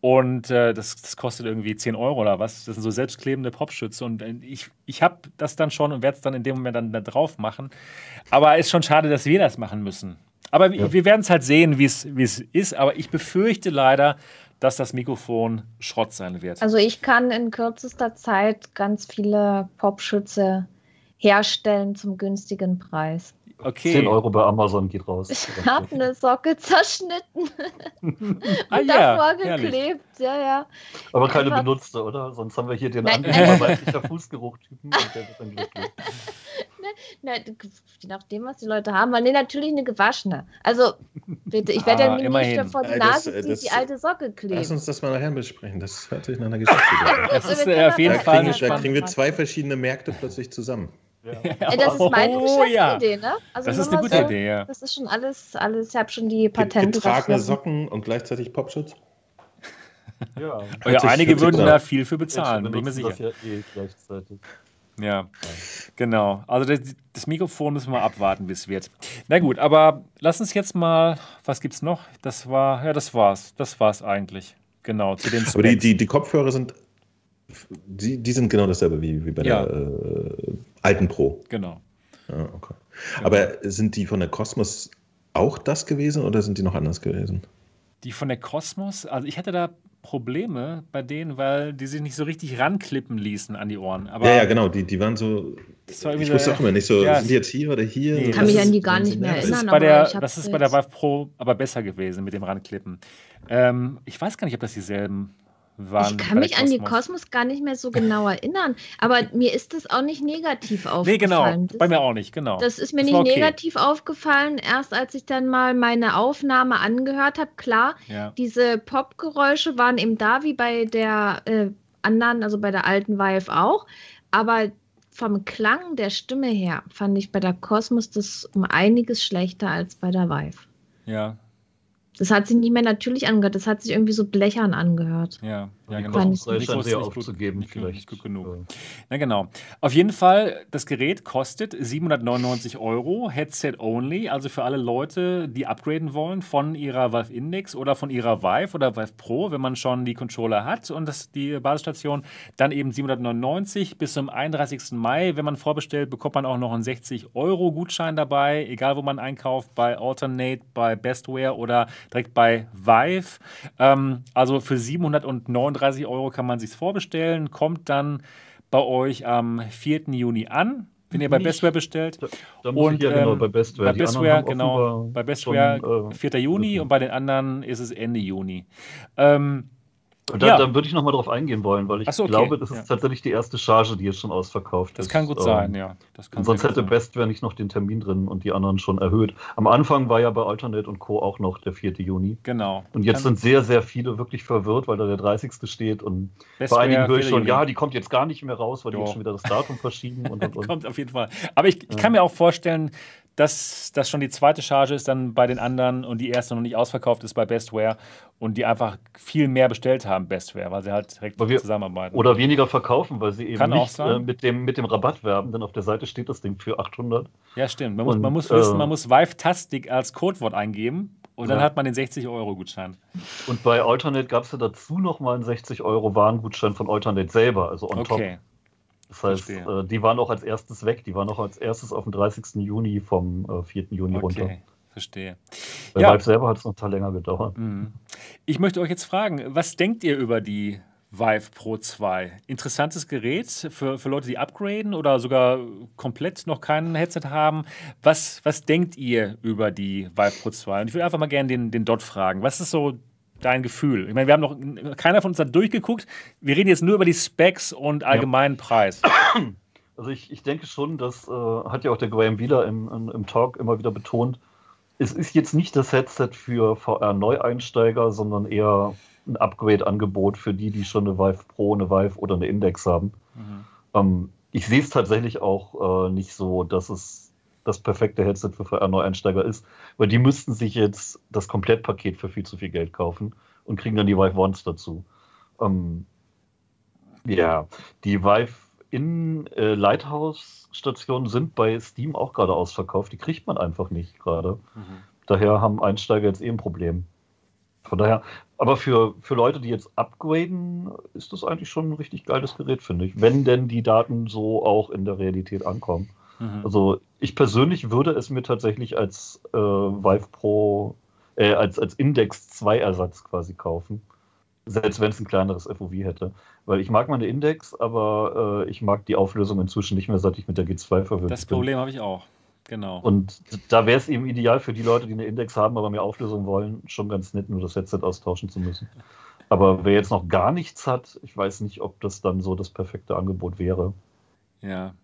Und das kostet irgendwie 10 Euro oder was. Das sind so selbstklebende Popschütze. Und ich habe das dann schon und werde es dann in dem Moment dann da drauf machen. Aber es ist schon schade, dass wir das machen müssen. Aber wir werden es halt sehen, wie es ist. Aber ich befürchte leider, dass das Mikrofon Schrott sein wird. Also ich kann in kürzester Zeit ganz viele Popschütze herstellen zum günstigen Preis. Okay. 10 Euro bei Amazon geht raus. Ich habe eine Socke zerschnitten und ja, davor herrlich. geklebt. Ja. Aber keine Einfach- benutzte, oder? Sonst haben wir hier den Nein. weiblicher Fußgeruch-Typen und der wird dann glücklich. Na, je nachdem, was die Leute haben. Weil natürlich eine gewaschene. Also bitte, ich werde ja mir immerhin. nicht vor die Das- Nase das- die alte Socke Lass kleben. uns das mal nachher besprechen. Das hört sich nach einer Geschichte an. Das ist Wir können auf jeden das Fall nachher eine Da spannende kriegen wir zwei verschiedene Märkte plötzlich zusammen. Das ist meine Oh, ja. Geschäftsidee, ne? Also Das nur ist eine mal gute so, Idee, ja. Das ist schon alles, ich habe schon die Patente Getragene dafür. Socken und gleichzeitig Popschutz. Ja. Oh ja, sich- einige hört sich würden gut da an. viel für bezahlen, bin ich mir Benutzen sicher. das ja gleichzeitig. Ja, genau. Also das Mikrofon müssen wir abwarten, wie es wird. Na gut, aber lass uns jetzt mal, was gibt's noch? Das war's. Das war's eigentlich. Genau, zu den Aber Specs. die Kopfhörer sind, die sind genau dasselbe wie bei Ja. der alten Pro. Genau. Ja, okay. Aber sind die von der Cosmos auch das gewesen oder sind die noch anders gewesen? Die von der Cosmos, also ich hatte da Probleme bei denen, weil die sich nicht so richtig ranklippen ließen an die Ohren. Aber Ja, genau, die waren so. das war irgendwie Ich so, wusste auch immer nicht so, ja, sind die jetzt hier oder hier? Nee, Ich das kann mich ist- an die gar sind nicht sie mehr nervig? das ist erinnern, bei aber der, ich das ist hab's bei der jetzt- Vive Pro aber besser gewesen mit dem Ranklippen. Ich weiß gar nicht, ob das dieselben waren. Ich kann bei mich der an die Cosmos gar nicht mehr so genau erinnern, aber mir ist das auch nicht negativ Nee, genau. aufgefallen. Bei mir auch nicht, genau. Das ist mir Das nicht war okay. negativ aufgefallen, erst als ich dann mal meine Aufnahme angehört habe. Klar, Ja. diese Popgeräusche waren eben da, wie bei der anderen, also bei der alten Vive auch, aber vom Klang der Stimme her fand ich bei der Cosmos das um einiges schlechter als bei der Vive. Ja, Das hat sich nicht mehr natürlich angehört, das hat sich irgendwie so blechern angehört. ja, ja, Die genau. Fand ich Cosmos nicht. scheint Mikro ist sie nicht aufzugeben, nicht vielleicht. gut genug. Na genau. Auf jeden Fall, das Gerät kostet 799 €, Headset only, also für alle Leute, die upgraden wollen von ihrer Valve Index oder von ihrer Vive oder Vive Pro, wenn man schon die Controller hat und die Basisstation, dann eben 799 bis zum 31. Mai. Wenn man vorbestellt, bekommt man auch noch einen 60 € Gutschein dabei, egal wo man einkauft, bei Alternate, bei Bestware oder direkt bei Vive. Also für 739 € kann man sich vorbestellen, kommt dann bei euch am 4. Juni an, wenn ihr bei Nicht- Bestware bestellt. Da muss ich ja genau bei Bestware. Bei Die anderen Bestware, haben genau, offenbar bei Bestware schon, 4. Juni und bei den anderen ist es Ende Juni. Und Ja. dann würde ich noch mal drauf eingehen wollen, weil ich Ach so, okay. glaube, das Ja. ist tatsächlich die erste Charge, die jetzt schon ausverkauft Das ist. kann gut sein, ja. Das kann Sonst sehr gut hätte sein. Bestware nicht noch den Termin drin und die anderen schon erhöht. Am Anfang war ja bei Alternate und Co. auch noch der 4. Juni. Genau. Und jetzt Kann- sind sehr, sehr viele wirklich verwirrt, weil da der 30. steht. Und Bestware, bei einigen höre ich 4. schon, Juni. ja, die kommt jetzt gar nicht mehr raus, weil die Jo. jetzt schon wieder das Datum verschieben und. Kommt auf jeden Fall. Aber ich kann mir auch vorstellen, dass das schon die zweite Charge ist dann bei den anderen und die erste noch nicht ausverkauft ist bei Bestware und die einfach viel mehr bestellt haben, Bestware, weil sie halt direkt Weil wir- zusammenarbeiten. Oder weniger verkaufen, weil sie eben Kann auch nicht sein. mit dem Rabatt werben, denn auf der Seite steht das Ding für 800. Ja, stimmt. Man Und, muss wissen, man muss Vive-Tastic als Codewort eingeben und dann Ja. hat man den 60 € Gutschein. Und bei Alternate gab es ja dazu nochmal einen 60 € Warengutschein von Alternate selber, also on top. Okay. Das heißt, verstehe. die waren auch als erstes weg. Die waren auch als erstes auf dem 30. Juni vom 4. Juni runter. Okay, verstehe. Bei Ja. Vive selber hat es noch total länger gedauert. Mhm. Ich möchte euch jetzt fragen, was denkt ihr über die Vive Pro 2? Interessantes Gerät für Leute, die upgraden oder sogar komplett noch kein Headset haben. Was denkt ihr über die Vive Pro 2? Und ich würde einfach mal gerne den Dot fragen. Was ist so dein Gefühl? Ich meine, wir haben noch, keiner von uns hat durchgeguckt. Wir reden jetzt nur über die Specs und allgemeinen Preis. Also ich denke schon, das hat ja auch der Graham Wheeler im Talk immer wieder betont, es ist jetzt nicht das Headset für VR-Neueinsteiger, sondern eher ein Upgrade-Angebot für die schon eine Vive Pro, eine Vive oder eine Index haben. Ich sehe es tatsächlich auch nicht so, dass es das perfekte Headset für VR-Neueinsteiger ist, weil die müssten sich jetzt das Komplettpaket für viel zu viel Geld kaufen und kriegen dann die Vive Ones dazu. Ja, die Vive in Lighthouse-Stationen sind bei Steam auch gerade ausverkauft. Die kriegt man einfach nicht gerade. Daher haben Einsteiger jetzt ein Problem. Von daher, Aber für Leute, die jetzt upgraden, ist das eigentlich schon ein richtig geiles Gerät, finde ich. Wenn denn die Daten so auch in der Realität ankommen. Also ich persönlich würde es mir tatsächlich als Vive Pro, als Index 2 Ersatz quasi kaufen. Selbst wenn es ein kleineres FOV hätte. Weil ich mag meine Index, aber ich mag die Auflösung inzwischen nicht mehr, seit ich mit der G2 verwöhnt bin. Das Problem habe ich auch. Genau. Und da wäre es eben ideal für die Leute, die eine Index haben, aber mehr Auflösung wollen, schon ganz nett, nur das Headset austauschen zu müssen. Aber wer jetzt noch gar nichts hat, ich weiß nicht, ob das dann so das perfekte Angebot wäre. Ja.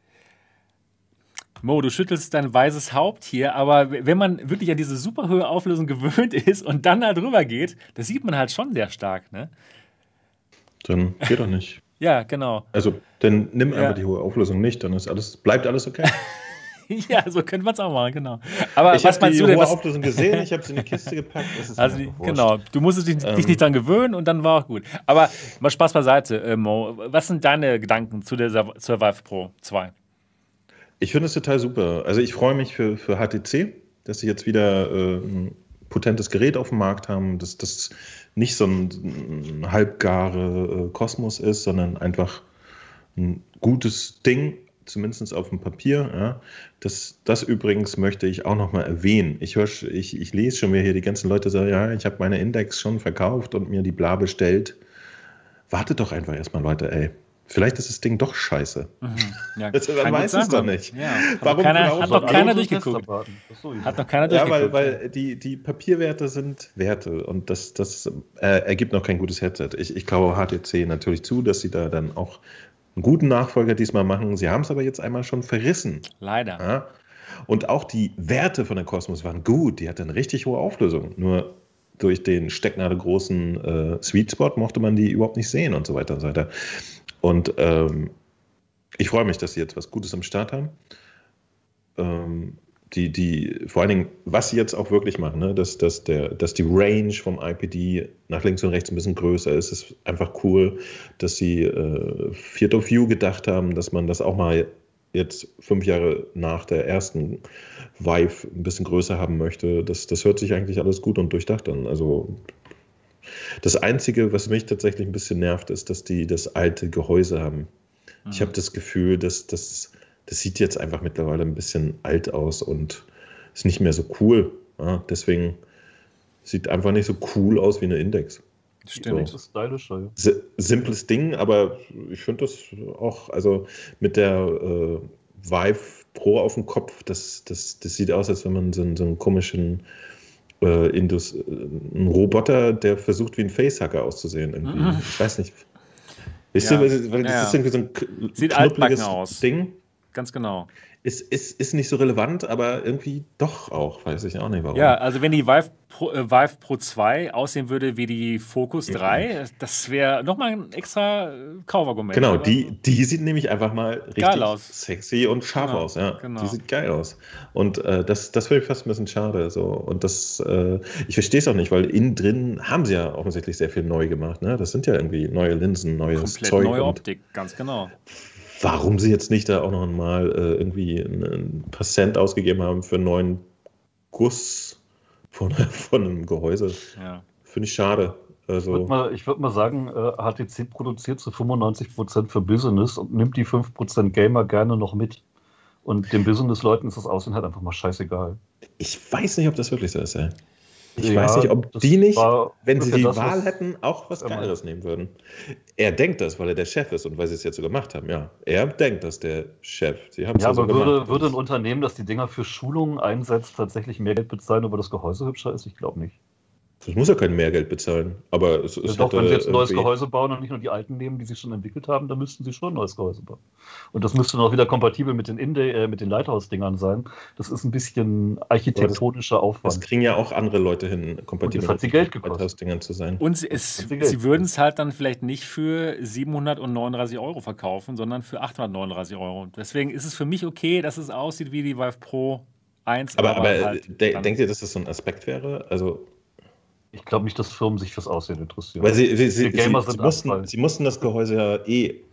Mo, du schüttelst dein weißes Haupt hier, aber wenn man wirklich an diese super hohe Auflösung gewöhnt ist und dann da drüber geht, das sieht man halt schon sehr stark, ne? Dann geht doch nicht. Ja, genau. Also, dann nimm einfach die hohe Auflösung nicht, dann bleibt alles okay. Ja, so könnte man es auch machen, genau. Aber ich habe die hohe Auflösung gesehen, ich habe sie in die Kiste gepackt. Also genau, du musstest dich nicht dran gewöhnen und dann war auch gut. Aber mal Spaß beiseite, Mo. Was sind deine Gedanken zur Vive Pro 2? Ich finde es total super. Also ich freue mich für HTC, dass sie jetzt wieder ein potentes Gerät auf dem Markt haben, dass das nicht so ein halbgare Kosmos ist, sondern einfach ein gutes Ding, zumindest auf dem Papier. Ja. Das übrigens möchte ich auch nochmal erwähnen. Ich lese schon wieder hier die ganzen Leute sagen, ja, ich habe meine Index schon verkauft und mir die bla bestellt. Wartet doch einfach erstmal, Leute, ey. Vielleicht ist das Ding doch scheiße. Ja, man weiß es doch nicht. Ja, Warum hat noch keiner durchgeguckt. Hat noch keiner durchgeguckt. Ja, weil die Papierwerte sind Werte und das ergibt noch kein gutes Headset. Ich glaube HTC natürlich zu, dass sie da dann auch einen guten Nachfolger diesmal machen. Sie haben es aber jetzt einmal schon verrissen. Leider. Ja? Und auch die Werte von der Cosmos waren gut. Die hatte eine richtig hohe Auflösung. Nur durch den stecknadelgroßen Sweet Spot mochte man die überhaupt nicht sehen und so weiter und so weiter. Und ich freue mich, dass sie jetzt was Gutes am Start haben. Vor allen Dingen, was sie jetzt auch wirklich machen, ne? dass die Range vom IPD nach links und rechts ein bisschen größer ist einfach cool, dass sie Field of View gedacht haben, dass man das auch mal jetzt 5 Jahre nach der ersten Vive ein bisschen größer haben möchte. Das hört sich eigentlich alles gut und durchdacht an. Also das Einzige, was mich tatsächlich ein bisschen nervt, ist, dass die das alte Gehäuse haben. Ich habe das Gefühl, dass das sieht jetzt einfach mittlerweile ein bisschen alt aus und ist nicht mehr so cool. Ja, deswegen sieht einfach nicht so cool aus wie eine Index. Stimmt. So. Das ist stylisch, ja. Simples Ding, aber ich finde das auch, also mit der Vive Pro auf dem Kopf, das sieht aus, als wenn man so einen komischen ein Roboter, der versucht, wie ein Facehacker auszusehen. Irgendwie. Ich weiß nicht. Weißt du, weil das ist irgendwie so ein sieht altbacken aus. Ding. Ganz genau. Ist nicht so relevant, aber irgendwie doch auch. Weiß ich auch nicht, warum. Ja, also wenn die Vive Pro 2 aussehen würde wie die Focus 3, das wäre nochmal ein extra Kaufargument. Genau, die sieht nämlich einfach mal richtig sexy und scharf aus. Ja. Genau. Die sieht geil aus. Und das finde ich fast ein bisschen schade. So. Und ich verstehe es auch nicht, weil innen drin haben sie ja offensichtlich sehr viel neu gemacht. Ne? Das sind ja irgendwie neue Linsen, neues komplett Zeug. Neue Optik, ganz genau. Warum sie jetzt nicht da auch noch mal irgendwie ein paar Cent ausgegeben haben für einen neuen Guss von einem Gehäuse. Ja. Finde ich schade. Also, ich würd mal sagen, HTC produziert zu 95% für Business und nimmt die 5% Gamer gerne noch mit. Und den Business-Leuten ist das Aussehen halt einfach mal scheißegal. Ich weiß nicht, ob das wirklich so ist, ey. Ich weiß nicht, ob die nicht, wenn sie die Wahl hätten, auch was Geileres nehmen würden. Er denkt das, weil er der Chef ist und weil sie es jetzt so gemacht haben, ja. Er denkt das, der Chef. Sie haben es aber so gemacht. Würde ein Unternehmen, das die Dinger für Schulungen einsetzt, tatsächlich mehr Geld bezahlen, aber das Gehäuse hübscher ist? Ich glaube nicht. Das muss ja kein Mehrgeld bezahlen. Aber es ist doch, wenn sie jetzt ein neues Gehäuse bauen und nicht nur die alten nehmen, die sie schon entwickelt haben, dann müssten sie schon ein neues Gehäuse bauen. Und das müsste dann auch wieder kompatibel mit den Lighthouse-Dingern sein. Das ist ein bisschen architektonischer Aufwand. Das kriegen ja auch andere Leute hin, kompatibel mit Lighthouse-Dingern zu sein. Und sie würden es halt dann vielleicht nicht für 739 € verkaufen, sondern für 839 €. Deswegen ist es für mich okay, dass es aussieht wie die Vive Pro 1. Aber halt denkt ihr, dass das so ein Aspekt wäre? Also ich glaube nicht, dass Firmen sich fürs Aussehen interessieren. Weil sie mussten das Gehäuse ja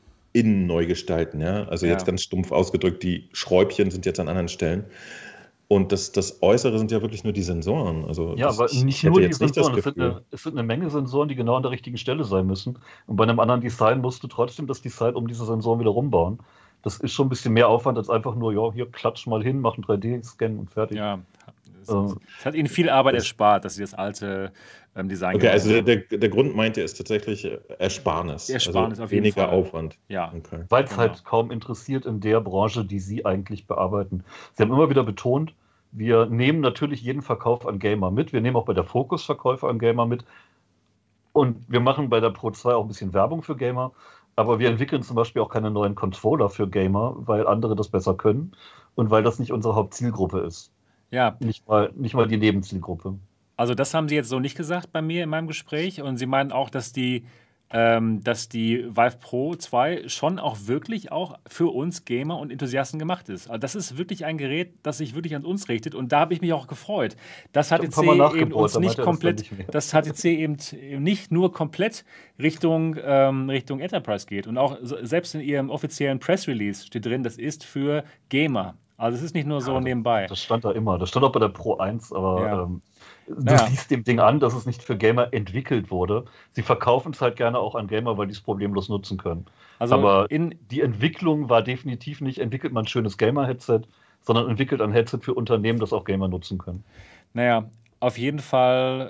innen neu gestalten, ja. Also jetzt ganz stumpf ausgedrückt, die Schräubchen sind jetzt an anderen Stellen. Und das Äußere sind ja wirklich nur die Sensoren. Also Ja, aber ich nicht hätte nur die jetzt nicht das Sensoren, Gefühl. es sind eine Menge Sensoren, die genau an der richtigen Stelle sein müssen. Und bei einem anderen Design musst du trotzdem das Design um diese Sensoren wieder rumbauen. Das ist schon ein bisschen mehr Aufwand als einfach nur, ja, hier klatsch mal hin, mach einen 3D-Scan und fertig. Ja, es, Äh, es hat ihnen viel Arbeit Das- erspart, dass sie das alte Design Okay, also genommen haben. der Grund meint ihr ist tatsächlich Ersparnis. Ersparnis also auf jeden weniger Fall. Aufwand. Ja, Okay. Weil es Genau. halt kaum interessiert in der Branche, die Sie eigentlich bearbeiten. Sie haben immer wieder betont, wir nehmen natürlich jeden Verkauf an Gamer mit. Wir nehmen auch bei der Focus-Verkäufe an Gamer mit. Und wir machen bei der Pro 2 auch ein bisschen Werbung für Gamer. Aber wir entwickeln zum Beispiel auch keine neuen Controller für Gamer, weil andere das besser können und weil das nicht unsere Hauptzielgruppe ist. ja, Nicht mal die Nebenzielgruppe. also das haben sie jetzt so nicht gesagt bei mir in meinem Gespräch und sie meinen auch, dass die Vive Pro 2 schon auch wirklich auch für uns Gamer und Enthusiasten gemacht ist. Also das ist wirklich ein Gerät, das sich wirklich an uns richtet und da habe ich mich auch gefreut. Das hab ein HTC paar Mal eben nachgebohrt, uns da nicht meinte er das komplett, dann nicht mehr. das HTC eben nicht nur komplett Richtung Enterprise geht und auch selbst in ihrem offiziellen Press Release steht drin, das ist für Gamer. Also es ist nicht nur so Ja, nebenbei. Das stand da immer. Das stand auch bei der Pro 1, aber Ja. du Naja. siehst dem Ding an, dass es nicht für Gamer entwickelt wurde. Sie verkaufen es halt gerne auch an Gamer, weil die es problemlos nutzen können. Also Aber in, die Entwicklung war definitiv nicht, entwickelt man ein schönes Gamer-Headset, sondern entwickelt ein Headset für Unternehmen, das auch Gamer nutzen können. naja, auf jeden Fall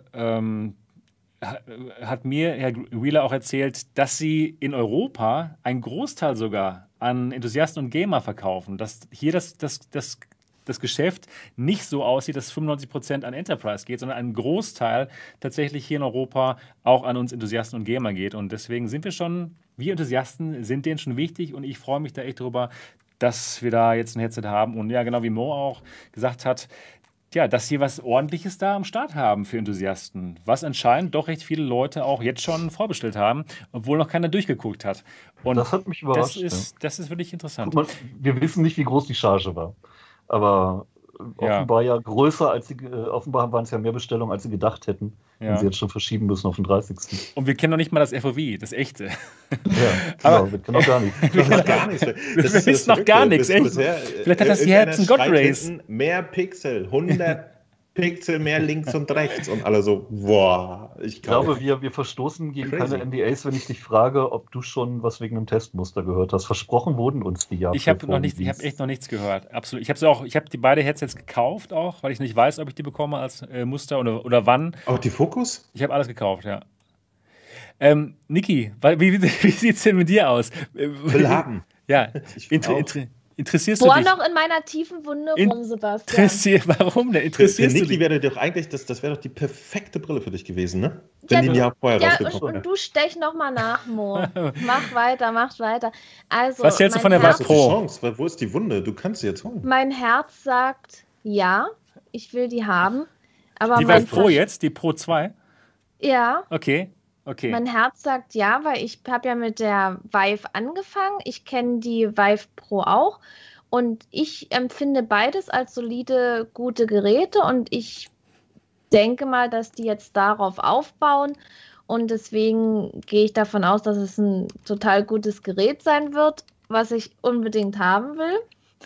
hat mir Herr Wheeler auch erzählt, dass sie in Europa einen Großteil sogar an Enthusiasten und Gamer verkaufen. Dass hier das Geschäft nicht so aussieht, dass 95% an Enterprise geht, sondern ein Großteil tatsächlich hier in Europa auch an uns Enthusiasten und Gamer geht. Und deswegen sind wir Enthusiasten sind denen schon wichtig und ich freue mich da echt drüber, dass wir da jetzt ein Headset haben. Und ja, genau wie Mo auch gesagt hat, ja, dass sie was Ordentliches da am Start haben für Enthusiasten. Was anscheinend doch recht viele Leute auch jetzt schon vorbestellt haben, obwohl noch keiner durchgeguckt hat. Und Das hat mich überrascht. das ist wirklich interessant. Guck mal, wir wissen nicht, wie groß die Charge war. Aber Ja. offenbar ja größer, offenbar waren es ja mehr Bestellungen, als sie gedacht hätten, wenn Ja. sie jetzt schon verschieben müssen auf den 30. Und wir kennen noch nicht mal das FOV, das echte. Ja, Aber- genau, wir kennen auch gar nicht. Das ist gar nichts. Wir wissen noch gar nichts, echt. Vielleicht hat das die Herzen God Race. Mehr Pixel, 100 Pixel mehr links und rechts. Und alle so, boah, ich Ich glaube, wir verstoßen gegen Crazy. keine NDAs, wenn ich dich frage, ob du schon was wegen einem Testmuster gehört hast. Versprochen wurden uns die ja. Ich habe echt noch nichts gehört. Absolut. Ich habe die beiden Headsets gekauft auch, weil ich nicht weiß, ob ich die bekomme als Muster oder wann. Auch die Fokus? Ich habe alles gekauft, ja. Niki, wie sieht es denn mit dir aus? Will haben. Ja, Ich will auch. interessierst du Bohr dich? noch in meiner tiefen Wunde In- rum, Sebastian. Warum denn? Für Interessierst du Niki dich? wäre doch eigentlich, das wäre doch die perfekte Brille für dich gewesen, ne? Ja, Wenn die ein Jahr vorher Ja, rausgekommen und wäre. du stech noch mal nach, Mo. Mach weiter. Also, Was hältst du mein von der Herz- Vive Hast du die Pro? Chance? Weil wo ist die Wunde? Du kannst sie jetzt holen. Mein Herz sagt ja, ich will die haben. Aber Die mein Vive Pro jetzt? Die Pro 2? Ja, Okay. mein Herz sagt ja, weil ich habe ja mit der Vive angefangen. Ich kenne die Vive Pro auch. Und ich empfinde beides als solide, gute Geräte. Und ich denke mal, dass die jetzt darauf aufbauen. Und deswegen gehe ich davon aus, dass es ein total gutes Gerät sein wird, was ich unbedingt haben will.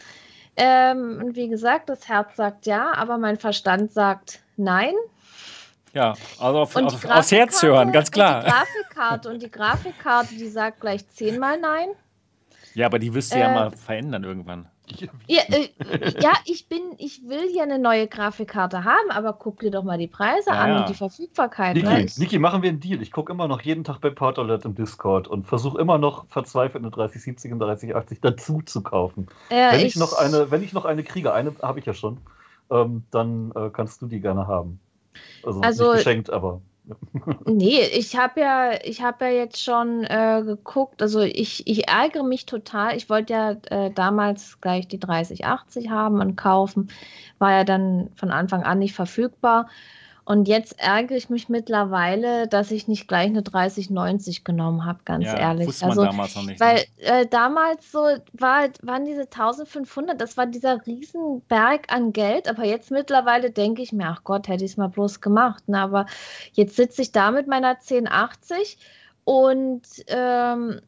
Und wie gesagt, das Herz sagt ja, aber mein Verstand sagt nein. Ja, also Und die aufs Herz hören, ganz klar. Und die Grafikkarte, die sagt gleich 10-mal nein. Ja, aber die wirst du ja mal verändern irgendwann. Ja, ich will ja eine neue Grafikkarte haben, aber guck dir doch mal die Preise Ja, an ja. und die Verfügbarkeit. Ne? Niki, machen wir einen Deal. Ich gucke immer noch jeden Tag bei Portalet im Discord und versuche immer noch verzweifelt eine 3070 und 3080 dazu zu kaufen. Wenn ich noch eine kriege, eine habe ich ja schon, dann kannst du die gerne haben. Also nicht geschenkt, aber. Nee, ich habe ja jetzt schon geguckt, also ich ärgere mich total. Ich wollte ja damals gleich die 3080 haben und kaufen, war ja dann von Anfang an nicht verfügbar. Und jetzt ärgere ich mich mittlerweile, dass ich nicht gleich eine 3090 genommen habe, ganz Ja, ehrlich. wusste man Also, damals noch nicht. weil damals so waren diese 1500, das war dieser Riesenberg an Geld, aber jetzt mittlerweile denke ich mir, ach Gott, hätte ich es mal bloß gemacht. Ne? Aber jetzt sitze ich da mit meiner 1080 und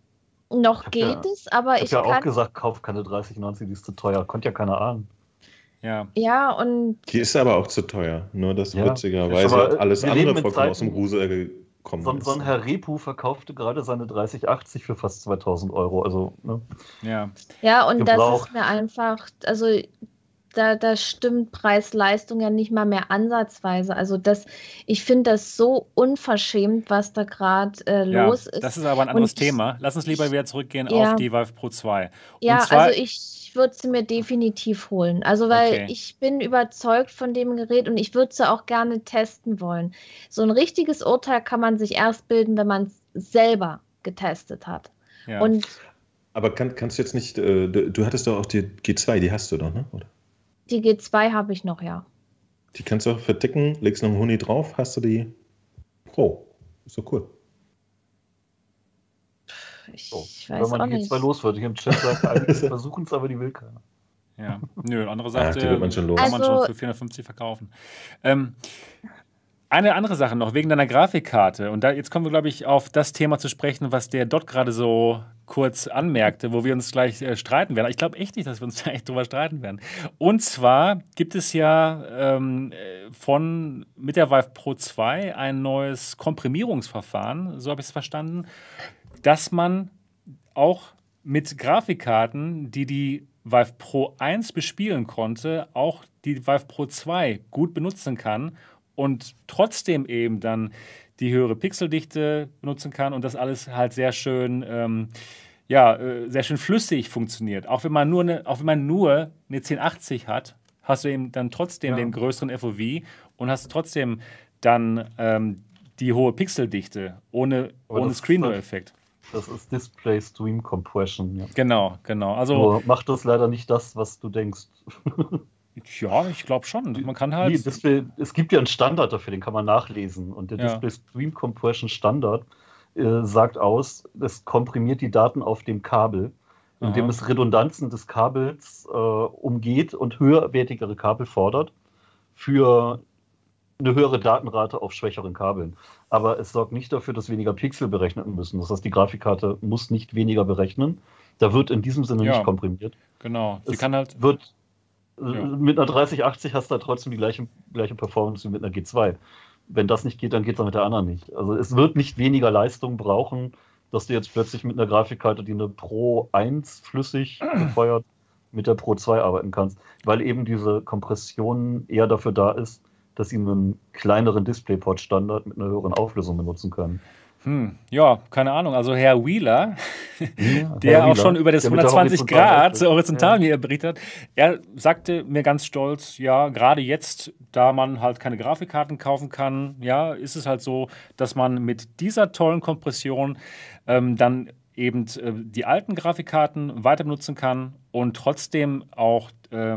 noch hab geht ja- es, aber Ich ich habe ja auch kann. gesagt, kauf keine 3090, die ist zu teuer. Konnte ja keiner ahnen. Ja. Ja, und Die ist aber auch zu teuer. Nur dass Ja. witzigerweise Aber alles wir leben andere in vollkommen aus dem Zeiten- Grusel gekommen So ist. ein Herr Repu verkaufte gerade seine 3080 für fast 2000 Euro. Also, ne? Ja. ja, und das Gebraucht. ist mir einfach, also da stimmt Preis-Leistung ja nicht mal mehr ansatzweise. Also ich finde das so unverschämt, was da gerade Ja, los ist. das ist aber ein anderes Und ich- Thema. Lass uns lieber wieder zurückgehen Ja. auf die Vive Pro 2. Ja, Und zwar, also ich würde sie mir definitiv holen. Also weil Okay. ich bin überzeugt von dem Gerät und ich würde sie auch gerne testen wollen. So ein richtiges Urteil kann man sich erst bilden, wenn man es selber getestet hat. ja. Und Aber kannst du jetzt nicht, du hattest doch auch die G2, die hast du doch, ne? Oder? die G2 habe ich noch, ja. Die kannst du auch verticken, legst noch einen Huni drauf, hast du die Pro. Ist doch cool. Ich So. weiß Wenn man auch die nicht. G2 los wird. Ich im Chat sagt, einige versuchen es, aber die will keiner. Ja, nö, andere Ach, sagt, die wird man schon los. kann man Also- schon für 450 verkaufen. Eine andere Sache noch, wegen deiner Grafikkarte. Und jetzt kommen wir, glaube ich, auf das Thema zu sprechen, was der Dot gerade so kurz anmerkte, wo wir uns gleich streiten werden. Ich glaube echt nicht, dass wir uns da echt drüber streiten werden. Und zwar gibt es ja mit der Vive Pro 2 ein neues Komprimierungsverfahren, so habe ich es verstanden, dass man auch mit Grafikkarten, die Vive Pro 1 bespielen konnte, auch die Vive Pro 2 gut benutzen kann und trotzdem eben dann die höhere Pixeldichte benutzen kann und das alles halt sehr schön, sehr schön flüssig funktioniert. Auch wenn man nur eine 1080 hat, hast du eben dann trotzdem Ja. den größeren FOV und hast trotzdem dann die hohe Pixeldichte ohne Aber das- Screen-Door-Effekt. Das ist Display Stream Compression. Ja. Genau. Also, Nur macht das leider nicht das, was du denkst. ja, ich glaube schon. Man kann halt. Es gibt ja einen Standard dafür, den kann man nachlesen. Und der Ja. Display Stream Compression Standard sagt aus, es komprimiert die Daten auf dem Kabel, indem Aha. es Redundanzen des Kabels umgeht und höherwertigere Kabel fordert für eine höhere Datenrate auf schwächeren Kabeln. Aber es sorgt nicht dafür, dass weniger Pixel berechnen müssen. Das heißt, die Grafikkarte muss nicht weniger berechnen. Da wird in diesem Sinne Ja. nicht komprimiert. Genau. Sie Es kann halt. wird Ja. mit einer 3080 hast du da trotzdem die gleiche Performance wie mit einer G2. Wenn das nicht geht, dann geht es auch mit der anderen nicht. Also es wird nicht weniger Leistung brauchen, dass du jetzt plötzlich mit einer Grafikkarte, die eine Pro 1 flüssig befeuert, mit der Pro 2 arbeiten kannst, weil eben diese Kompression eher dafür da ist, dass sie einen kleineren DisplayPort-Standard mit einer höheren Auflösung benutzen können. Ja, keine Ahnung. Also Herr Wheeler, Ja, der Herr auch Wheeler, schon über das der mit der 120 horizontalen Grad Auflösung. horizontal mir berichtet hat, er sagte mir ganz stolz, ja, gerade jetzt, da man halt keine Grafikkarten kaufen kann, ja, ist es halt so, dass man mit dieser tollen Kompression dann eben die alten Grafikkarten weiter benutzen kann und trotzdem auch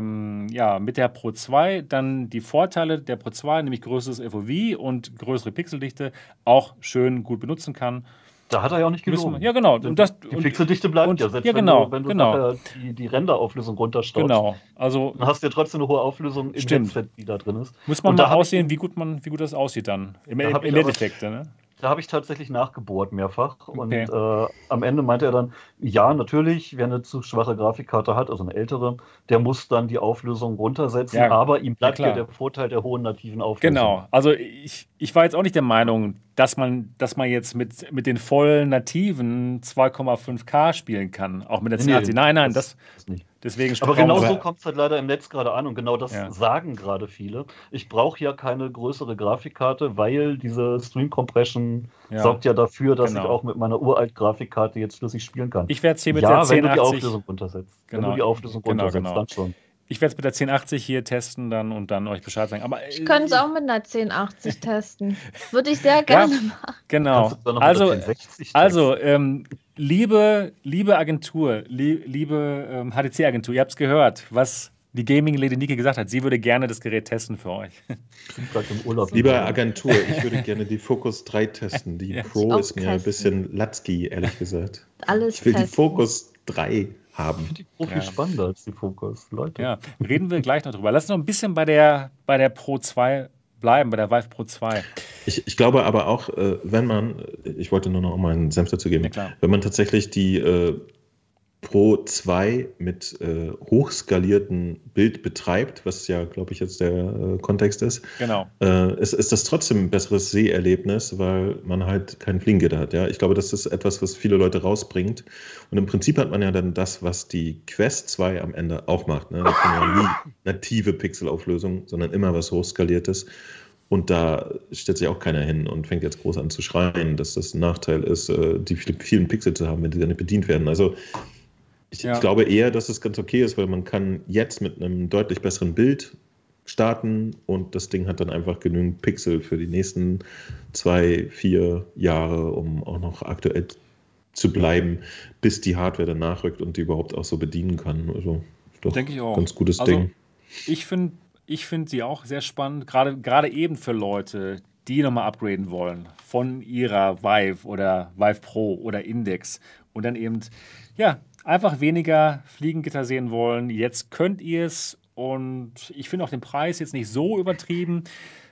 mit der Pro 2 dann die Vorteile der Pro 2, nämlich größeres FOV und größere Pixeldichte, auch schön gut benutzen kann. Da hat er ja auch nicht Müssen gelogen. wir- ja, genau. Die Und das- Pixeldichte bleibt und- ja, selbst ja, genau, wenn du genau. nachher die Renderauflösung runterstaubst. Genau. Also Dann hast du ja trotzdem eine hohe Auflösung im Stimmt. Headset, die da drin ist. muss man Und mal da hab ich- aussehen, wie gut das aussieht dann. Im Da hab ich aber- Endeffekt, ne? Da habe ich tatsächlich nachgebohrt mehrfach. Okay. Und am Ende meinte er dann, ja, natürlich, wer eine zu schwache Grafikkarte hat, also eine ältere, der muss dann die Auflösung runtersetzen, Ja, aber ihm bleibt ja, ja klar. der Vorteil der hohen nativen Auflösung. Genau. Also ich war jetzt auch nicht der Meinung, dass man jetzt mit den vollen nativen 2,5K spielen kann. Auch mit der 1080. Nein, das nicht. deswegen Aber genau brauchen wir- so kommt es halt leider im Netz gerade an und genau das Ja. sagen gerade viele. Ich brauche ja keine größere Grafikkarte, weil diese Stream Compression Ja. sorgt ja dafür, dass Genau. ich auch mit meiner uralt Grafikkarte jetzt flüssig spielen kann. Ich werde es hier mit ja, der wenn du die 1080 Auflösung runtersetzt. Wenn Genau. du die Auflösung Genau, runtersetzt, genau. dann schon. Ich werde es mit der 1080 hier testen dann und dann euch Bescheid sagen. Aber Ich könnte es auch mit einer 1080 testen. Würde ich sehr gerne machen. genau. Kannst du dann noch mit der Also 1060 liebe Agentur, liebe HTC-Agentur, ihr habt es gehört, was die Gaming-Lady Nike gesagt hat. Sie würde gerne das Gerät testen für euch. sind gerade im Urlaub. Lieber Agentur, ich würde gerne die Focus 3 testen. Die Ja. Pro Auch ist mir ein testen. bisschen Latzki, ehrlich gesagt. Alles Ich will die testen. Focus 3 haben. Die Pro viel Ja. spannender als die Focus, Leute. Ja, reden wir gleich noch drüber. Lass uns noch ein bisschen bei der Pro 2 bleiben, bei der Vive Pro 2. Ich glaube aber auch, wenn man, ich wollte nur noch mal einen Senf dazu geben, Ja, klar. wenn man tatsächlich die Pro 2 mit hochskaliertem Bild betreibt, was ja, glaube ich, jetzt der Kontext ist, Genau. ist das trotzdem ein besseres Seherlebnis, weil man halt kein Fliegengitter hat. Ja? Ich glaube, das ist etwas, was viele Leute rausbringt. Und im Prinzip hat man ja dann das, was die Quest 2 am Ende auch macht. Ne? Das sind ja nie native Pixelauflösung, sondern immer was Hochskaliertes. Und da stellt sich auch keiner hin und fängt jetzt groß an zu schreien, dass das ein Nachteil ist, die vielen Pixel zu haben, wenn die dann nicht bedient werden. Also ich glaube eher, dass es ganz okay ist, weil man kann jetzt mit einem deutlich besseren Bild starten und das Ding hat dann einfach genügend Pixel für die nächsten 2, 4 Jahre, um auch noch aktuell zu bleiben, bis die Hardware dann nachrückt und die überhaupt auch so bedienen kann. Also doch Denke ich auch. ganz gutes Also, Ding. Ich finde sie auch sehr spannend, gerade eben für Leute, die nochmal upgraden wollen von ihrer Vive oder Vive Pro oder Index und dann eben, ja, einfach weniger Fliegengitter sehen wollen. Jetzt könnt ihr es und ich finde auch den Preis jetzt nicht so übertrieben.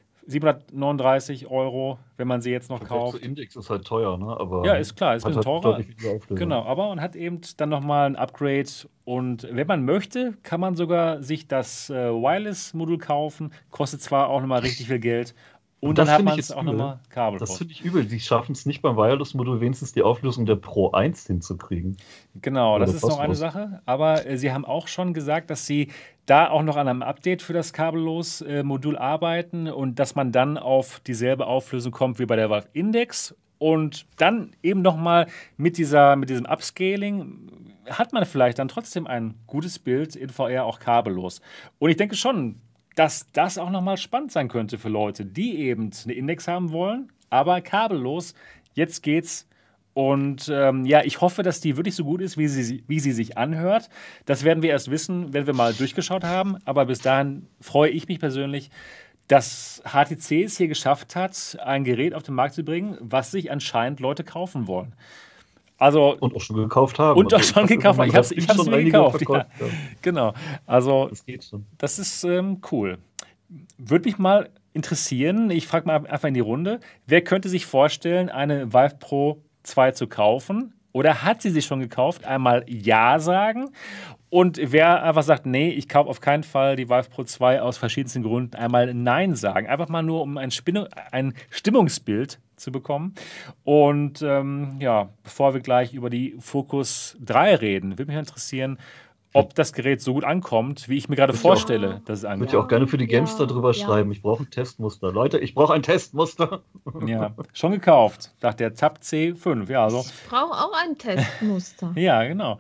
739 €, wenn man sie jetzt noch Der kauft. Index ist halt teuer, ne? Aber Ja, ist klar, ist ein hat bisschen halt teurer. deutlich weniger Auflösung. Genau, aber man hat eben dann nochmal ein Upgrade und wenn man möchte, kann man sogar sich das Wireless-Modul kaufen. Kostet zwar auch nochmal richtig viel Geld und Und dann das hat finde man ich es jetzt auch übel. nochmal kabellos. Das finde ich übel. Die schaffen es nicht beim Wireless-Modul wenigstens die Auflösung der Pro 1 hinzukriegen. Genau, Oder das ist noch eine Phosphorus. Sache, aber sie haben auch schon gesagt, dass sie da auch noch an einem Update für das kabellos-Modul arbeiten und dass man dann auf dieselbe Auflösung kommt wie bei der Valve Index und dann eben nochmal mit diesem Upscaling hat man vielleicht dann trotzdem ein gutes Bild in VR auch kabellos. Und ich denke schon, dass das auch nochmal spannend sein könnte für Leute, die eben eine Index haben wollen, aber kabellos. Jetzt geht's. Und ja, ich hoffe, dass die wirklich so gut ist, wie sie sich anhört. Das werden wir erst wissen, wenn wir mal durchgeschaut haben. Aber bis dahin freue ich mich persönlich, dass HTC es hier geschafft hat, ein Gerät auf den Markt zu bringen, was sich anscheinend Leute kaufen wollen. Also, Und auch schon gekauft haben. und auch Also schon hab gekauft. immer Ich mal habe gehört, es schon mir einige gekauft. Ja, verkauft, ja. genau. Also, Das geht schon. das ist cool. Würde mich mal interessieren, ich frage mal einfach in die Runde, wer könnte sich vorstellen, eine Vive Pro 2 zu kaufen? Oder hat sie sich schon gekauft? Einmal Ja sagen. Und wer einfach sagt, nee, ich kaufe auf keinen Fall die Vive Pro 2 aus verschiedensten Gründen, einmal Nein sagen. Einfach mal nur, um ein Stimmungsbild zu bekommen. Und ja, bevor wir gleich über die Focus 3 reden, würde mich interessieren, ob das Gerät so gut ankommt, wie ich mir gerade Würde ich auch- vorstelle, dass es Ich würde ankommt. ja auch gerne für die Gamester Ja, drüber ja. schreiben. Ich brauche ein Testmuster. Leute, ich brauche ein Testmuster. Ja, schon gekauft, sagt der Tab C5. Ja, also, Ich brauche auch ein Testmuster. ja, genau.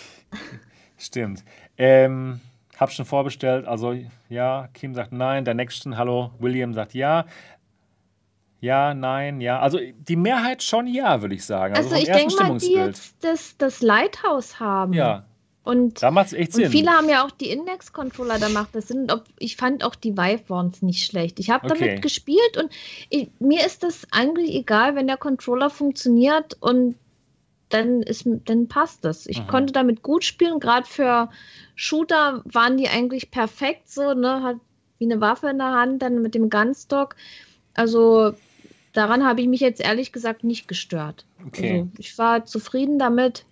Stimmt. Hab schon vorbestellt, also ja, Kim sagt nein, der Nexton, hallo, William sagt ja. Ja, nein, ja. Also die Mehrheit schon ja, würde ich sagen. Also Also vom ich ersten denke mal, die Stimmungsbild. jetzt das Lighthouse haben. Ja, Und, da macht es echt und Sinn. viele haben ja auch die Index-Controller, da macht das Sinn. Ich fand auch die Vive-Ones nicht schlecht. Ich habe Okay. damit gespielt und mir ist das eigentlich egal, wenn der Controller funktioniert und dann passt das. Ich Mhm. konnte damit gut spielen, gerade für Shooter waren die eigentlich perfekt, so, ne, hat wie eine Waffe in der Hand, dann mit dem Gunstock. Also daran habe ich mich jetzt ehrlich gesagt nicht gestört. Okay. Also ich war zufrieden damit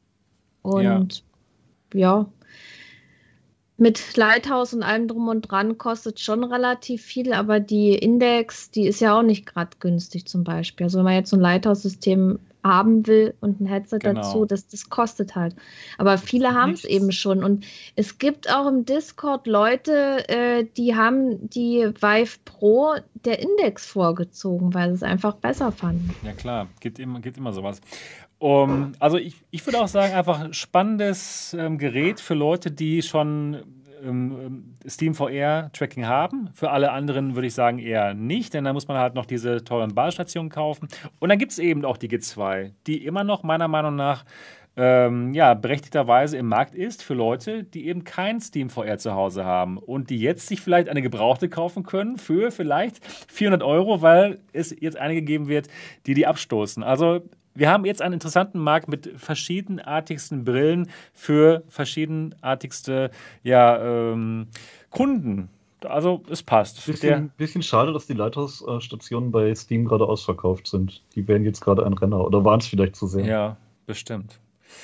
und ja, mit Lighthouse und allem drum und dran kostet schon relativ viel, aber die Index, die ist ja auch nicht gerade günstig zum Beispiel. Also wenn man jetzt so ein Lighthouse-System haben will und ein Headset Genau. dazu, das kostet halt. Aber viele haben es Nichts. eben schon und es gibt auch im Discord Leute, die haben die Vive Pro der Index vorgezogen, weil sie es einfach besser fanden. Ja klar, gibt immer sowas. Also ich würde auch sagen, einfach spannendes Gerät für Leute, die schon Steam VR Tracking haben. Für alle anderen würde ich sagen eher nicht, denn da muss man halt noch diese teuren Basisstationen kaufen. Und dann gibt es eben auch die G2, die immer noch meiner Meinung nach ja, berechtigterweise im Markt ist für Leute, die eben kein Steam VR zu Hause haben und die jetzt sich vielleicht eine gebrauchte kaufen können für vielleicht 400 €, weil es jetzt einige geben wird, die abstoßen. Also wir haben jetzt einen interessanten Markt mit verschiedenartigsten Brillen für verschiedenartigste ja, Kunden. Also es passt. Bisschen schade, dass die Lighthouse-Stationen bei Steam gerade ausverkauft sind. Die wären jetzt gerade ein Renner. Oder waren es vielleicht zu sehr? Ja, bestimmt.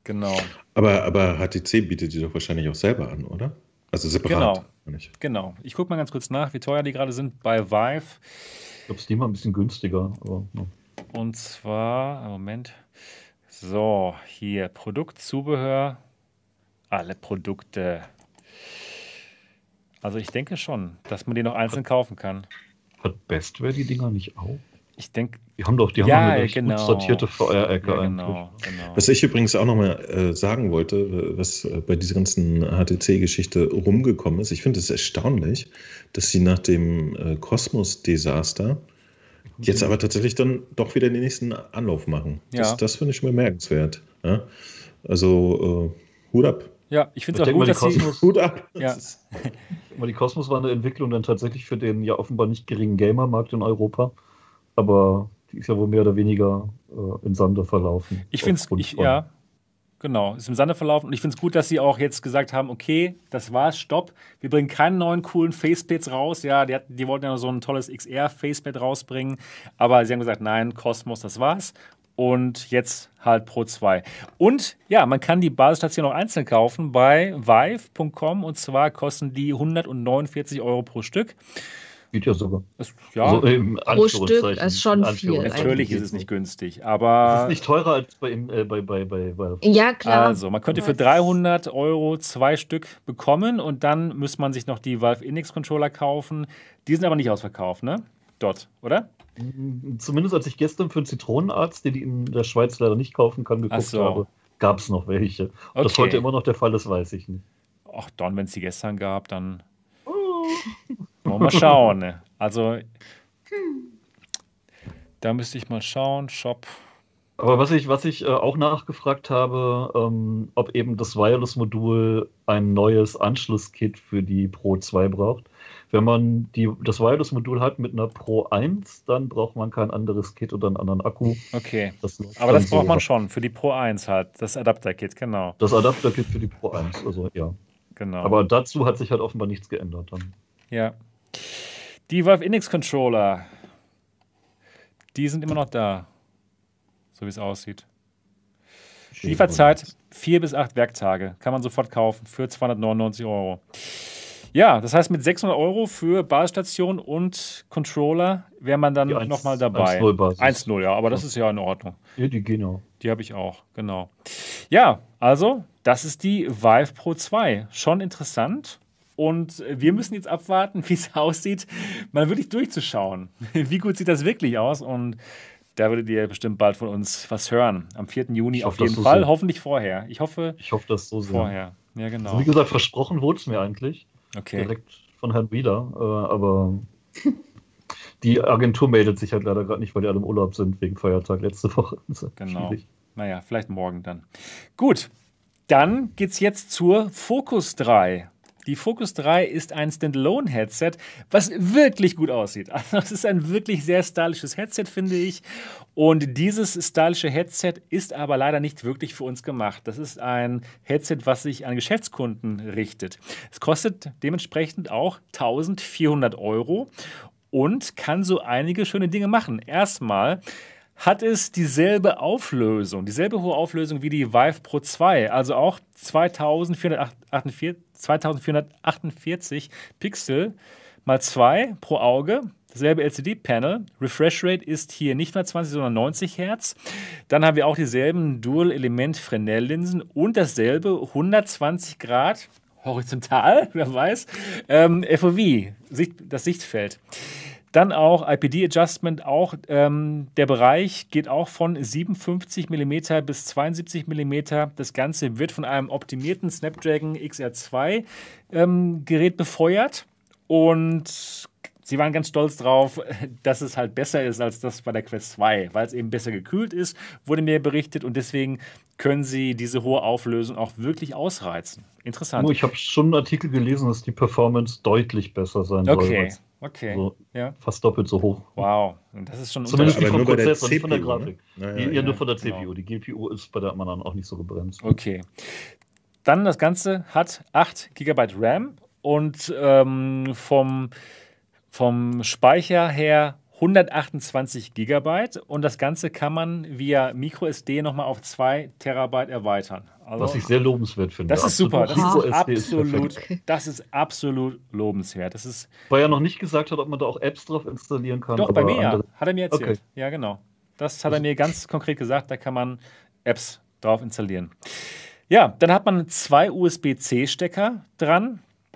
Genau. Aber HTC bietet die doch wahrscheinlich auch selber an, oder? Also separat. Genau. Nicht. Genau. Ich gucke mal ganz kurz nach, wie teuer die gerade sind bei Vive. Ich glaube, Steam war ein bisschen günstiger. Aber, ja. Und zwar, Moment. So, hier, Produktzubehör. Alle Produkte. Also ich denke schon, dass man die noch einzeln kaufen kann. Hat Bestware die Dinger nicht auch? Ich denke, Die haben doch eine recht gut sortierte VR-Ecke eigentlich. genau. Was ich übrigens auch nochmal sagen wollte, was bei dieser ganzen HTC-Geschichte rumgekommen ist, ich finde es erstaunlich, dass sie nach dem Cosmos-Desaster jetzt aber tatsächlich dann doch wieder den nächsten Anlauf machen. Ja. Das finde ich schon bemerkenswert. Ja? Also Hut ab. Ja, ich finde es Ich auch denke gut, mal, dass die sie... Cosmos- Hut ab. Ja. Aber die Cosmos war eine Entwicklung dann tatsächlich für den ja offenbar nicht geringen Gamer-Markt in Europa. Aber die ist ja wohl mehr oder weniger im Sande verlaufen. Ich finde es, ja, genau, ist im Sande verlaufen. Und ich finde es gut, dass sie auch jetzt gesagt haben, okay, das war's, stopp. Wir bringen keine neuen coolen Faceplates raus. Ja, die wollten ja noch so ein tolles XR-Faceplate rausbringen. Aber sie haben gesagt, nein, Cosmos, das war's. Und jetzt halt Pro 2. Und ja, man kann die Basisstation auch einzeln kaufen bei vive.com. Und zwar kosten die 149 € pro Stück. Geht ja sogar. Ja, Also, im Pro Stück Anführungszeichen, ist schon in viel. Anführungszeichen natürlich geht ist es so. nicht günstig, Das aber ist nicht teurer als bei Valve. Ja, klar. also man könnte für 300 € 2 Stück bekommen und dann müsste man sich noch die Valve Index Controller kaufen. Die sind aber nicht ausverkauft, ne? Dort, oder? Zumindest als ich gestern für einen Zitronenarzt, den ich in der Schweiz leider nicht kaufen kann, geguckt Ach so. habe, gab es noch welche. Ob das Okay. heute immer noch der Fall ist, weiß ich nicht. Ach, dann, wenn es die gestern gab, dann wollen wir mal schauen. Ne? Also, da müsste ich mal schauen. Shop. Aber was ich auch nachgefragt habe, ob eben das Wireless-Modul ein neues Anschlusskit für die Pro 2 braucht. Wenn man das Wireless-Modul hat mit einer Pro 1, dann braucht man kein anderes Kit oder einen anderen Akku. Okay. läuft Aber dann das braucht so. man schon für die Pro 1 halt. Das Adapter-Kit, genau. Das Adapter-Kit für die Pro 1, also ja. Genau. Aber dazu hat sich halt offenbar nichts geändert dann. ja. Die Valve Index Controller, die sind immer noch da. So wie es aussieht. Lieferzeit 4 bis 8 Werktage. Kann man sofort kaufen für 299 €. Ja, das heißt, mit 600 € für Basisstation und Controller wäre man dann Die nochmal dabei. 1.0 Basis. 1.0, ja, aber das ist ja in Ordnung. Ja, die gehen auch. Die habe ich auch, genau. Ja, also, das ist die Vive Pro 2. Schon interessant. Und wir müssen jetzt abwarten, wie es aussieht, mal wirklich durchzuschauen. Wie gut sieht das wirklich aus? Und da würdet ihr bestimmt bald von uns was hören. Am 4. Juni Ich auf hoffe, jeden das so Fall. sehr. Hoffentlich vorher. Ich hoffe Ich hoffe, das so sehr. vorher. Ja, Also, genau. wie gesagt, versprochen wurde es mir eigentlich. Okay. Direkt von Herrn Wieder. Aber die Agentur meldet sich halt leider gerade nicht, weil die alle im Urlaub sind wegen Feiertag letzte Woche. Das ist Genau. schwierig. Naja, vielleicht morgen dann. Gut, dann geht's jetzt zur Focus 3. Die Focus 3 ist ein Standalone-Headset, was wirklich gut aussieht. Also es ist ein wirklich sehr stylisches Headset, finde ich. Und dieses stylische Headset ist aber leider nicht wirklich für uns gemacht. Das ist ein Headset, was sich an Geschäftskunden richtet. Es kostet dementsprechend auch 1.400 € und kann so einige schöne Dinge machen. Erstmal hat es dieselbe Auflösung, dieselbe hohe Auflösung wie die Vive Pro 2, also auch 2448 Pixel mal 2 pro Auge, dasselbe LCD-Panel. Refresh Rate ist hier nicht mehr 20, sondern 90 Hertz. Dann haben wir auch dieselben Dual-Element-Fresnel-Linsen und dasselbe 120 Grad horizontal, wer weiß, FOV, das Sichtfeld. Dann auch IPD-Adjustment, auch der Bereich geht auch von 57 mm bis 72 mm. Das Ganze wird von einem optimierten Snapdragon XR2 Gerät befeuert und sie waren ganz stolz drauf, dass es halt besser ist als das bei der Quest 2, weil es eben besser gekühlt ist, wurde mir berichtet und deswegen können sie diese hohe Auflösung auch wirklich ausreizen. Interessant. Ich habe schon einen Artikel gelesen, dass die Performance deutlich besser sein soll. Okay, okay. Also Ja. fast doppelt so hoch. Wow, und das ist schon ein Zumindest Unterschied. nicht Aber vom nur bei der Prozessor, nicht von der CPU, ne? Grafik. Ja, Nur von der genau. CPU. Die GPU ist bei der anderen auch nicht so gebremst. Okay. Dann das Ganze hat 8 GB RAM und vom Speicher her 128 Gigabyte und das Ganze kann man via MicroSD nochmal auf 2 Terabyte erweitern. Also, Was ich sehr lobenswert finde. das ist super. Das ist MicroSD perfekt. das ist absolut lobenswert. Das ist Weil er noch nicht gesagt hat, ob man da auch Apps drauf installieren kann. doch bei aber mir, ja. andere- Hat er mir erzählt. Okay. Ja, genau. Das hat er mir ganz konkret gesagt. Da kann man Apps drauf installieren. Ja, dann hat man 2 USB-C-Stecker dran.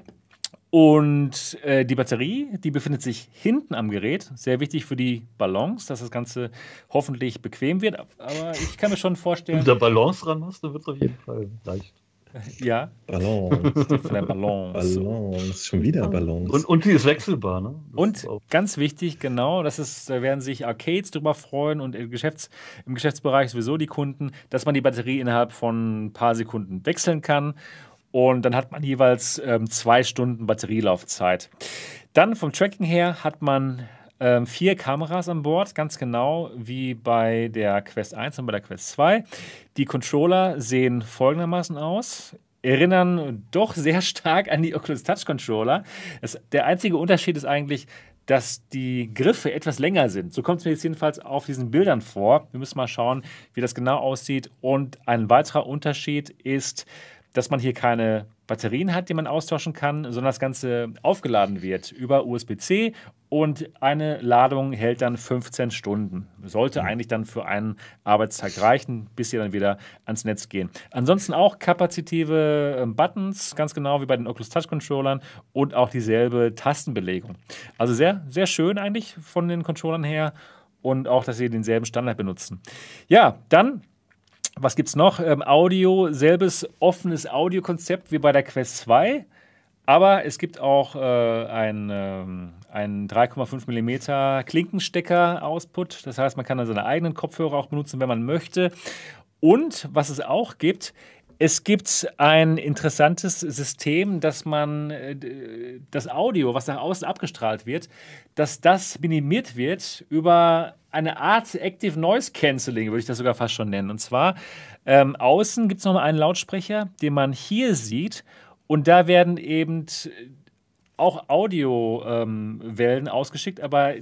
Und die Batterie, die befindet sich hinten am Gerät. Sehr wichtig für die Balance, dass das Ganze hoffentlich bequem wird. Aber ich kann mir schon Wenn vorstellen, du da Balance ran hast, dann wird es auf jeden Fall leicht. ja, Balance. von der Balance. Balance. Schon wieder Balance. Und die ist wechselbar, ne? Das Und ist auch- ganz wichtig, genau, da werden sich Arcades drüber freuen und im Geschäftsbereich sowieso die Kunden, dass man die Batterie innerhalb von ein paar Sekunden wechseln kann. Und dann hat man jeweils 2 Stunden Batterielaufzeit. Dann vom Tracking her hat man 4 Kameras an Bord, ganz genau wie bei der Quest 1 und bei der Quest 2. Die Controller sehen folgendermaßen aus. Erinnern doch sehr stark an die Oculus Touch Controller. Der einzige Unterschied ist eigentlich, dass die Griffe etwas länger sind. So kommt es mir jetzt jedenfalls auf diesen Bildern vor. Wir müssen mal schauen, wie das genau aussieht. Und ein weiterer Unterschied ist, dass man hier keine Batterien hat, die man austauschen kann, sondern das Ganze aufgeladen wird über USB-C und eine Ladung hält dann 15 Stunden. Sollte eigentlich dann für einen Arbeitstag reichen, bis sie dann wieder ans Netz gehen. Ansonsten auch kapazitive Buttons, ganz genau wie bei den Oculus Touch Controllern und auch dieselbe Tastenbelegung. Also sehr, sehr schön eigentlich von den Controllern her und auch, dass sie denselben Standard benutzen. Ja, dann was gibt es noch? Audio, selbes offenes Audiokonzept wie bei der Quest 2. Aber es gibt auch einen 3,5 mm Klinkenstecker-Output. Das heißt, man kann dann seine eigenen Kopfhörer auch benutzen, wenn man möchte. Und was es auch gibt, es gibt ein interessantes System, dass man das Audio, was nach außen abgestrahlt wird, dass das minimiert wird über eine Art Active Noise Cancelling, würde ich das sogar fast schon nennen. Und zwar außen gibt es nochmal einen Lautsprecher, den man hier sieht. Und da werden eben auch Audiowellen ausgeschickt, aber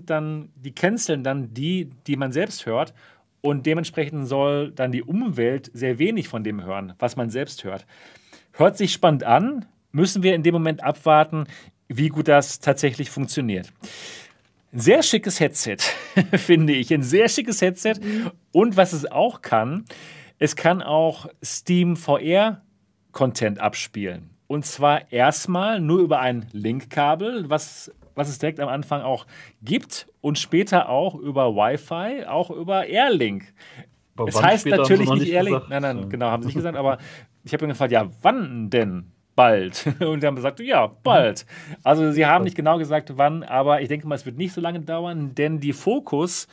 die canceln dann die man selbst hört. Und dementsprechend soll dann die Umwelt sehr wenig von dem hören, was man selbst hört. Hört sich spannend an, müssen wir in dem Moment abwarten, wie gut das tatsächlich funktioniert. Ein sehr schickes Headset, finde ich. Ein sehr schickes Headset. Und was es auch kann, es kann auch Steam VR-Content abspielen. Und zwar erstmal nur über ein Link-Kabel, was es direkt am Anfang auch gibt und später auch über Wi-Fi, auch über Airlink. Aber Es wann heißt später haben sie natürlich noch nicht Airlink. gesagt. Nein, genau, haben sie nicht gesagt, aber ich habe ihn gefragt, ja, wann denn? Bald. Und sie haben gesagt, ja, bald. Also sie haben nicht genau gesagt, wann, aber ich denke mal, es wird nicht so lange dauern, denn die Focus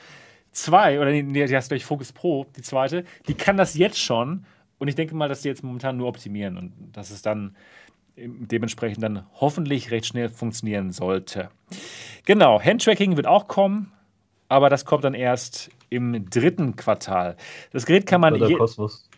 2, oder die heißt gleich Focus Pro, die zweite, die kann das jetzt schon. Und ich denke mal, dass die jetzt momentan nur optimieren und dass es dann dementsprechend dann hoffentlich recht schnell funktionieren sollte. Genau, Handtracking wird auch kommen, aber das kommt dann erst im 3. Quartal. Das Gerät kann man... Bei der Kosmos.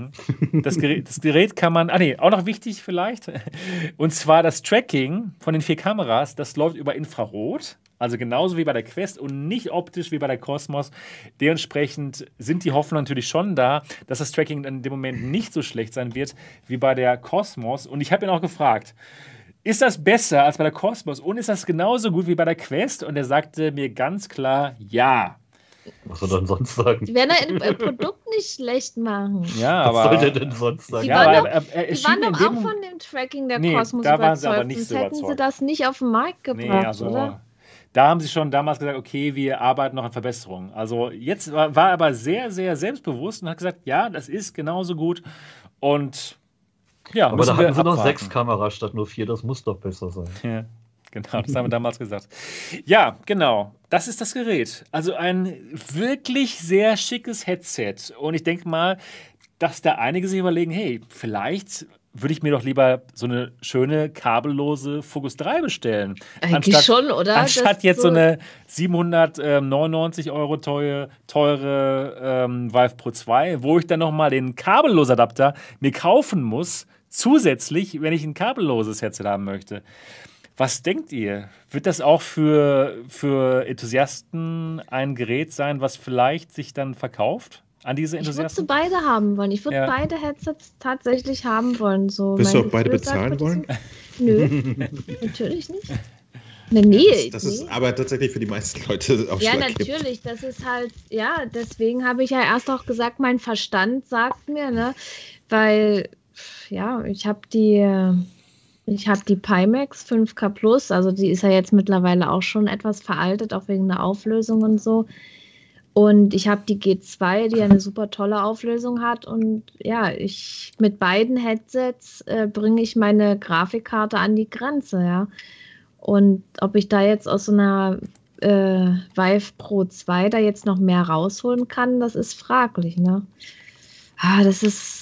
Das Gerät kann man... auch noch wichtig vielleicht. Und zwar das Tracking von den 4 Kameras, das läuft über Infrarot. Also genauso wie bei der Quest und nicht optisch wie bei der Cosmos. Dementsprechend sind die Hoffnungen natürlich schon da, dass das Tracking in dem Moment nicht so schlecht sein wird wie bei der Cosmos. Und ich habe ihn auch gefragt, ist das besser als bei der Cosmos und ist das genauso gut wie bei der Quest? Und er sagte mir ganz klar, ja. Was soll er denn sonst sagen? Die werden ein Produkt nicht schlecht machen. Ja, Was aber... soll der denn sonst sagen? Die Ja, waren aber doch- er Die schien waren in doch dem auch Moment- von dem Tracking der Nee, Kosmos da waren sie überzeugt. aber nicht Sonst so hätten sie überzeugt. das nicht auf den Markt gebracht, Nee, also oder? da haben sie schon damals gesagt, okay, wir arbeiten noch an Verbesserungen. Also jetzt war er aber sehr, sehr selbstbewusst und hat gesagt, ja, das ist genauso gut. Und ja, Aber müssen da wir hatten sie noch abwarten. 6 Kameras statt nur 4, das muss doch besser sein. Ja, genau, das haben wir damals gesagt. Ja, genau, das ist das Gerät. Also ein wirklich sehr schickes Headset. Und ich denke mal, dass da einige sich überlegen, hey, vielleicht würde ich mir doch lieber so eine schöne kabellose Focus 3 bestellen. Eigentlich schon, oder? Anstatt Das jetzt so eine 799 € teure Vive Pro 2, wo ich dann nochmal den Kabellose-Adapter mir kaufen muss, zusätzlich, wenn ich ein kabelloses Headset haben möchte. Was denkt ihr? Wird das auch für Enthusiasten ein Gerät sein, was vielleicht sich dann verkauft an diese Ich würde sie Enthusiasten? beide haben wollen. Ich würde Ja. beide Headsets tatsächlich haben wollen. So Wirst mein du auch beide Gefühl sagt bezahlen mir das wollen? so. Nö, natürlich nicht. Nee, Das nee. ist aber tatsächlich für die meisten Leute auch Ja, natürlich, das ist halt, ja, deswegen habe ich ja erst auch gesagt, mein Verstand sagt mir, ne, weil, ja, ich habe die Pimax 5K Plus, also die ist ja jetzt mittlerweile auch schon etwas veraltet, auch wegen der Auflösung und so. Und ich habe die G2, die ja eine super tolle Auflösung hat. Und ja, mit beiden Headsets bringe ich meine Grafikkarte an die Grenze, ja. Und ob ich da jetzt aus so einer Vive Pro 2 da jetzt noch mehr rausholen kann, das ist fraglich, ne? Das ist.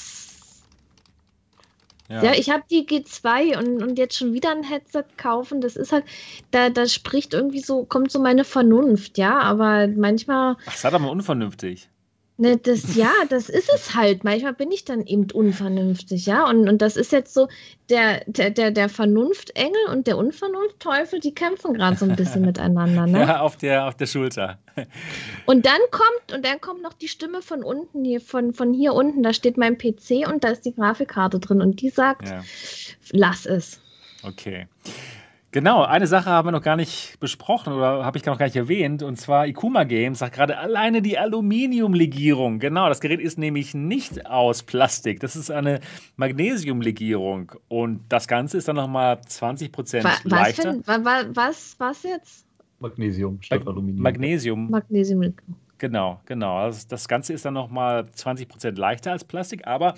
Ja, ich habe die G2 und jetzt schon wieder ein Headset kaufen, das ist halt, da spricht irgendwie so, kommt so meine Vernunft, ja, aber manchmal. Ach, sei doch mal unvernünftig. Ne, das ist es halt. Manchmal bin ich dann eben unvernünftig, ja. Und das ist jetzt so, der Vernunftengel und der Unvernunftteufel, die kämpfen gerade so ein bisschen miteinander, ne? Ja, auf der Schulter. Und dann kommt noch die Stimme von unten hier, von hier unten, da steht mein PC und da ist die Grafikkarte drin und die sagt, Ja. lass es. Okay. Genau, eine Sache haben wir noch gar nicht besprochen oder habe ich noch gar nicht erwähnt, und zwar Ikuma Games sagt gerade alleine die Aluminiumlegierung. Genau, das Gerät ist nämlich nicht aus Plastik, das ist eine Magnesiumlegierung und das Ganze ist dann nochmal 20% leichter. Was jetzt? Magnesium statt Aluminium. Magnesium, Magnesium. genau. Also das Ganze ist dann nochmal 20% leichter als Plastik, aber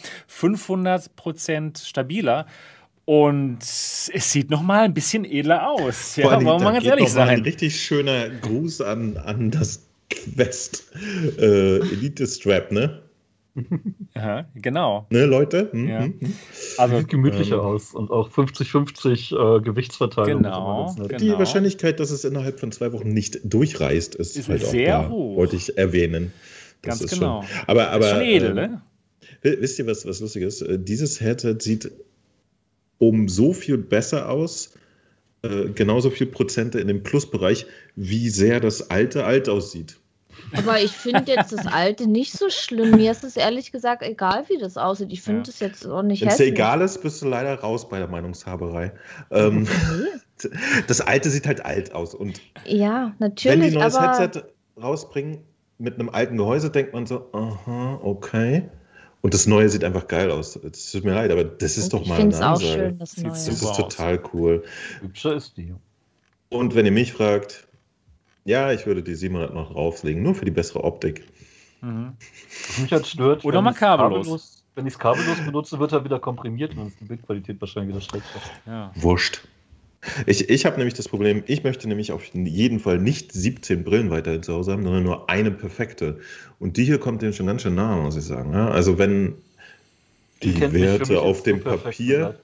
500% stabiler. Und es sieht noch mal ein bisschen edler aus. Ja, Vor allem, wollen wir da mal ganz geht ehrlich noch mal ein sein. richtig schöner Gruß an das Quest Elite Strap, ne? Aha, genau. Ne, Leute? Ja. Das Also, sieht gemütlicher aus und auch 50-50 Gewichtsverteilung. Genau, ist immer ganz nett. genau. Die Wahrscheinlichkeit, dass es innerhalb von 2 Wochen nicht durchreißt, ist Ist halt auch sehr da, hoch. wollte ich erwähnen. Das Ganz ist genau. Schon, aber ist schon edel, ne? wisst ihr, was lustig ist? Dieses Headset sieht um so viel besser aus, genauso viel Prozente in dem Plusbereich, wie sehr das alte alt aussieht. Aber ich finde jetzt das Alte nicht so schlimm. Mir ist es ehrlich gesagt egal, wie das aussieht. Ich finde es jetzt auch nicht Wenn es dir hässlich. egal ist, bist du leider raus bei der Meinungshaberei. Das alte sieht halt alt aus. Und Ja, wenn natürlich, die ein neues aber Headset rausbringen mit einem alten Gehäuse, denkt man so, aha, okay. Und das neue sieht einfach geil aus. Es tut mir leid, aber das ist doch ich mal finde eine es auch Ansage. schön, das Sieht Neue. Das super ist aus. total cool. Hübscher ist die. Und wenn ihr mich fragt, ja, ich würde die 700 noch drauflegen, nur für die bessere Optik. Mhm. Was mich halt stört, Oder mal ich's kabellos. Wenn ich es kabellos benutze, wird er wieder komprimiert und dann ist die Bildqualität wahrscheinlich wieder schlechter. Ja. Wurscht. Ich habe nämlich das Problem, ich möchte nämlich auf jeden Fall nicht 17 Brillen weiterhin zu Hause haben, sondern nur eine perfekte. Und die hier kommt dem schon ganz schön nahe, muss ich sagen. Ja, also wenn die kennt sich für mich Werte auf als dem so perfekte Papier, Seite.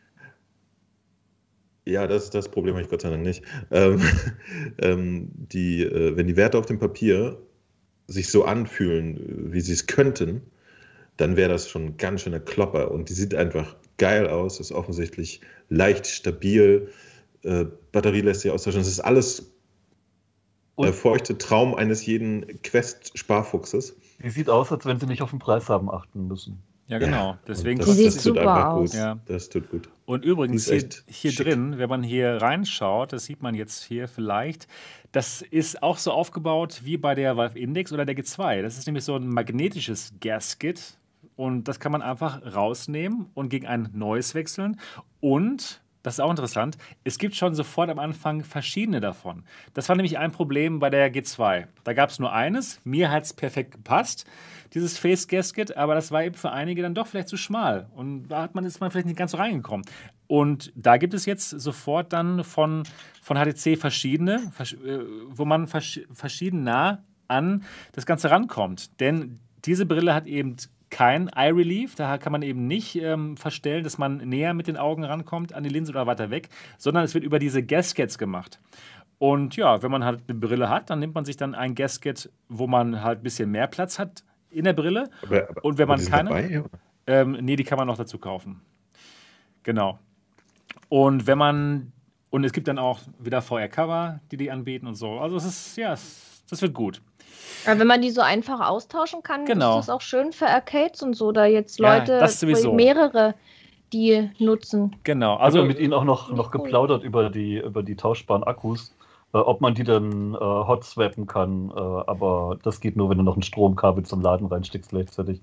ja, das Problem habe ich Gott sei Dank nicht. Wenn die Werte auf dem Papier sich so anfühlen, wie sie es könnten, dann wäre das schon ein ganz schöner Klopper. Und die sieht einfach geil aus, ist offensichtlich leicht stabil, Batterie lässt sich austauschen. Das ist alles der Und- feuchte Traum eines jeden Quest-Sparfuchses. Die sieht aus, als wenn sie nicht auf den Preis haben achten müssen. Ja, genau. Deswegen Und Sie sieht kostet tut super einfach aus. gut. Ja. Das tut gut. Und übrigens, Die ist hier echt schick. drin, wenn man hier reinschaut, das sieht man jetzt hier vielleicht, das ist auch so aufgebaut wie bei der Valve Index oder der G2. Das ist nämlich so ein magnetisches Gasket und das kann man einfach rausnehmen und gegen ein neues wechseln. Und, das ist auch interessant, es gibt schon sofort am Anfang verschiedene davon. Das war nämlich ein Problem bei der G2. Da gab es nur eines, mir hat es perfekt gepasst, dieses Face Gasket, aber das war eben für einige dann doch vielleicht zu schmal. Und da ist man vielleicht nicht ganz so reingekommen. Und da gibt es jetzt sofort dann von HTC verschiedene, wo man verschieden nah an das Ganze rankommt. Denn diese Brille hat eben kein Eye Relief, da kann man eben nicht verstellen, dass man näher mit den Augen rankommt an die Linse oder weiter weg, sondern es wird über diese Gaskets gemacht. Und ja, wenn man halt eine Brille hat, dann nimmt man sich dann ein Gasket, wo man halt ein bisschen mehr Platz hat in der Brille. Und wenn man die sind keine. dabei? Nee, die kann man noch dazu kaufen. Genau. Und wenn man Und es gibt dann auch wieder VR-Cover, die anbieten und so. Also es ist, ja, das wird gut. Aber wenn man die so einfach austauschen kann, Genau. ist das auch schön für Arcades und so, da jetzt Ja, Leute, das sowieso. mehrere, die nutzen. Genau. Also Also mit ihnen auch noch geplaudert über die tauschbaren Akkus, ob man die dann hot swappen kann, aber das geht nur, wenn du noch ein Stromkabel zum Laden reinsteckst gleichzeitig.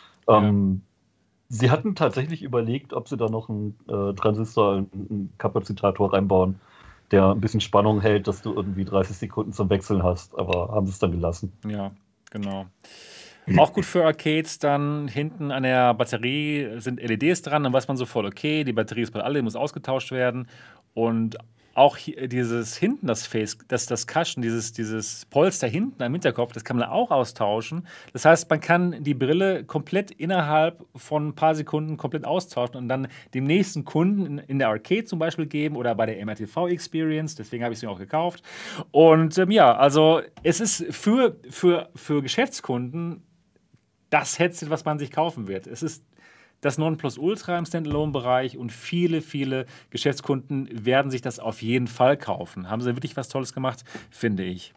Sie hatten tatsächlich überlegt, ob sie da noch einen Transistor, einen Kapazitator reinbauen, der ein bisschen Spannung hält, dass du irgendwie 30 Sekunden zum Wechseln hast, aber haben sie es dann gelassen. ja, genau. Auch gut für Arcades, dann hinten an der Batterie sind LEDs dran, dann weiß man sofort, okay, die Batterie ist bei alle, die muss ausgetauscht werden. Und auch hier, dieses hinten, das Face, das Cushion, dieses Polster hinten am Hinterkopf, das kann man auch austauschen. Das heißt, man kann die Brille komplett innerhalb von ein paar Sekunden komplett austauschen und dann dem nächsten Kunden in der Arcade zum Beispiel geben oder bei der MRTV Experience. Deswegen habe ich sie auch gekauft. Und ja, also es ist für Geschäftskunden das Headset, was man sich kaufen wird. Es ist das Nonplusultra im Standalone-Bereich und viele, viele Geschäftskunden werden sich das auf jeden Fall kaufen. Haben sie wirklich was Tolles gemacht, finde ich.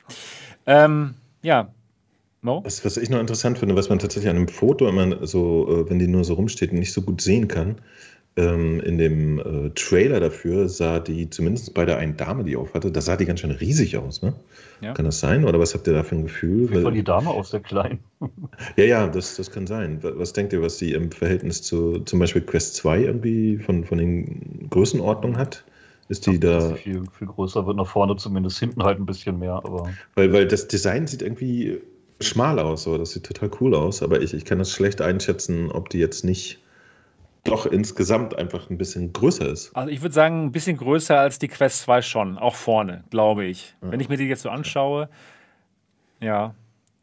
Ja, Mo? Das, was ich noch interessant finde, was man tatsächlich an einem Foto immer so, wenn die nur so rumsteht, nicht so gut sehen kann, in dem Trailer dafür sah die, zumindest bei der einen Dame, die auf hatte, da sah die ganz schön riesig aus, ne? Ja. Kann das sein? Oder was habt ihr da für ein Gefühl? Wie von die Dame aus der Kleinen. Ja, das kann sein. Was denkt ihr, was die im Verhältnis zu zum Beispiel Quest 2 irgendwie von den Größenordnungen hat? Ist die da. Viel, viel größer, wird nach vorne zumindest, hinten halt ein bisschen mehr, aber. Weil das Design sieht irgendwie schmal aus, so. Das sieht total cool aus, aber ich kann das schlecht einschätzen, ob die jetzt nicht doch insgesamt einfach ein bisschen größer ist. Also ich würde sagen, ein bisschen größer als die Quest 2 schon, auch vorne, glaube ich. Ja. Wenn ich mir die jetzt so anschaue, ja.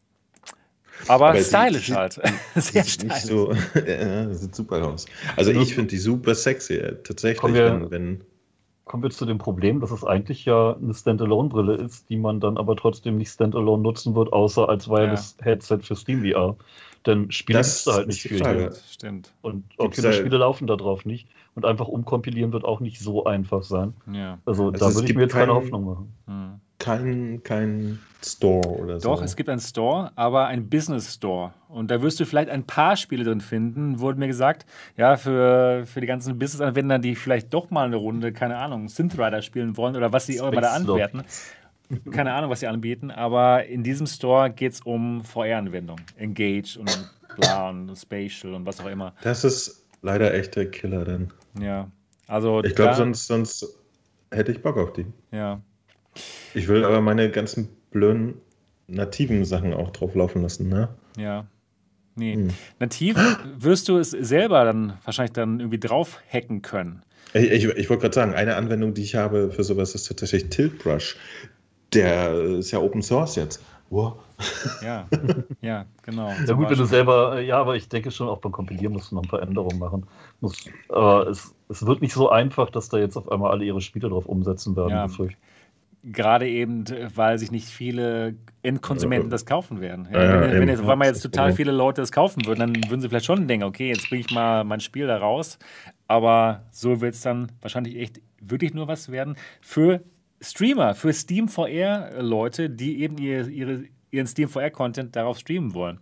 Aber stylisch halt. Sehr stylisch. So, ja, sieht super aus. Also ich finde die super sexy, tatsächlich. Kommen wir zu dem Problem, dass es eigentlich ja eine Standalone-Brille ist, die man dann aber trotzdem nicht Standalone nutzen wird, außer als Wireless-Headset für SteamVR. Denn Spiele gibt es da halt nicht viel. Das stimmt. Und Spiele laufen da drauf nicht. Und einfach umkompilieren wird auch nicht so einfach sein. Ja. Also da würde ich mir jetzt keine Hoffnung machen. Kein Store oder so. Doch, es gibt einen Store, aber ein Business Store. Und da wirst du vielleicht ein paar Spiele drin finden, wurde mir gesagt. Ja, für die ganzen Business-Anwender, die vielleicht doch mal eine Runde, keine Ahnung, Synth Rider spielen wollen oder was sie auch immer da anwerten. Keine Ahnung, was sie anbieten, aber in diesem Store geht es um VR-Anwendungen. Engage und bla und Spatial und was auch immer. Das ist leider echt der Killer dann. Ja, also ich glaube, sonst hätte ich Bock auf die. Ja. Ich will aber meine ganzen blöden nativen Sachen auch drauf laufen lassen, ne? Ja. Nee. Nativ wirst du es selber dann wahrscheinlich dann irgendwie drauf hacken können. Ich wollte gerade sagen, eine Anwendung, die ich habe für sowas, ist tatsächlich Tiltbrush. Der ist ja Open Source jetzt. Wow. Ja, genau. Ja gut, wenn du selber, aber ich denke schon, auch beim Kompilieren musst du noch ein paar Änderungen machen. Aber es wird nicht so einfach, dass da jetzt auf einmal alle ihre Spiele drauf umsetzen werden. Ja, gerade eben, weil sich nicht viele Endkonsumenten das kaufen werden. Ja, wenn jetzt auf einmal jetzt total viele Leute das kaufen würden, dann würden sie vielleicht schon denken, okay, jetzt bringe ich mal mein Spiel da raus. Aber so wird es dann wahrscheinlich echt wirklich nur was werden für Streamer, für Steam VR-Leute, die eben ihren Steam VR-Content darauf streamen wollen.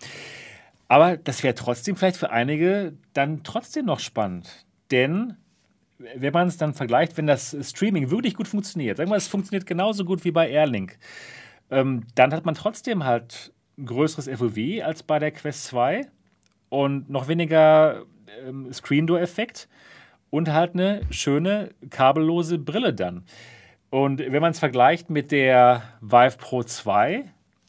Aber das wäre trotzdem vielleicht für einige dann trotzdem noch spannend. Denn wenn man es dann vergleicht, wenn das Streaming wirklich gut funktioniert, sagen wir, es funktioniert genauso gut wie bei Airlink, dann hat man trotzdem halt ein größeres FOV als bei der Quest 2 und noch weniger Screen-Door-Effekt und halt eine schöne kabellose Brille dann. Und wenn man es vergleicht mit der Vive Pro 2,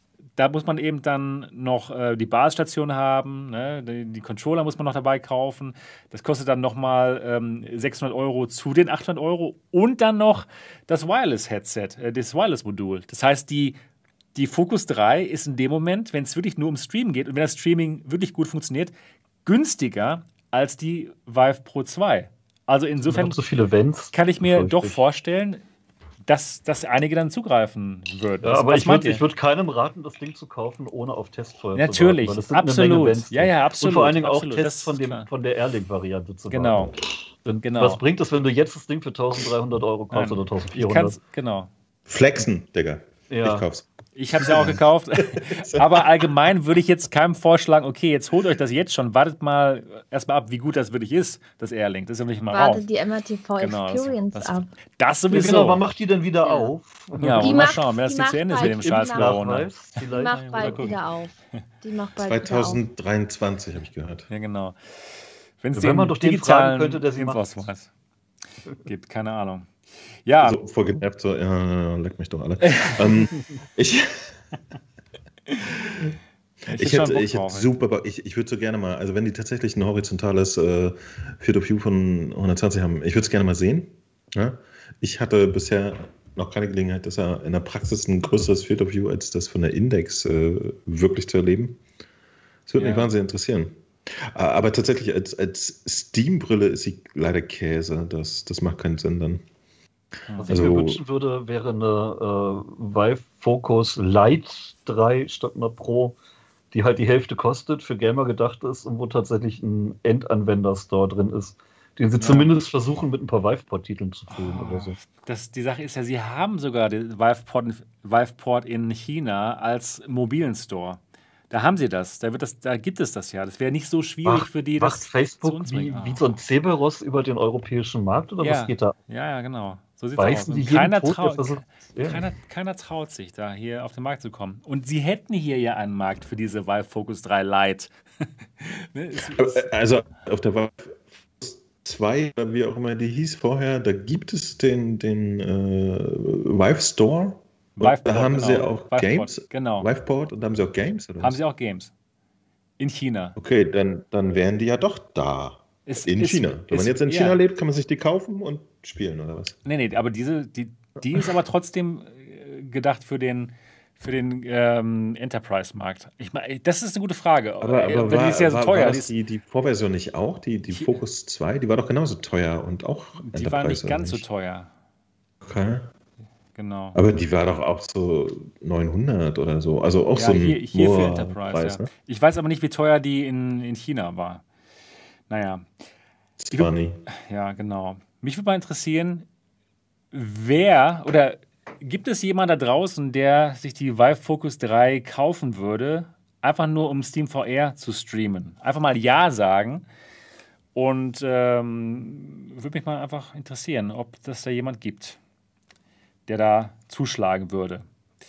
da muss man eben dann noch die Basisstation haben, ne? Die Controller muss man noch dabei kaufen. Das kostet dann nochmal 600 € zu den 800 € und dann noch das Wireless-Headset, das Wireless-Modul. Das heißt, die Focus 3 ist in dem Moment, wenn es wirklich nur um Streamen geht und wenn das Streaming wirklich gut funktioniert, günstiger als die Vive Pro 2. Also insofern so viele Vents, kann ich mir doch vorstellen, dass einige dann zugreifen würden. Ja, aber ich würde keinem raten, das Ding zu kaufen, ohne auf Test vorher natürlich, zu warten. Weil das sind absolut. Eine Menge Bands Ja, absolut. Und vor allen Dingen absolut. auch Tests von der Airlink-Variante zu Genau. warten. Genau. Was bringt es, wenn du jetzt das Ding für 1.300 € kaufst oder 1.400? Genau. Flexen, Digga. Ja. Ich kauf's. Ich habe es ja auch gekauft. Aber allgemein würde ich jetzt keinem vorschlagen, okay, jetzt holt euch das jetzt schon, wartet mal erstmal ab, wie gut das wirklich ist, das Airlink. Das ist ja nicht mal auf. Wartet die MRTV Experience ab. Das sowieso. Genau, wann macht die denn wieder auf? Ja, Die mal macht- schauen, wenn das die jetzt zu macht Ende ist mit dem bald scheiß im Corona. Die macht bald wieder auf. Die macht bald wieder auf. 2023 habe ich gehört. Ja, genau. Wenn es Wenn man den doch den digitalen fragen könnte, der sie macht. Impfausweis gibt, keine Ahnung. Ja, So voll genervt, so, ja, leck mich doch alle. Ich hätte super Bock. Ich würde so gerne mal, also wenn die tatsächlich ein horizontales Field of View von 120 haben, ich würde es gerne mal sehen. Ja? Ich hatte bisher noch keine Gelegenheit, dass er in der Praxis ein größeres Field of View als das von der Index wirklich zu erleben. Das würde mich wahnsinnig interessieren. Aber tatsächlich als Steam-Brille ist sie leider Käse. Das macht keinen Sinn dann. Was ich mir wünschen würde, wäre eine Vive Focus Lite 3 statt einer Pro, die halt die Hälfte kostet, für Gamer gedacht ist und wo tatsächlich ein Endanwender-Store drin ist, den sie zumindest versuchen, mit ein paar Viveport-Titeln zu füllen oder so. Die Sache ist ja, sie haben sogar den Viveport in China als mobilen Store. Da haben sie das. Da gibt es das ja. Das wäre nicht so schwierig für die, macht das Facebook zu uns wie so ein Cerberus über den europäischen Markt oder was geht da? Ja, genau. So sieht es aus. Die Keiner traut sich, da hier auf den Markt zu kommen. Und sie hätten hier ja einen Markt für diese Vive Focus 3 Lite. Ne, also auf der Vive 2, oder wie auch immer die hieß vorher, da gibt es den Vive Store. Viveport, da haben sie auch Viveport, Games. Genau. Viveport und da haben sie auch Games, oder? Haben sie auch Games. In China. Okay, dann wären die ja doch da. In China. Wenn man jetzt in China lebt, kann man sich die kaufen und spielen, oder was? Nee, aber die ist aber trotzdem gedacht für den Enterprise-Markt. Ich meine, das ist eine gute Frage. Aber die ist ja so teuer. War das die Vorversion nicht auch? Die Focus 2, die war doch genauso teuer und auch Enterprise. Die war nicht ganz so teuer. Okay. Genau. Aber die war doch auch so 900 oder so. Also auch so ein hier für Enterprise, Preis, ne? Ich weiß aber nicht, wie teuer die in China war. Naja. Ja, genau. Mich würde mal interessieren, gibt es jemand da draußen, der sich die Vive Focus 3 kaufen würde, einfach nur um Steam VR zu streamen? Einfach mal Ja sagen. Und würde mich mal einfach interessieren, ob das da jemand gibt, der da zuschlagen würde.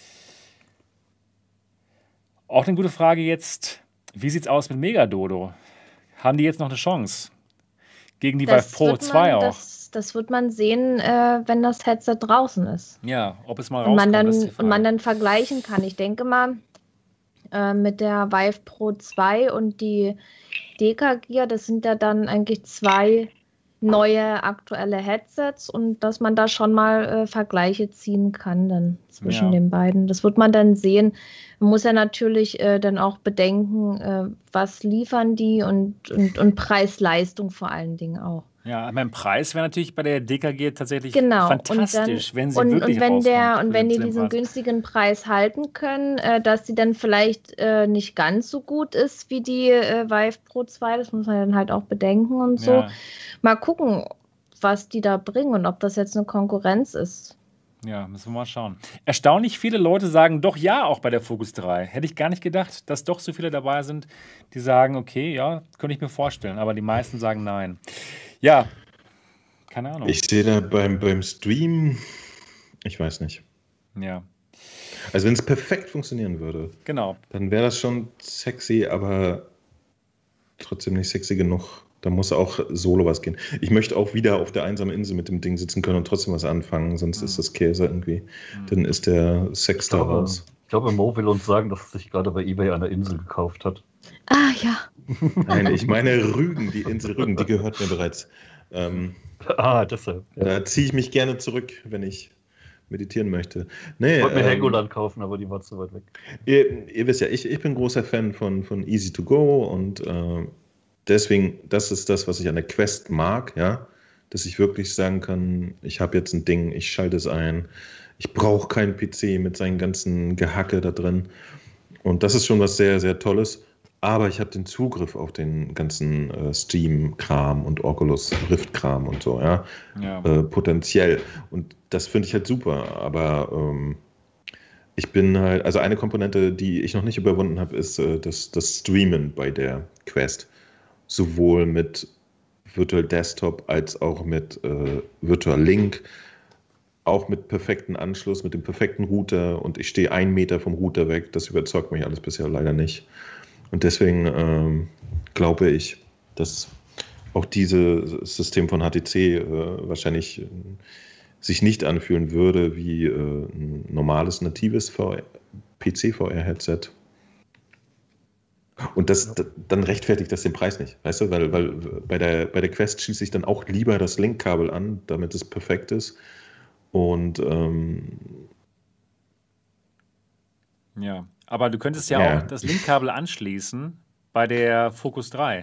Auch eine gute Frage jetzt, wie sieht es aus mit Megadodo? Haben die jetzt noch eine Chance? Gegen die Vive Pro 2 auch? Das wird man sehen, wenn das Headset draußen ist. Ja, ob es mal rauskommt. Und man dann vergleichen kann. Ich denke mal, mit der Vive Pro 2 und die DK-Gear, das sind ja dann eigentlich zwei neue aktuelle Headsets und dass man da schon mal Vergleiche ziehen kann dann zwischen den beiden. Das wird man dann sehen. Man muss ja natürlich dann auch bedenken, was liefern die und Preis-Leistung vor allen Dingen auch. Ja, mein Preis wäre natürlich bei der DKG tatsächlich fantastisch, wenn sie wirklich rauskommt. Und wenn die diesen günstigen Preis halten können, dass sie dann vielleicht nicht ganz so gut ist wie die Vive Pro 2, das muss man dann halt auch bedenken und so. Ja. Mal gucken, was die da bringen und ob das jetzt eine Konkurrenz ist. Ja, müssen wir mal schauen. Erstaunlich viele Leute sagen doch ja auch bei der Focus 3. Hätte ich gar nicht gedacht, dass doch so viele dabei sind, die sagen, okay, ja, könnte ich mir vorstellen. Aber die meisten sagen nein. Ja, keine Ahnung. Ich sehe da beim Stream, ich weiß nicht. Ja. Also wenn es perfekt funktionieren würde, dann wäre das schon sexy, aber trotzdem nicht sexy genug. Da muss auch solo was gehen. Ich möchte auch wieder auf der einsamen Insel mit dem Ding sitzen können und trotzdem was anfangen, sonst ist das Käse irgendwie. Dann ist der Sex da raus. Ich glaube, Mo will uns sagen, dass er sich gerade bei eBay eine Insel gekauft hat. Ah, ja. Nein, ich meine Rügen, die Insel Rügen, die gehört mir bereits. Deshalb. Ja. Da ziehe ich mich gerne zurück, wenn ich meditieren möchte. Nee, ich wollte mir Helgoland kaufen, aber die war zu weit weg. Ihr wisst ja, ich bin großer Fan von Easy to Go und deswegen, das ist das, was ich an der Quest mag, ja. dass ich wirklich sagen kann, ich habe jetzt ein Ding, ich schalte es ein, ich brauche keinen PC mit seinen ganzen Gehacke da drin. Und das ist schon was sehr, sehr Tolles. Aber ich habe den Zugriff auf den ganzen Steam-Kram und Oculus Rift-Kram und so, ja, potenziell. Und das finde ich halt super. Aber ich bin halt, also eine Komponente, die ich noch nicht überwunden habe, ist das Streamen bei der Quest. Sowohl mit Virtual Desktop als auch mit Virtual Link. Auch mit perfektem Anschluss, mit dem perfekten Router. Und ich stehe 1 Meter vom Router weg. Das überzeugt mich alles bisher leider nicht. Und deswegen glaube ich, dass auch dieses System von HTC wahrscheinlich sich nicht anfühlen würde wie ein normales, natives PC-VR-Headset. Und dann rechtfertigt das den Preis nicht, weißt du? Weil bei der Quest schließe ich dann auch lieber das Linkkabel an, damit es perfekt ist. Und ja, aber du könntest ja auch das Linkkabel anschließen bei der Focus 3.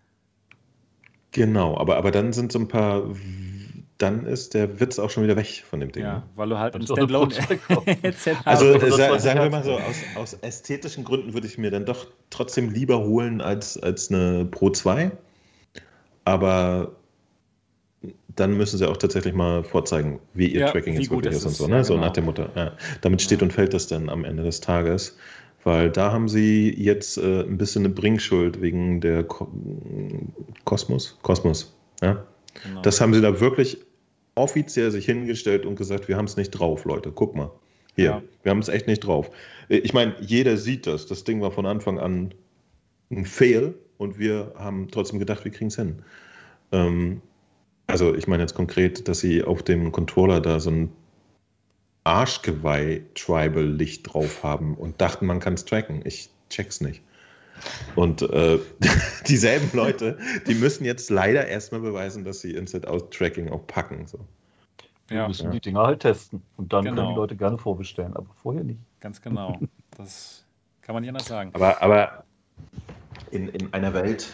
Genau, aber dann sind so ein paar, dann ist der Witz auch schon wieder weg von dem Ding. Ja, Ne? weil du halt ein Standalone-Headset hast. Also sagen wir mal so, aus ästhetischen Gründen würde ich mir dann doch trotzdem lieber holen als eine Pro 2. Aber dann müssen sie auch tatsächlich mal vorzeigen, wie ihr Tracking jetzt wirklich ist und so. Ne? So nach dem Motto. Ja. Damit steht und fällt das dann am Ende des Tages. Weil da haben sie jetzt ein bisschen eine Bringschuld wegen der Kosmos. Ja? Genau. Das haben sie da wirklich offiziell sich hingestellt und gesagt, wir haben es nicht drauf, Leute. Guck mal. Hier, wir haben es echt nicht drauf. Ich meine, jeder sieht das. Das Ding war von Anfang an ein Fail und wir haben trotzdem gedacht, wir kriegen es hin. Also ich meine jetzt konkret, dass sie auf dem Controller da so ein Arschgeweih-Tribal-Licht drauf haben und dachten, man kann es tracken. Ich check's nicht. Und dieselben Leute, die müssen jetzt leider erstmal beweisen, dass sie Inside-Out-Tracking auch packen. So. Wir müssen die Dinger halt testen. Und dann können die Leute gerne vorbestellen, aber vorher nicht. Ganz genau. Das kann man nicht anders sagen. Aber in einer Welt,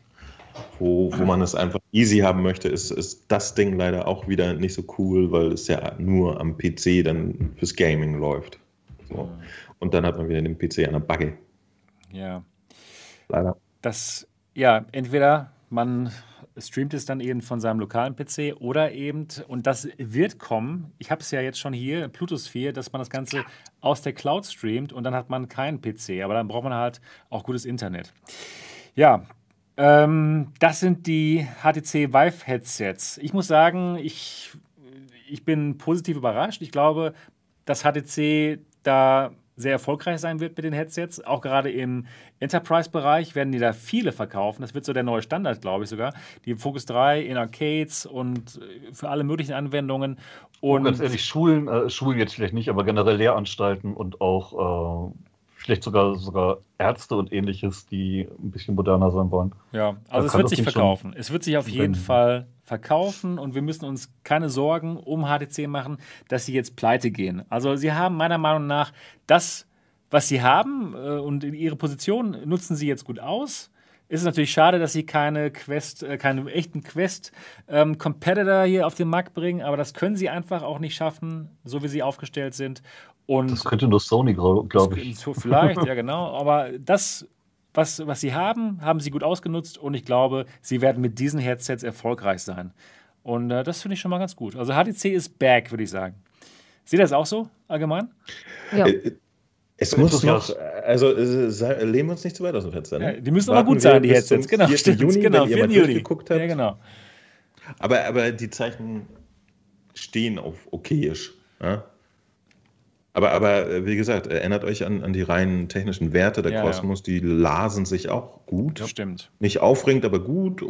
wo man es einfach easy haben möchte, ist das Ding leider auch wieder nicht so cool, weil es ja nur am PC dann fürs Gaming läuft. So. Und dann hat man wieder den PC an der Backe. Ja. Leider. Entweder man streamt es dann eben von seinem lokalen PC oder eben, und das wird kommen, ich habe es ja jetzt schon hier, Plutosphere, dass man das Ganze aus der Cloud streamt und dann hat man keinen PC, aber dann braucht man halt auch gutes Internet. Ja, das sind die HTC Vive Headsets. Ich muss sagen, ich bin positiv überrascht. Ich glaube, dass HTC da sehr erfolgreich sein wird mit den Headsets. Auch gerade im Enterprise-Bereich werden die da viele verkaufen. Das wird so der neue Standard, glaube ich sogar. Die Focus 3 in Arcades und für alle möglichen Anwendungen. Und ganz ehrlich, Schulen jetzt vielleicht nicht, aber generell Lehranstalten und auch vielleicht sogar Ärzte und Ähnliches, die ein bisschen moderner sein wollen. Ja, also es wird sich verkaufen. Es wird sich auf jeden Fall verkaufen und wir müssen uns keine Sorgen um HTC machen, dass sie jetzt pleite gehen. Also sie haben meiner Meinung nach das, was sie haben und ihre Position nutzen sie jetzt gut aus. Es ist natürlich schade, dass sie keine echten Quest-Competitor hier auf den Markt bringen, aber das können sie einfach auch nicht schaffen, so wie sie aufgestellt sind. Und das könnte nur Sony, glaube ich. Vielleicht, ja genau. Aber das, was sie haben, haben sie gut ausgenutzt und ich glaube, sie werden mit diesen Headsets erfolgreich sein. Und das finde ich schon mal ganz gut. Also HTC ist back, würde ich sagen. Seht ihr das auch so allgemein? Ja. Es muss noch, also lehnen wir uns nicht zu weit aus dem Fenster. Ne? Ja, die müssen aber gut sein, die Headsets. Genau, 4. Juni, genau, wenn ihr mal durchgeguckt habt. Ja, genau. Aber die Zeichen stehen auf okayisch. Ja? Aber wie gesagt, erinnert euch an die rein technischen Werte der Cosmos, die lasen sich auch gut. Das stimmt. Nicht aufregend, aber gut.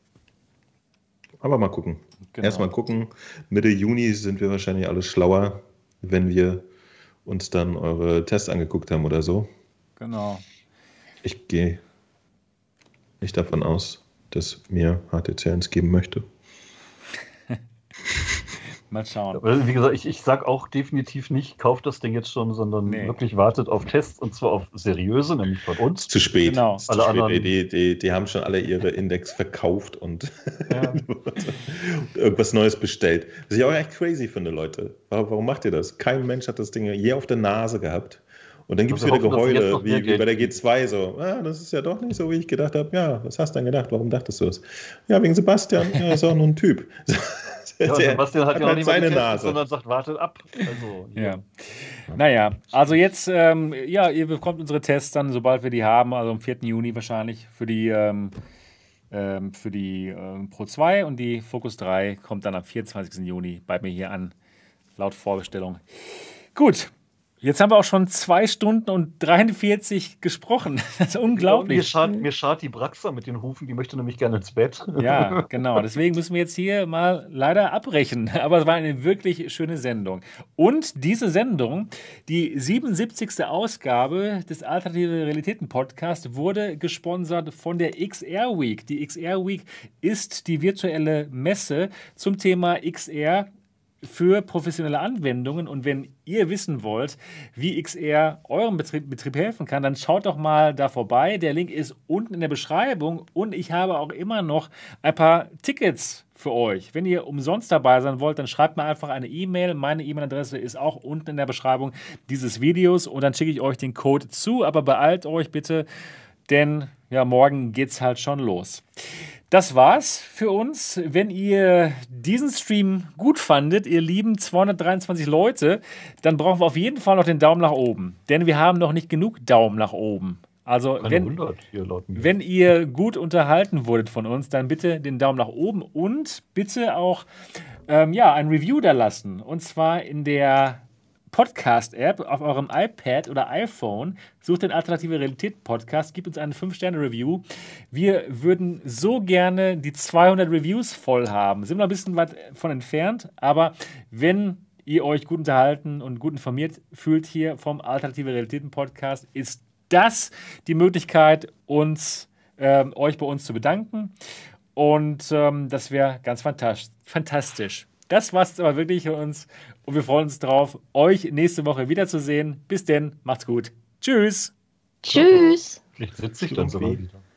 Aber mal gucken. Genau. Erstmal gucken. Mitte Juni sind wir wahrscheinlich alle schlauer, wenn wir uns dann eure Tests angeguckt haben oder so. Genau. Ich gehe nicht davon aus, dass mir HTC eins geben möchte. Mal schauen. Wie gesagt, ich sage auch definitiv nicht, kauft das Ding jetzt schon, sondern wirklich wartet auf Tests und zwar auf seriöse, nämlich von uns. Zu spät. Genau. Zu spät. Anderen, die haben schon alle ihre Index verkauft und irgendwas Neues bestellt. Was ich auch echt crazy finde, Leute. Warum macht ihr das? Kein Mensch hat das Ding je auf der Nase gehabt. Und dann gibt es wieder Geheule, wie bei der G2 so. Das ist ja doch nicht so, wie ich gedacht habe. Ja, was hast du denn gedacht? Warum dachtest du das? Ja, wegen Sebastian. Ja, ist auch nur ein Typ. Ja, Sebastian hat ja auch nicht seine getestet, Nase, sondern sagt, wartet ab. Also, ja. Naja, also jetzt, ihr bekommt unsere Tests dann, sobald wir die haben, also am 4. Juni wahrscheinlich für die Pro 2 und die Focus 3 kommt dann am 24. Juni bei mir hier an, laut Vorbestellung. Gut. Jetzt haben wir auch schon 2 Stunden und 43 gesprochen. Das ist unglaublich. Mir schart die Braxa mit den Hufen, die möchte nämlich gerne ins Bett. Ja, genau. Deswegen müssen wir jetzt hier mal leider abbrechen. Aber es war eine wirklich schöne Sendung. Und diese Sendung, die 77. Ausgabe des Alternative Realitäten Podcast, wurde gesponsert von der XR Week. Die XR Week ist die virtuelle Messe zum Thema XR für professionelle Anwendungen. Und wenn ihr wissen wollt, wie XR eurem Betrieb helfen kann, dann schaut doch mal da vorbei. Der Link ist unten in der Beschreibung und ich habe auch immer noch ein paar Tickets für euch. Wenn ihr umsonst dabei sein wollt, dann schreibt mir einfach eine E-Mail. Meine E-Mail-Adresse ist auch unten in der Beschreibung dieses Videos und dann schicke ich euch den Code zu. Aber beeilt euch bitte, denn ja, morgen geht's halt schon los. Das war's für uns. Wenn ihr diesen Stream gut fandet, ihr lieben 223 Leute, dann brauchen wir auf jeden Fall noch den Daumen nach oben. Denn wir haben noch nicht genug Daumen nach oben. Also wenn ihr gut unterhalten wurdet von uns, dann bitte den Daumen nach oben und bitte auch ein Review da lassen. Und zwar in der Podcast-App auf eurem iPad oder iPhone. Sucht den Alternative Realität Podcast, gebt uns eine 5-Sterne-Review. Wir würden so gerne die 200 Reviews voll haben. Sind wir ein bisschen weit von entfernt, aber wenn ihr euch gut unterhalten und gut informiert fühlt hier vom Alternative Realitäten Podcast, ist das die Möglichkeit, euch bei uns zu bedanken. Und das wäre ganz fantastisch. Das war's aber wirklich für uns und wir freuen uns drauf, euch nächste Woche wiederzusehen. Bis denn, macht's gut. Tschüss. Tschüss. Vielleicht sitze ich dann sogar wieder.